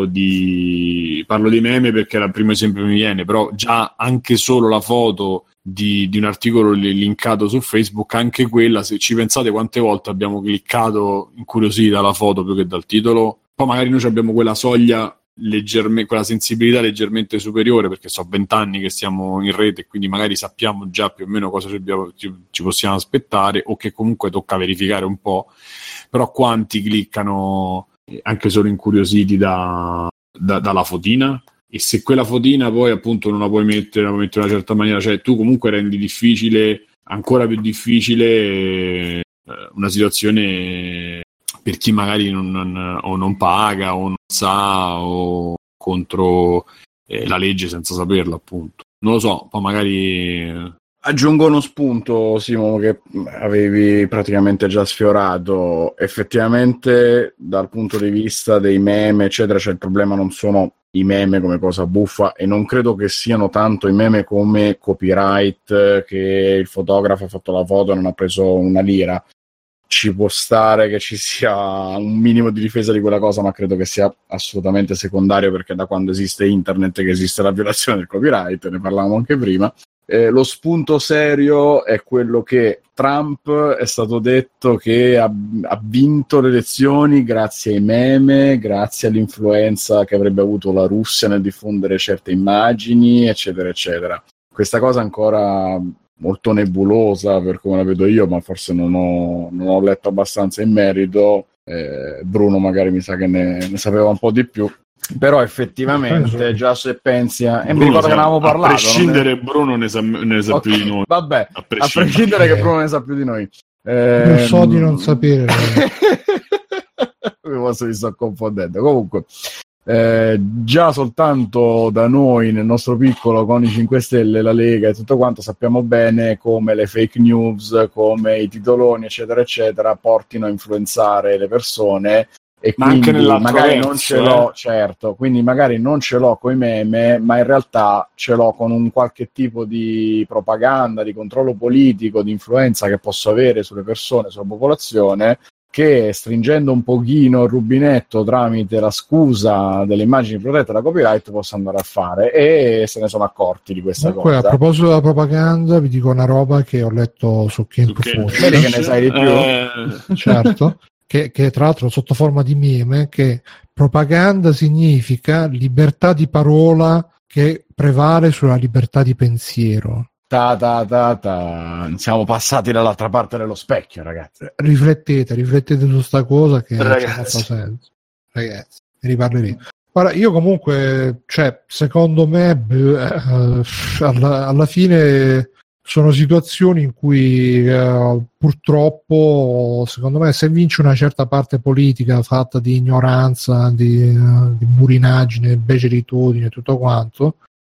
di meme perché è il primo esempio che mi viene, però già anche solo la foto di un articolo linkato su Facebook, anche quella, se ci pensate quante volte abbiamo cliccato incuriositi dalla foto più che dal titolo. Poi magari noi abbiamo quella soglia quella sensibilità leggermente superiore, perché so 20 anni che stiamo in rete e quindi magari sappiamo già più o meno cosa ci possiamo aspettare, o che comunque tocca verificare un po'. Però quanti cliccano anche solo incuriositi dalla fotina? E se quella fotina poi appunto non la puoi mettere in una certa maniera, cioè tu comunque rendi ancora più difficile una situazione per chi magari non paga o non sa, o contro la legge senza saperlo, appunto. Non lo so, poi magari... Aggiungo uno spunto, Simo, che avevi praticamente già sfiorato. Effettivamente, dal punto di vista dei meme, eccetera, cioè il problema non sono i meme come cosa buffa, e non credo che siano tanto i meme come copyright, che il fotografo ha fatto la foto e non ha preso una lira. Ci può stare che ci sia un minimo di difesa di quella cosa, ma credo che sia assolutamente secondario, perché da quando esiste internet che esiste la violazione del copyright, ne parlavamo anche prima. Lo spunto serio è quello che Trump è stato detto che ha vinto le elezioni grazie ai meme, grazie all'influenza che avrebbe avuto la Russia nel diffondere certe immagini, eccetera, eccetera. Questa cosa ancora molto nebulosa per come la vedo io, ma forse non ho letto abbastanza in merito. Bruno magari mi sa che ne sapeva un po' di più. Però effettivamente già se pensi a... mi ricordo che ne avevamo parlato. A prescindere Bruno ne sa più di noi. Vabbè, a prescindere che Bruno ne sa più di noi. Non so di non sapere. Mi sto confondendo. Comunque, già soltanto da noi, nel nostro piccolo, con i 5 Stelle, la Lega e tutto quanto, sappiamo bene come le fake news, come i titoloni, eccetera, eccetera, portino a influenzare le persone. E ma quindi anche magari non ce l'ho, certo, quindi magari non ce l'ho coi meme, ma in realtà ce l'ho con un qualche tipo di propaganda, di controllo politico, di influenza che posso avere sulle persone, sulla popolazione, che stringendo un pochino il rubinetto tramite la scusa delle immagini protette da copyright posso andare a fare, e se ne sono accorti di questa cosa. A proposito della propaganda, vi dico una roba che ho letto su Camp Food. Vedi che ne sai di più? Certo. Che tra l'altro sotto forma di meme, che propaganda significa libertà di parola che prevale sulla libertà di pensiero. Siamo passati dall'altra parte dello specchio, ragazzi. Riflettete su sta cosa che non fa senso. Ragazzi, ne riparleremo. Guarda, io comunque, cioè, secondo me alla fine sono situazioni in cui purtroppo, secondo me, se vince una certa parte politica fatta di ignoranza, di burinaggine, begeritudine e tutto quanto,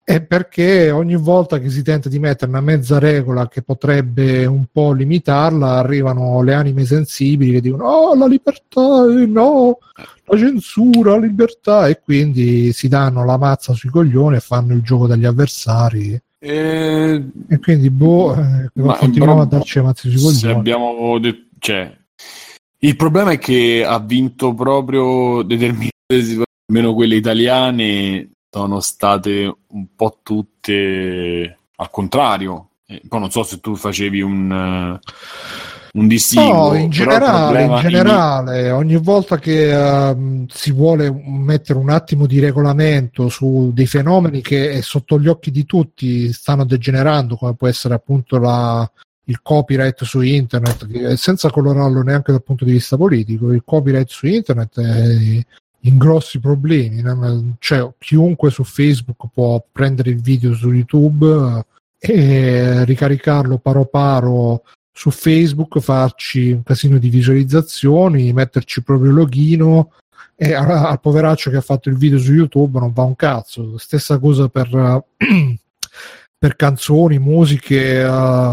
È perché ogni volta che si tenta di mettere una mezza regola che potrebbe un po' limitarla, arrivano le anime sensibili che dicono oh, la libertà, no, la censura, la libertà, e quindi si danno la mazza sui coglioni e fanno il gioco degli avversari. E quindi continuiamo a darci le mazze sui coglioni. Abbiamo il problema è che ha vinto proprio determinate, almeno quelle italiane sono state un po' tutte al contrario. Poi non so se tu facevi un distinguo. No, in generale, ogni volta che si vuole mettere un attimo di regolamento su dei fenomeni che sotto gli occhi di tutti stanno degenerando, come può essere appunto il copyright su internet, senza colorarlo neanche dal punto di vista politico, il copyright su internet è in grossi problemi, cioè chiunque su Facebook può prendere il video su YouTube e ricaricarlo paro paro su Facebook, farci un casino di visualizzazioni, metterci proprio il login, e al poveraccio che ha fatto il video su YouTube non va un cazzo. Stessa cosa per canzoni, musiche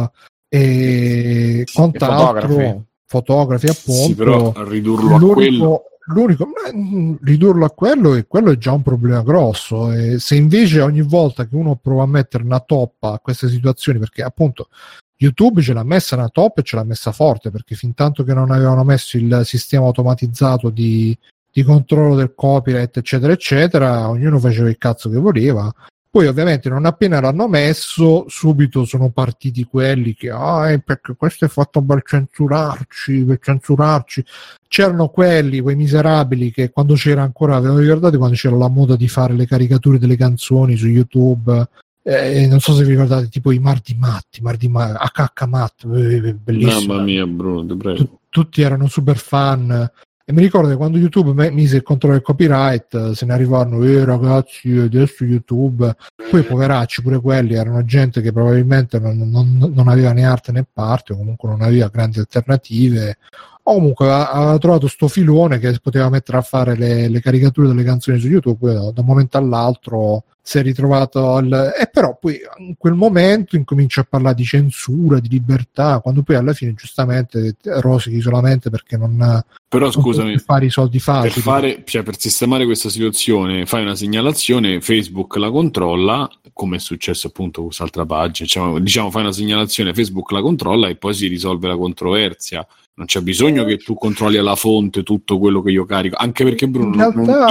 e quant'altro, fotografi appunto. Sì, però ridurlo a quello ridurlo a quello è già un problema grosso. E se invece ogni volta che uno prova a mettere una toppa a queste situazioni, perché appunto YouTube ce l'ha messa una top e ce l'ha messa forte, perché fin tanto che non avevano messo il sistema automatizzato di controllo del copyright eccetera eccetera, ognuno faceva il cazzo che voleva. Poi ovviamente non appena l'hanno messo, subito sono partiti quelli che perché questo è fatto per censurarci. C'erano quei miserabili che quando c'era ancora, ve lo ricordate quando c'era la moda di fare le caricature delle canzoni su YouTube? Non so se vi ricordate, tipo i Mardi Matti, HH Matt, bellissimo. Mamma mia, Bruno, ti prego. Tutti erano super fan. E mi ricordo che quando YouTube mise il controllo del copyright, se ne arrivarono ragazzi, adesso YouTube, poi poveracci pure quelli erano gente che probabilmente non aveva né arte né parte, o comunque non aveva grandi alternative, o comunque aveva trovato sto filone che poteva mettere a fare le caricature delle canzoni su YouTube. Poi da un momento all'altro si è ritrovato e però poi in quel momento incomincia a parlare di censura, di libertà, quando poi alla fine giustamente rosichi solamente perché però scusami, per fare i soldi facili, per sistemare questa situazione fai una segnalazione, Facebook la controlla, come è successo appunto con quest'altra pagina, diciamo fai una segnalazione, Facebook la controlla e poi si risolve la controversia. Non c'è bisogno che tu controlli alla fonte tutto quello che io carico, anche perché Bruno,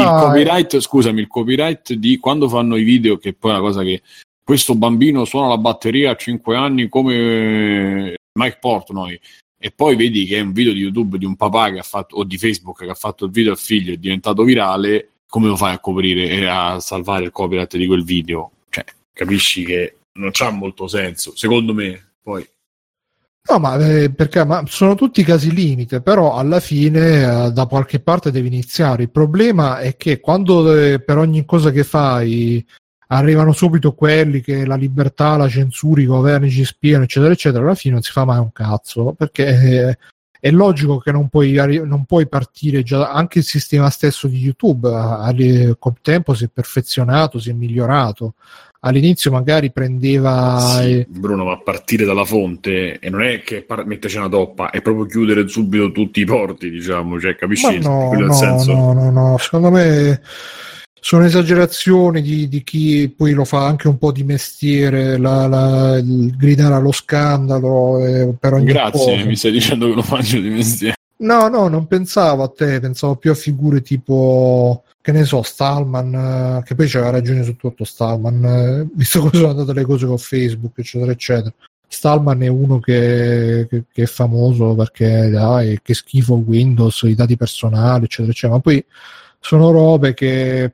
il copyright di quando fanno i video, che poi è una cosa che questo bambino suona la batteria a 5 anni come Mike Portnoy, e poi vedi che è un video di YouTube di un papà che ha fatto, o di Facebook che ha fatto il video al figlio, è diventato virale, come lo fai a coprire e a salvare il copyright di quel video? Cioè, capisci che non c'ha molto senso, secondo me. Poi no, perché sono tutti casi limite, però alla fine da qualche parte devi iniziare. Il problema è che quando per ogni cosa che fai arrivano subito quelli che la libertà, la censura, i governi ci spiano eccetera eccetera, alla fine non si fa mai un cazzo, perché è logico che non puoi partire già. Anche il sistema stesso di YouTube col tempo si è perfezionato, si è migliorato. All'inizio magari prendeva Bruno, ma partire dalla fonte, e non è che metterci una toppa, è proprio chiudere subito tutti i porti, diciamo, cioè capisci? No, secondo me sono esagerazioni di chi poi lo fa anche un po' di mestiere, il gridare allo scandalo per ogni Grazie, cosa. Mi stai dicendo che lo faccio di mestiere? No, non pensavo a te, pensavo più a figure tipo, che ne so, Stallman, che poi c'aveva ragione su tutto Stallman, visto come sono andate le cose con Facebook eccetera eccetera. Stallman è uno che è famoso perché che schifo Windows, i dati personali eccetera eccetera, ma poi sono robe che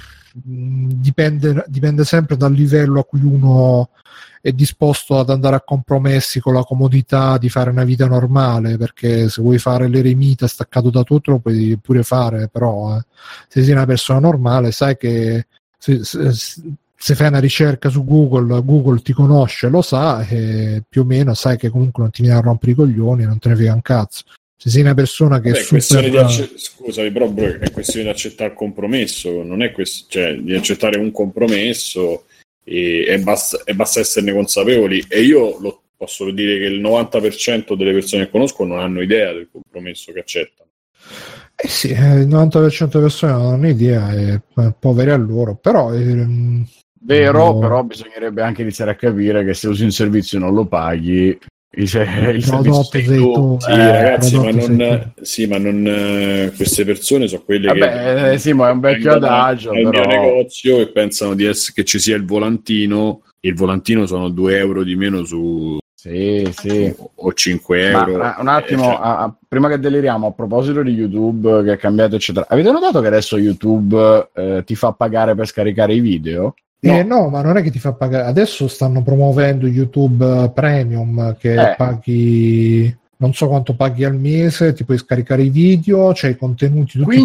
dipende sempre dal livello a cui uno è disposto ad andare a compromessi con la comodità di fare una vita normale, perché se vuoi fare l'eremita staccato da tutto lo puoi pure fare, però se sei una persona normale sai che se fai una ricerca su Google ti conosce, lo sa, e più o meno sai che comunque non ti viene a rompere i coglioni, non te ne frega un cazzo. Se sei una persona che scusami, però è questione di accettare il compromesso, non è cioè di accettare un compromesso e basta esserne consapevoli, e io posso dire che il 90% delle persone che conosco non hanno idea del compromesso che accettano. Sì, il 90% delle persone non hanno idea, e poveri a loro, però però bisognerebbe anche iniziare a capire che se usi un servizio e non lo paghi, il servizio sei tu. Ragazzi, ma non queste persone sono quelle che ma è un vecchio adagio nel mio negozio e pensano che ci sia il volantino. Il volantino sono 2 euro di meno su o 5 euro. Ma un attimo, prima che deliriamo, a proposito di YouTube che è cambiato eccetera, avete notato che adesso YouTube ti fa pagare per scaricare i video? No, ma non è che ti fa pagare. Adesso stanno promuovendo YouTube Premium, che paghi, non so quanto paghi al mese, ti puoi scaricare i video, c'è i contenuti, tutti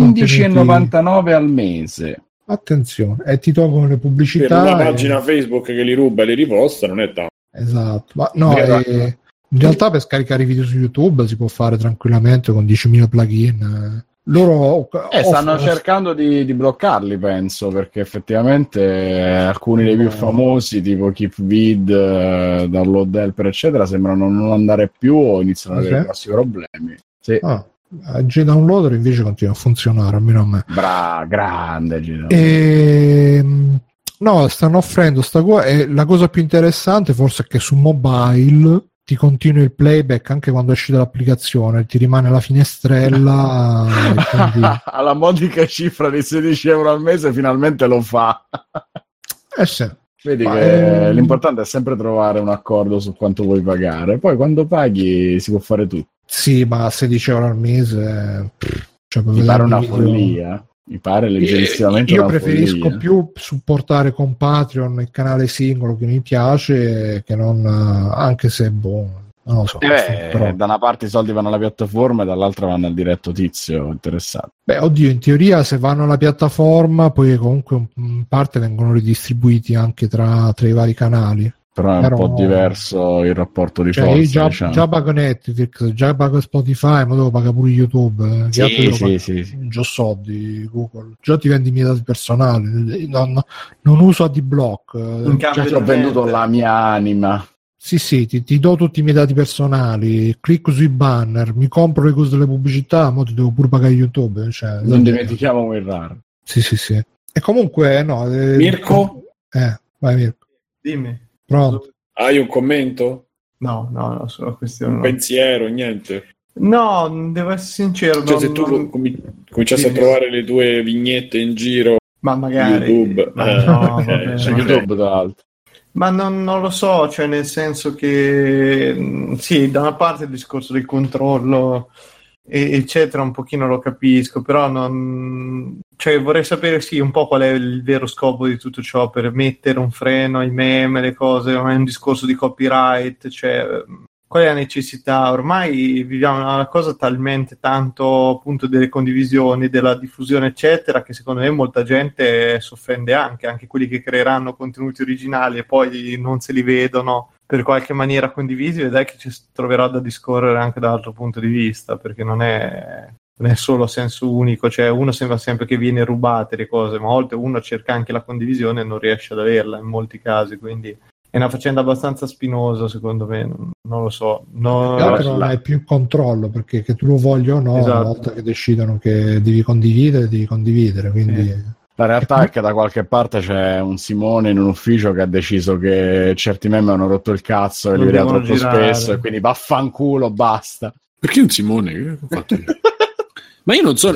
15,99 al mese. Attenzione, e ti tolgono le pubblicità. Per una pagina Facebook che li ruba e li riposta non è tanto. Esatto, ma no, in realtà per scaricare i video su YouTube si può fare tranquillamente con 10.000 plugin. Loro stanno cercando di bloccarli, penso, perché effettivamente alcuni dei più famosi, tipo KeepVid, Download Helper eccetera, sembrano non andare più o iniziano ad avere grossi problemi. Gdownloader invece continua a funzionare, almeno a me. Grande Gdownloader. No, stanno offrendo sta cosa, e la cosa più interessante forse è che su mobile ti continua il playback anche quando esci dall'applicazione, ti rimane la finestrella. Quindi... alla modica cifra di 16 euro al mese finalmente lo fa. Sì. Vedi che l'importante è sempre trovare un accordo su quanto vuoi pagare, poi quando paghi si può fare tutto. Sì, ma 16 euro al mese mi pare una follia. Mi pare leggerissimamente io preferisco più supportare con Patreon il canale singolo che mi piace, che non, anche se è buono, non lo so. Però da una parte i soldi vanno alla piattaforma e dall'altra vanno al diretto tizio interessato. Oddio, in teoria se vanno alla piattaforma poi comunque in parte vengono ridistribuiti anche tra i vari canali. Però è un po' diverso il rapporto di forza. Già pago Netflix, già pago Spotify, ma devo pagare pure YouTube. Già soldi Google. Già ti vendi i miei dati personali. Non uso AdBlock. Già ti ho venduto la mia anima. Sì, ti do tutti i miei dati personali. Clicco sui banner, mi compro le cose delle pubblicità, ma ti devo pure pagare YouTube. Non dimentichiamo WinRAR. Sì. E comunque, no. Mirko? Vai Mirko. Dimmi. Pronto. Hai un commento? No, sulla questione. Un pensiero, niente? No, devo essere sincero. Se tu cominciassi a trovare le tue vignette in giro, ma magari YouTube, su YouTube tra l'altro. Ma non lo so, cioè nel senso che sì, da una parte il discorso del controllo eccetera un pochino lo capisco, però cioè vorrei sapere un po' qual è il vero scopo di tutto ciò, per mettere un freno ai meme, le cose, non è un discorso di copyright, cioè qual è la necessità? Ormai viviamo una cosa talmente tanto appunto delle condivisioni, della diffusione eccetera, che secondo me molta gente si offende anche quelli che creeranno contenuti originali e poi non se li vedono per qualche maniera condivisi, vedrai che ci troverò da discorrere anche dall'altro punto di vista, perché non è solo a senso unico, cioè uno sembra sempre che viene rubate le cose, ma a volte uno cerca anche la condivisione e non riesce ad averla in molti casi, quindi è una faccenda abbastanza spinosa secondo me, non lo so. Non hai più controllo, perché che tu lo voglia o no, una volta che decidono che devi condividere, quindi... La realtà è che da qualche parte c'è un Simone in un ufficio che ha deciso che certi meme hanno rotto il cazzo e li vediamo troppo spesso, e quindi vaffanculo, basta. Perché un Simone? Che ho fatto io? Ma io non so,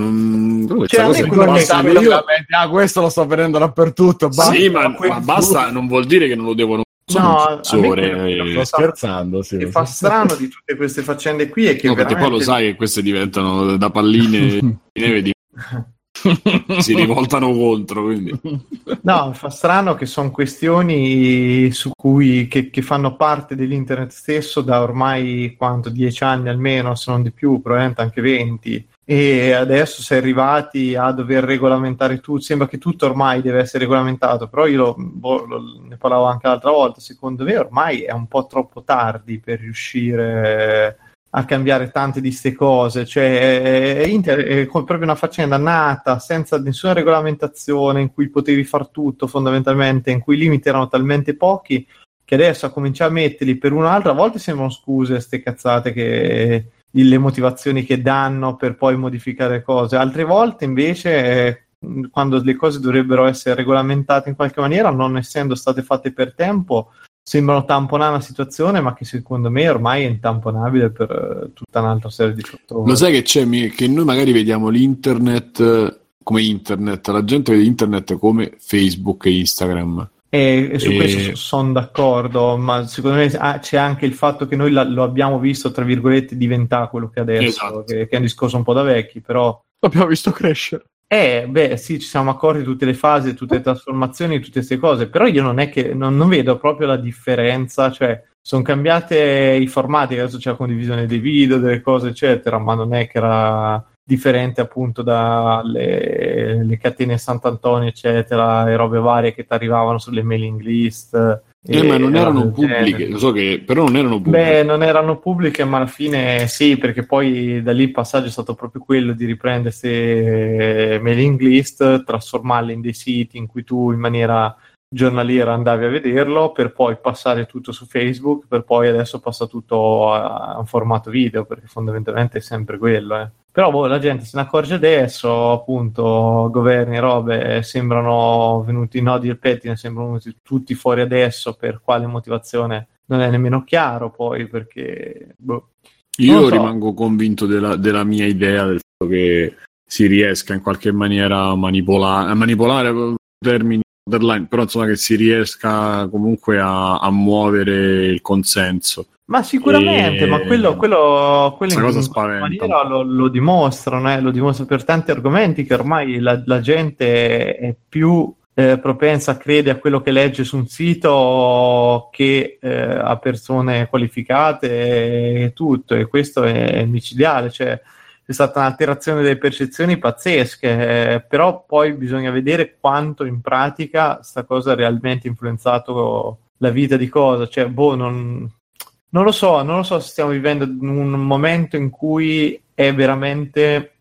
questo lo sto vedendo dappertutto. Basta. Sì, ma basta, non vuol dire che non lo devono. Sto scherzando. Sì, che fa strano di tutte queste faccende qui è che perché poi lo sai che queste diventano da palline di neve si rivoltano contro, quindi no, fa strano che sono questioni su cui che fanno parte dell'internet stesso da ormai 10 anni almeno, se non di più, probabilmente anche 20, e adesso si è arrivati a dover regolamentare tutto. Sembra che tutto ormai deve essere regolamentato, però io ne parlavo anche l'altra volta, secondo me ormai è un po' troppo tardi per riuscire a cambiare tante di ste cose, cioè Inter è proprio una faccenda nata senza nessuna regolamentazione, in cui potevi far tutto fondamentalmente, in cui i limiti erano talmente pochi che adesso a cominciare a metterli per un'altra volta sembrano scuse ste cazzate, che le motivazioni che danno per poi modificare cose, altre volte invece quando le cose dovrebbero essere regolamentate in qualche maniera, non essendo state fatte per tempo, sembrano tamponare una situazione, ma che secondo me ormai è intamponabile per tutta un'altra serie di fattori. Lo sai che c'è? Che noi magari vediamo l'internet come internet, la gente vede internet come Facebook e Instagram. E su questo sono d'accordo, ma secondo me c'è anche il fatto che noi lo abbiamo visto, tra virgolette, diventare quello che adesso, esatto. che è un discorso un po' da vecchi, però l'abbiamo visto crescere. Sì, ci siamo accorti di tutte le fasi, tutte le trasformazioni, tutte queste cose, però io non è che non vedo proprio la differenza, cioè sono cambiate i formati, adesso c'è la condivisione dei video, delle cose eccetera, ma non è che era differente appunto dalle catene Sant'Antonio eccetera e robe varie che ti arrivavano sulle mailing list. Ma non erano pubbliche, lo so che però non erano pubbliche. Non erano pubbliche, ma alla fine sì, perché poi da lì il passaggio è stato proprio quello di riprendere queste mailing list, trasformarle in dei siti in cui tu in maniera giornaliera andavi a vederlo, per poi passare tutto su Facebook, per poi adesso passa tutto a un formato video, perché fondamentalmente è sempre quello. Però la gente se ne accorge adesso, appunto, governi e robe sembrano venuti, i nodi e il pettine sembrano venuti tutti fuori adesso, per quale motivazione non è nemmeno chiaro poi, perché io rimango convinto della mia idea, del fatto che si riesca in qualche maniera a manipolare termini borderline, però insomma che si riesca comunque a muovere il consenso. Ma sicuramente, ma quello in cosa maniera lo dimostrano, lo dimostra per tanti argomenti, che ormai la gente è più propensa, crede a quello che legge su un sito che a persone qualificate e tutto, e questo è micidiale, cioè è stata un'alterazione delle percezioni pazzesche, però poi bisogna vedere quanto in pratica sta cosa ha realmente influenzato la vita di cosa, cioè non lo so se stiamo vivendo un momento in cui è veramente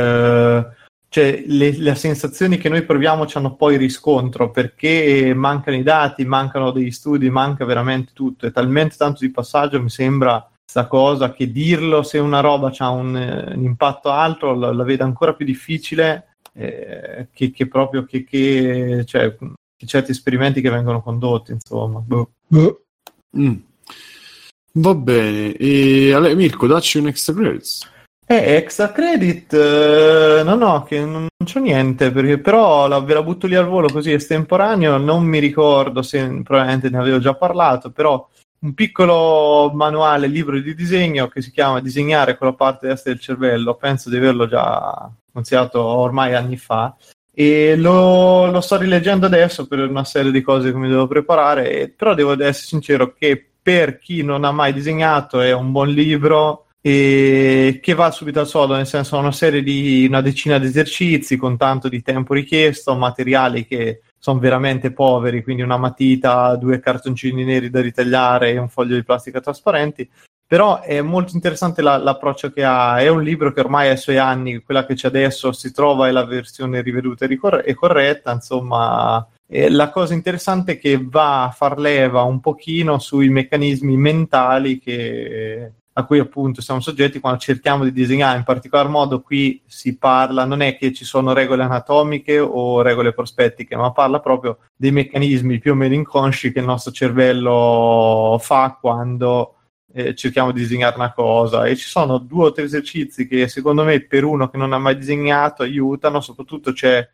cioè le sensazioni che noi proviamo c'hanno poi riscontro, perché mancano i dati, mancano degli studi, manca veramente tutto, è talmente tanto di passaggio, mi sembra sta cosa, che dirlo se una roba c'ha un impatto alto la vedo ancora più difficile che proprio che certi esperimenti che vengono condotti, insomma. Va bene, e Mirko, dacci un extra credits. Extra credit no, che non c'ho niente, perché però ve la butto lì al volo così estemporaneo, non mi ricordo se probabilmente ne avevo già parlato, però un piccolo manuale, libro di disegno che si chiama Disegnare con la parte destra del cervello, penso di averlo già consigliato ormai anni fa, e lo sto rileggendo adesso per una serie di cose che mi devo preparare, però devo essere sincero che per chi non ha mai disegnato è un buon libro e che va subito al sodo, nel senso una decina di esercizi con tanto di tempo richiesto, materiali che sono veramente poveri, quindi una matita, 2 cartoncini neri da ritagliare e un foglio di plastica trasparenti, però è molto interessante l'approccio che ha. È un libro che ormai ha i suoi anni, quella che c'è adesso si trova è la versione riveduta e corretta, insomma. E la cosa interessante è che va a far leva un pochino sui meccanismi mentali a cui appunto siamo soggetti quando cerchiamo di disegnare. In particolar modo qui si parla, non è che ci sono regole anatomiche o regole prospettiche, ma parla proprio dei meccanismi più o meno inconsci che il nostro cervello fa quando cerchiamo di disegnare una cosa, e ci sono 2 o 3 esercizi che secondo me per uno che non ha mai disegnato aiutano. Soprattutto c'è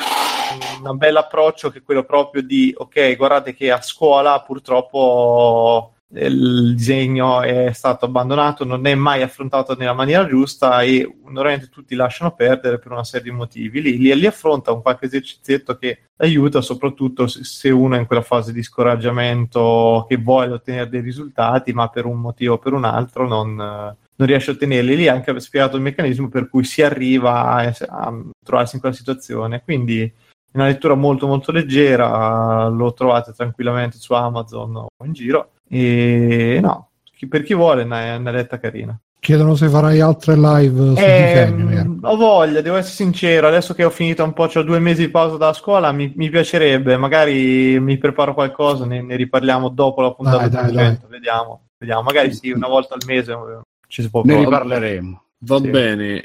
un bel approccio che è quello proprio di ok, guardate che a scuola purtroppo il disegno è stato abbandonato, non è mai affrontato nella maniera giusta e normalmente tutti lasciano perdere per una serie di motivi. Li affronta un qualche esercizietto che aiuta, soprattutto se uno è in quella fase di scoraggiamento che vuole ottenere dei risultati ma per un motivo o per un altro non riesce a ottenerli. Lì anche spiegato il meccanismo per cui si arriva a trovarsi in quella situazione, quindi è una lettura molto molto leggera, lo trovate tranquillamente su Amazon o in giro, e no, per chi vuole è una letta carina. Chiedono se farai altre live su Difendimi. Ho voglia, devo essere sincero, adesso che ho finito un po', c'ho 2 mesi di pausa dalla scuola, mi piacerebbe, magari mi preparo qualcosa, ne riparliamo dopo la puntata dai. Vediamo, magari sì, una volta al mese ci si può ne riparleremo. Va bene,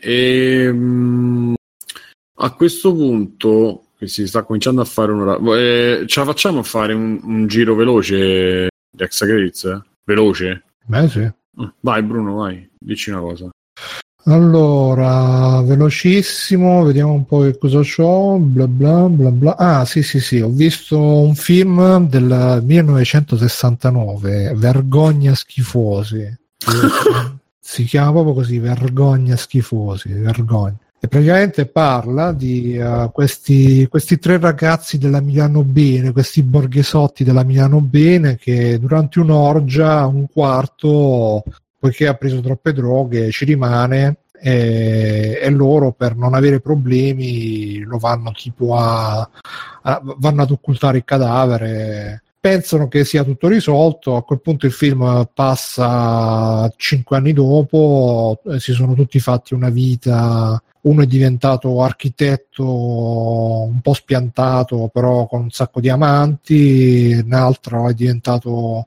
a questo punto che si sta cominciando a fare un'ora, ce la facciamo a fare un giro veloce di Hexacrates? Veloce? Beh sì. Vai Bruno, vai, dici una cosa. Allora, velocissimo, vediamo un po' che cosa c'ho, bla bla bla bla. Ah, sì, ho visto un film del 1969, Vergogna schifosi. Si chiama proprio così, Vergogna schifosi, vergogna. E praticamente parla di questi 3 ragazzi della Milano Bene, questi borghesotti della Milano Bene, che durante un'orgia, un quarto, poiché ha preso troppe droghe, ci rimane, e loro, per non avere problemi, lo vanno tipo vanno ad occultare il cadavere. Pensano che sia tutto risolto. A quel punto il film passa 5 anni dopo, si sono tutti fatti una vita. Uno è diventato architetto un po' spiantato, però con un sacco di amanti, un altro è diventato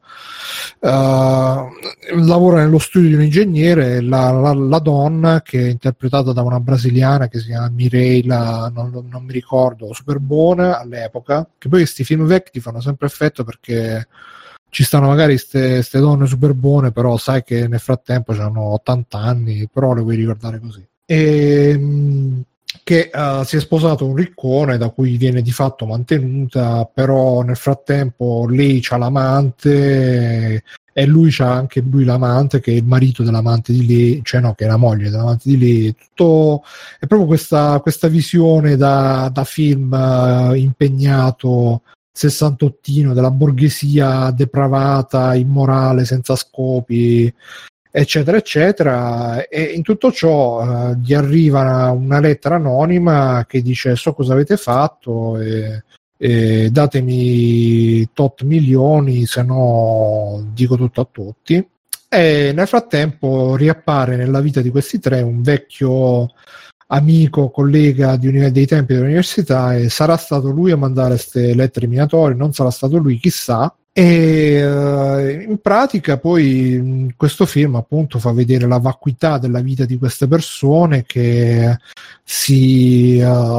lavora nello studio di un ingegnere. La donna, che è interpretata da una brasiliana che si chiama Mireia, non mi ricordo, super buona all'epoca, che poi questi film vecchi ti fanno sempre effetto, perché ci stanno magari ste donne super buone, però sai che nel frattempo hanno 80 anni, però le vuoi ricordare così. Che si è sposato un riccone da cui viene di fatto mantenuta, però nel frattempo lei c'ha l'amante e lui c'ha anche lui l'amante, che è il marito dell'amante di lei, cioè no, che è la moglie dell'amante di lei. Tutto è proprio questa visione da film impegnato, sessantottino, della borghesia depravata, immorale, senza scopi, eccetera eccetera. E in tutto ciò gli arriva una lettera anonima che dice: so cosa avete fatto e datemi tot milioni, se no dico tutto a tutti. E nel frattempo riappare nella vita di questi 3 un vecchio amico, collega dei tempi dell'università, e sarà stato lui a mandare queste lettere minatorie, non sarà stato lui, chissà. E in pratica poi questo film appunto fa vedere la vacuità della vita di queste persone, che si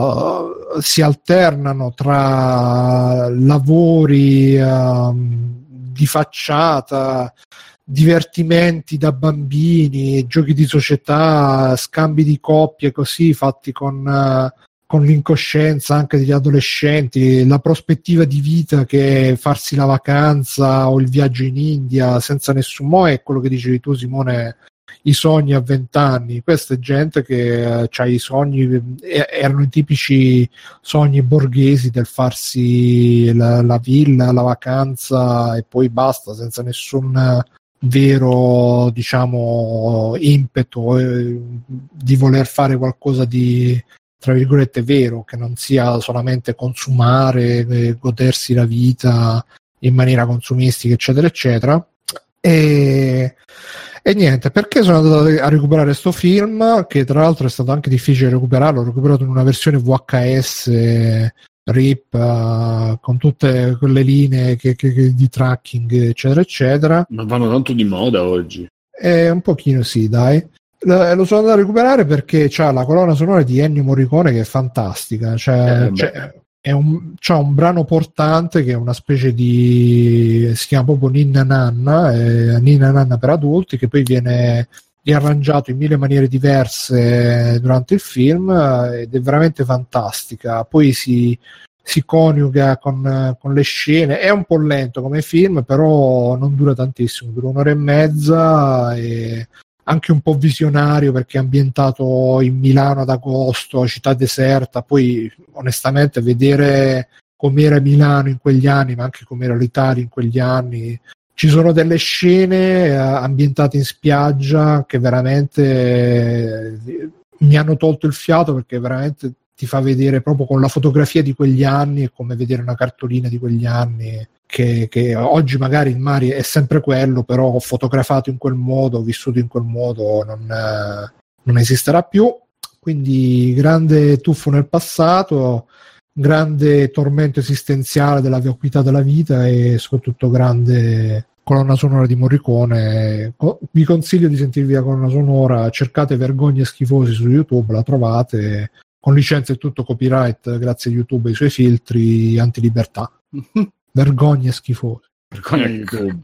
alternano tra lavori di facciata, divertimenti da bambini, giochi di società, scambi di coppie così fatti con l'incoscienza anche degli adolescenti, la prospettiva di vita che è farsi la vacanza o il viaggio in India senza nessun è quello che dicevi tu, Simone, i sogni a 20 anni. Questa è gente che ha i sogni, erano i tipici sogni borghesi del farsi la villa, la vacanza e poi basta, senza nessun vero, diciamo, impeto di voler fare qualcosa di, tra virgolette, vero, che non sia solamente consumare, godersi la vita in maniera consumistica, eccetera eccetera. E niente, perché sono andato a recuperare sto film, che tra l'altro è stato anche difficile recuperarlo, l'ho recuperato in una versione VHS RIP con tutte quelle linee di tracking, eccetera eccetera. Ma vanno tanto di moda oggi. Un pochino sì, dai. Lo sono andato a recuperare perché c'ha la colonna sonora di Ennio Morricone, che è fantastica, c'ha un brano portante che è una specie di, si chiama proprio Ninna Nanna per adulti, che poi viene riarrangiato in 1000 maniere diverse durante il film ed è veramente fantastica. Poi si coniuga con le scene, è un po' lento come film, però non dura tantissimo, dura 1 ora e mezza, e anche un po' visionario perché è ambientato in Milano ad agosto, città deserta. Poi onestamente vedere com'era Milano in quegli anni, ma anche com'era l'Italia in quegli anni, ci sono delle scene ambientate in spiaggia che veramente mi hanno tolto il fiato, perché veramente ti fa vedere proprio con la fotografia di quegli anni, è come vedere una cartolina di quegli anni, che oggi magari il mare è sempre quello, però fotografato in quel modo, vissuto in quel modo, non esisterà più. Quindi grande tuffo nel passato, grande tormento esistenziale della vacuità della vita e soprattutto grande colonna sonora di Morricone. Vi consiglio di sentirvi la colonna sonora, cercate Vergogne Schifosi su YouTube, la trovate con licenza e tutto copyright grazie a YouTube e ai suoi filtri antilibertà. Vergogne Schifosi. Vergogne YouTube.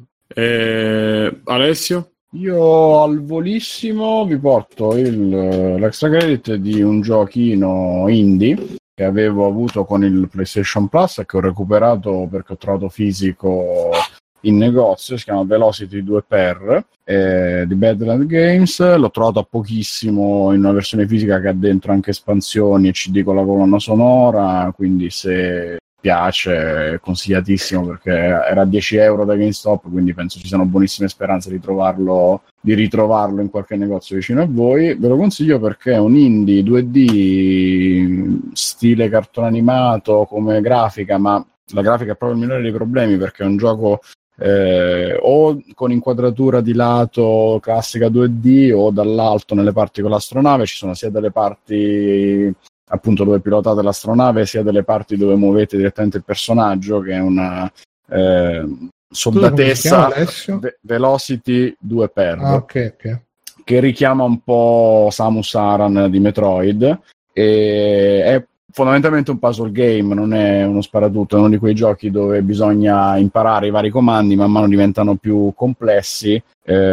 Alessio? Io al volissimo vi porto l'extra credit di un giochino indie che avevo avuto con il PlayStation Plus e che ho recuperato perché ho trovato fisico in negozio. Si chiama Velocity 2x di Badland Games. L'ho trovato a pochissimo in una versione fisica che ha dentro anche espansioni e CD con la colonna sonora, quindi se piace è consigliatissimo perché era a 10 euro da GameStop, quindi penso ci siano buonissime speranze di ritrovarlo in qualche negozio vicino a voi. Ve lo consiglio perché è un indie 2D stile cartone animato come grafica, ma la grafica è proprio il minore dei problemi perché è un gioco o con inquadratura di lato classica 2D o dall'alto nelle parti con l'astronave. Ci sono sia delle parti appunto dove pilotate l'astronave sia delle parti dove muovete direttamente il personaggio, che è una soldatessa Velocity 2x okay. che richiama un po' Samus Aran di Metroid e è fondamentalmente un puzzle game, non è uno sparatutto, è uno di quei giochi dove bisogna imparare i vari comandi, man mano diventano più complessi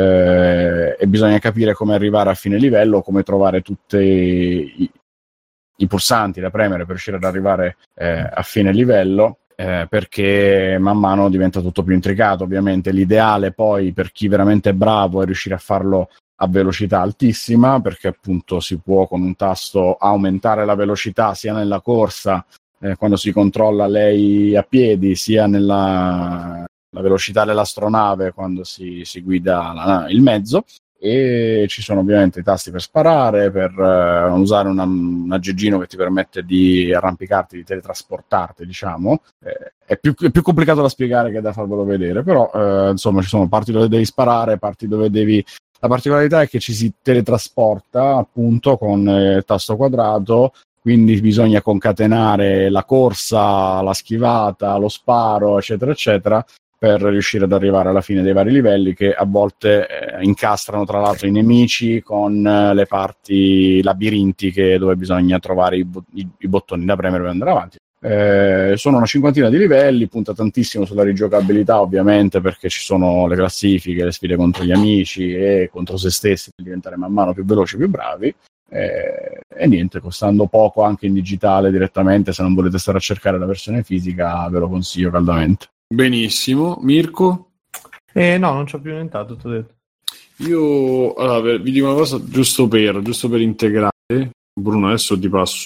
e bisogna capire come arrivare a fine livello, come trovare tutti i pulsanti da premere per riuscire ad arrivare a fine livello, perché man mano diventa tutto più intricato. Ovviamente l'ideale poi per chi veramente è bravo è riuscire a farlo a velocità altissima, perché appunto si può con un tasto aumentare la velocità sia nella corsa quando si controlla lei a piedi, sia nella velocità dell'astronave quando si guida il mezzo. E ci sono ovviamente i tasti per sparare, per usare un aggeggino che ti permette di arrampicarti, di teletrasportarti, diciamo. È più complicato da spiegare che da farvelo vedere, però insomma ci sono parti dove devi sparare, parti dove devi... La particolarità è che ci si teletrasporta appunto con il tasto quadrato, quindi bisogna concatenare la corsa, la schivata, lo sparo, eccetera eccetera, per riuscire ad arrivare alla fine dei vari livelli, che a volte incastrano tra l'altro i nemici con le parti labirintiche dove bisogna trovare i bottoni da premere per andare avanti. Sono una cinquantina di livelli, punta tantissimo sulla rigiocabilità ovviamente, perché ci sono le classifiche, le sfide contro gli amici e contro se stessi per diventare man mano più veloci, più bravi. E niente, costando poco anche in digitale direttamente, se non volete stare a cercare la versione fisica ve lo consiglio caldamente. Benissimo. Mirko? No, non c'ho più nient'altro, t'ho detto. Io vi dico una cosa giusto per integrare. Bruno, adesso ti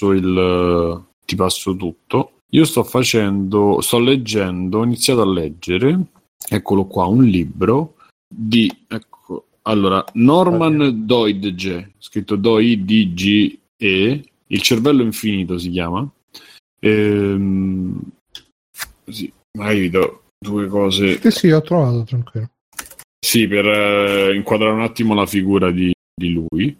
passo tutto. Io ho iniziato a leggere, eccolo qua, un libro di Norman Doidge, scritto Doidge, Il cervello infinito si chiama. Sì, ma io vi do due cose. Sì, ho trovato, tranquillo. Sì, per inquadrare un attimo la figura di lui.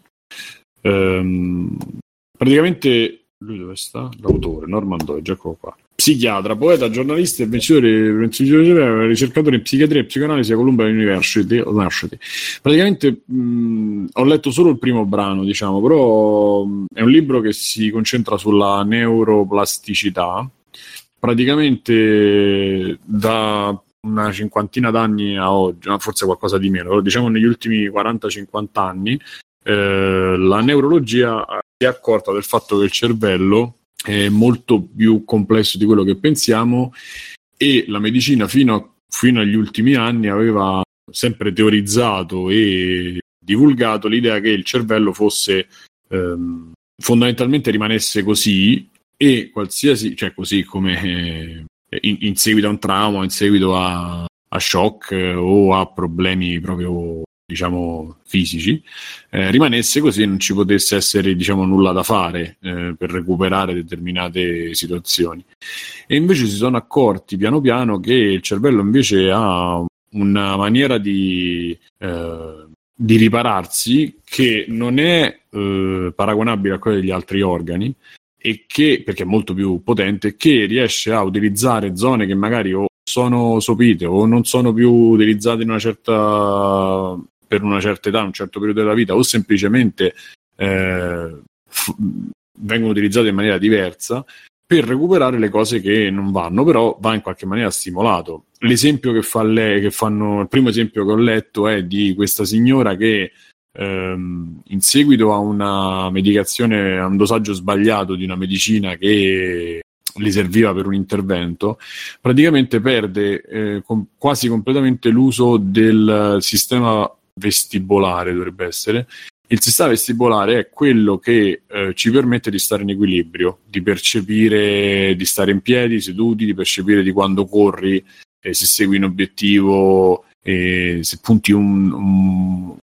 Praticamente lui dove sta? L'autore, Norman Doidge, eccolo qua. Psichiatra, poeta, giornalista e ricercatore in psichiatria e psicoanalisi a Columbia University. Praticamente ho letto solo il primo brano, diciamo, però è un libro che si concentra sulla neuroplasticità. Praticamente da una cinquantina d'anni a oggi, forse qualcosa di meno, diciamo negli ultimi 40-50 anni, la neurologia si è accorta del fatto che il cervello è molto più complesso di quello che pensiamo, e la medicina fino agli ultimi anni aveva sempre teorizzato e divulgato l'idea che il cervello fosse fondamentalmente rimanesse così, e qualsiasi, cioè così come in seguito a un trauma, in seguito a shock o a problemi proprio diciamo fisici, rimanesse così e non ci potesse essere, diciamo, nulla da fare per recuperare determinate situazioni. E invece si sono accorti piano piano che il cervello invece ha una maniera di ripararsi che non è paragonabile a quella degli altri organi, e che, perché è molto più potente, che riesce a utilizzare zone che magari o sono sopite o non sono più utilizzate in per una certa età, un certo periodo della vita, o semplicemente vengono utilizzate in maniera diversa per recuperare le cose che non vanno, però va in qualche maniera stimolato. L'esempio che fa lei, il primo esempio che ho letto è di questa signora che in seguito a una medicazione, a un dosaggio sbagliato di una medicina che le serviva per un intervento, praticamente perde quasi completamente l'uso del sistema vestibolare, dovrebbe essere. Il sistema vestibolare è quello che ci permette di stare in equilibrio, di percepire, di stare in piedi, seduti, di percepire di quando corri, se segui un obiettivo, se punti un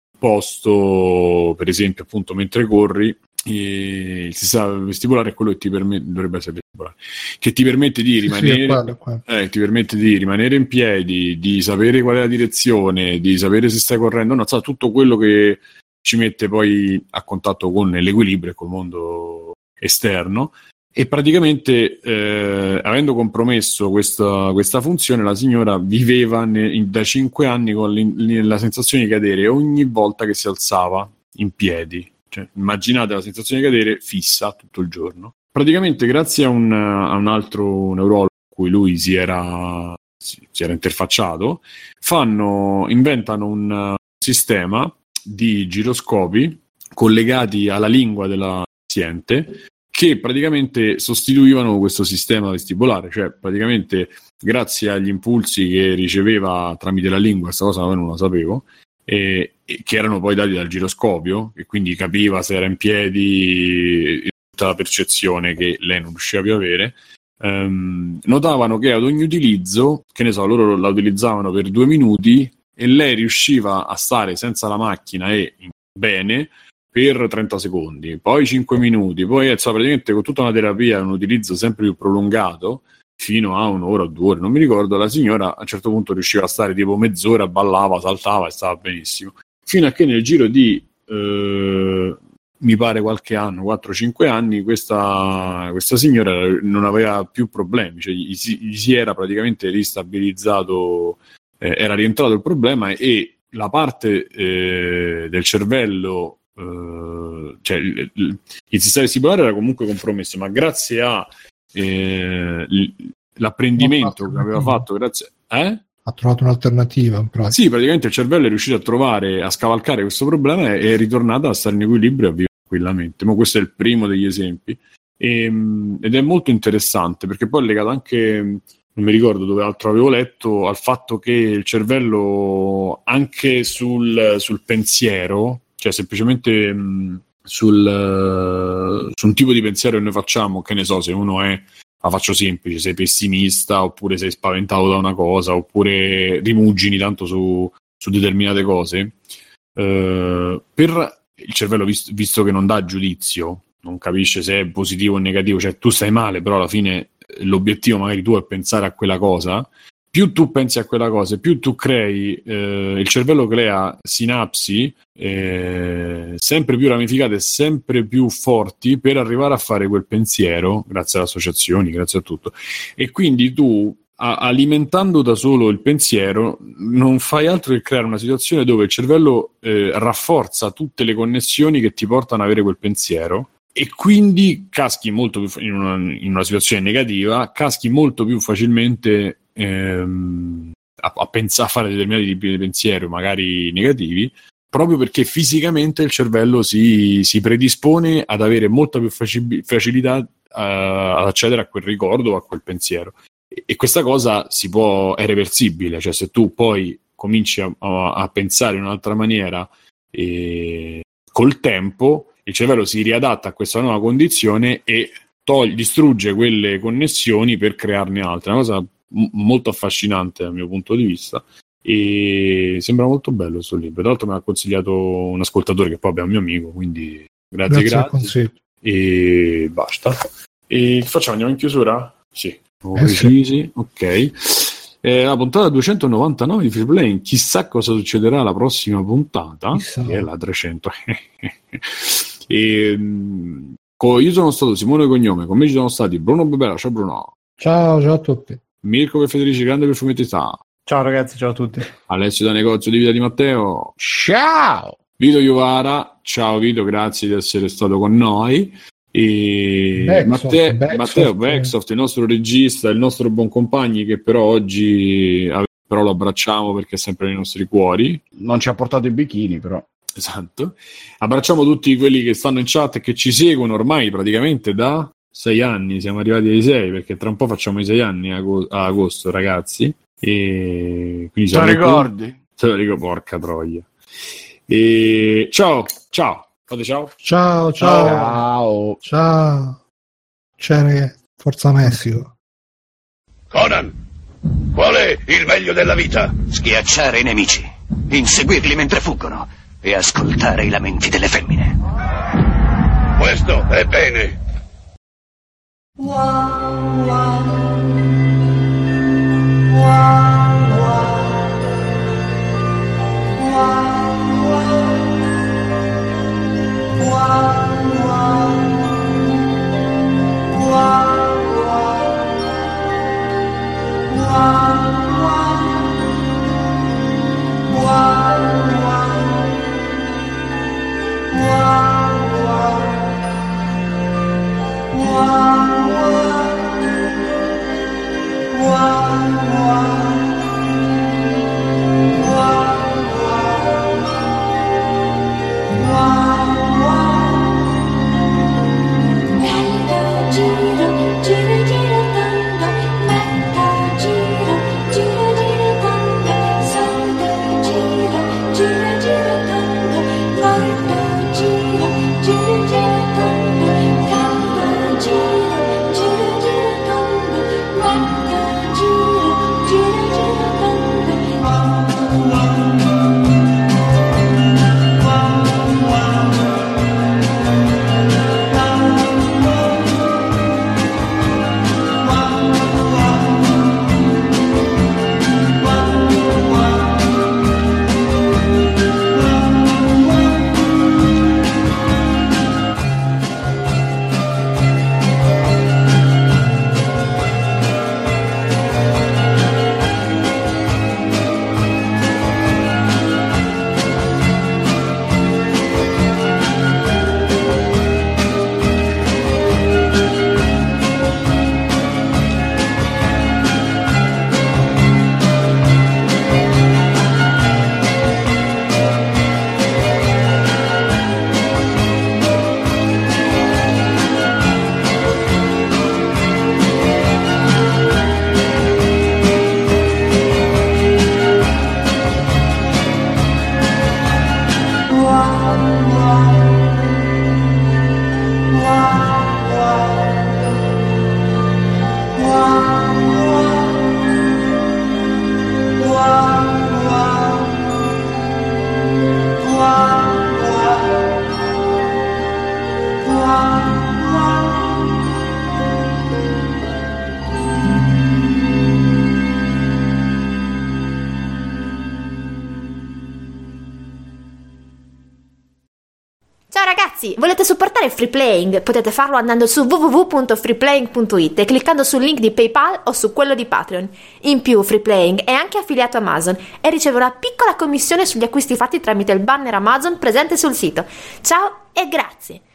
posto, per esempio, appunto mentre corri. Il sistema vestibolare è quello che ti permette, dovrebbe essere vestibolare, che ti permette di rimanere, ti permette di rimanere in piedi, di sapere qual è la direzione, di sapere se stai correndo, no, tutto quello che ci mette poi a contatto con l'equilibrio e col mondo esterno. E praticamente avendo compromesso questa funzione, la signora viveva da 5 anni con la sensazione di cadere ogni volta che si alzava in piedi. Cioè, immaginate la sensazione di cadere fissa tutto il giorno. Praticamente grazie a un altro neurologo a cui lui si era interfacciato, inventano un sistema di giroscopi collegati alla lingua della paziente che praticamente sostituivano questo sistema vestibolare, cioè praticamente grazie agli impulsi che riceveva tramite la lingua, questa cosa non la sapevo, e che erano poi dati dal giroscopio, e quindi capiva se era in piedi, tutta la percezione che lei non riusciva più a avere. Notavano che ad ogni utilizzo, che ne so, loro la utilizzavano per 2 minuti e lei riusciva a stare senza la macchina e bene per 30 secondi, poi 5 minuti, poi praticamente con tutta una terapia, un utilizzo sempre più prolungato, fino a 1 ora o 2 ore, non mi ricordo, la signora a un certo punto riusciva a stare tipo mezz'ora, ballava, saltava e stava benissimo, fino a che nel giro di mi pare qualche anno, 4-5 anni, questa signora non aveva più problemi, cioè gli si era praticamente ristabilizzato, era rientrato il problema, e la parte del cervello, cioè il sistema vestibolare era comunque compromesso, ma grazie a l'apprendimento che aveva fatto, grazie ha trovato un'alternativa in pratica. Sì, praticamente il cervello è riuscito a scavalcare questo problema e è ritornato a stare in equilibrio e a vivere tranquillamente. Ma questo è il primo degli esempi, ed è molto interessante perché poi è legato anche, non mi ricordo dove altro avevo letto, al fatto che il cervello anche sul pensiero, cioè semplicemente su un tipo di pensiero che noi facciamo, che ne so, se uno è, la faccio semplice, sei pessimista, oppure sei spaventato da una cosa, oppure rimugini tanto su determinate cose, per il cervello, visto che non dà giudizio, non capisce se è positivo o negativo, cioè tu stai male, però alla fine l'obiettivo magari tu è pensare a quella cosa, più tu pensi a quella cosa, più tu crei, il cervello crea sinapsi sempre più ramificate, sempre più forti per arrivare a fare quel pensiero, grazie alle associazioni, grazie a tutto. E quindi tu, alimentando da solo il pensiero, non fai altro che creare una situazione dove il cervello rafforza tutte le connessioni che ti portano ad avere quel pensiero, e quindi caschi molto più in una situazione negativa, caschi molto più facilmente a fare determinati tipi di pensiero, magari negativi, proprio perché fisicamente il cervello si predispone ad avere molta più facilità ad accedere a quel ricordo o a quel pensiero. E questa cosa è reversibile, cioè se tu poi cominci a pensare in un'altra maniera, col tempo il cervello si riadatta a questa nuova condizione e distrugge quelle connessioni per crearne altre. È una cosa molto affascinante dal mio punto di vista, e sembra molto bello questo libro. Tra l'altro me l'ha consigliato un ascoltatore che poi è un mio amico, quindi grazie. E basta. E facciamo, andiamo in chiusura? Sì. Sì. Ok. La puntata 299 di Free Play. Chissà cosa succederà alla prossima puntata, che è la 300. Io sono stato Simone Cognome, con me ci sono stati Bruno Bebera. Ciao Bruno. Ciao a tutti. Mirko Federici, grande perfumetità. Ciao ragazzi, ciao a tutti. Alessio da Negozio di Vita di Matteo. Ciao. Vito Iuvara. Ciao Vito, grazie di essere stato con noi. E Matteo Backsoft, il nostro regista, il nostro buon compagno, che però oggi lo abbracciamo perché è sempre nei nostri cuori. Non ci ha portato i bikini, però. Esatto. Abbracciamo tutti quelli che stanno in chat e che ci seguono ormai praticamente da 6 anni. Siamo arrivati ai 6 perché tra un po' facciamo i 6 anni a agosto, ragazzi. E quindi te lo ricordi? Te lo ricordo, porca troia. E ciao. Fate ciao. Ciao. Ciao ragazzi. Forza Messico. Conan, qual è il meglio della vita? Schiacciare i nemici, inseguirli mentre fuggono e ascoltare i lamenti delle femmine. Questo è bene. Volete supportare Free Playing? Potete farlo andando su www.freeplaying.it e cliccando sul link di PayPal o su quello di Patreon. In più, Free Playing è anche affiliato a Amazon e riceve una piccola commissione sugli acquisti fatti tramite il banner Amazon presente sul sito. Ciao e grazie!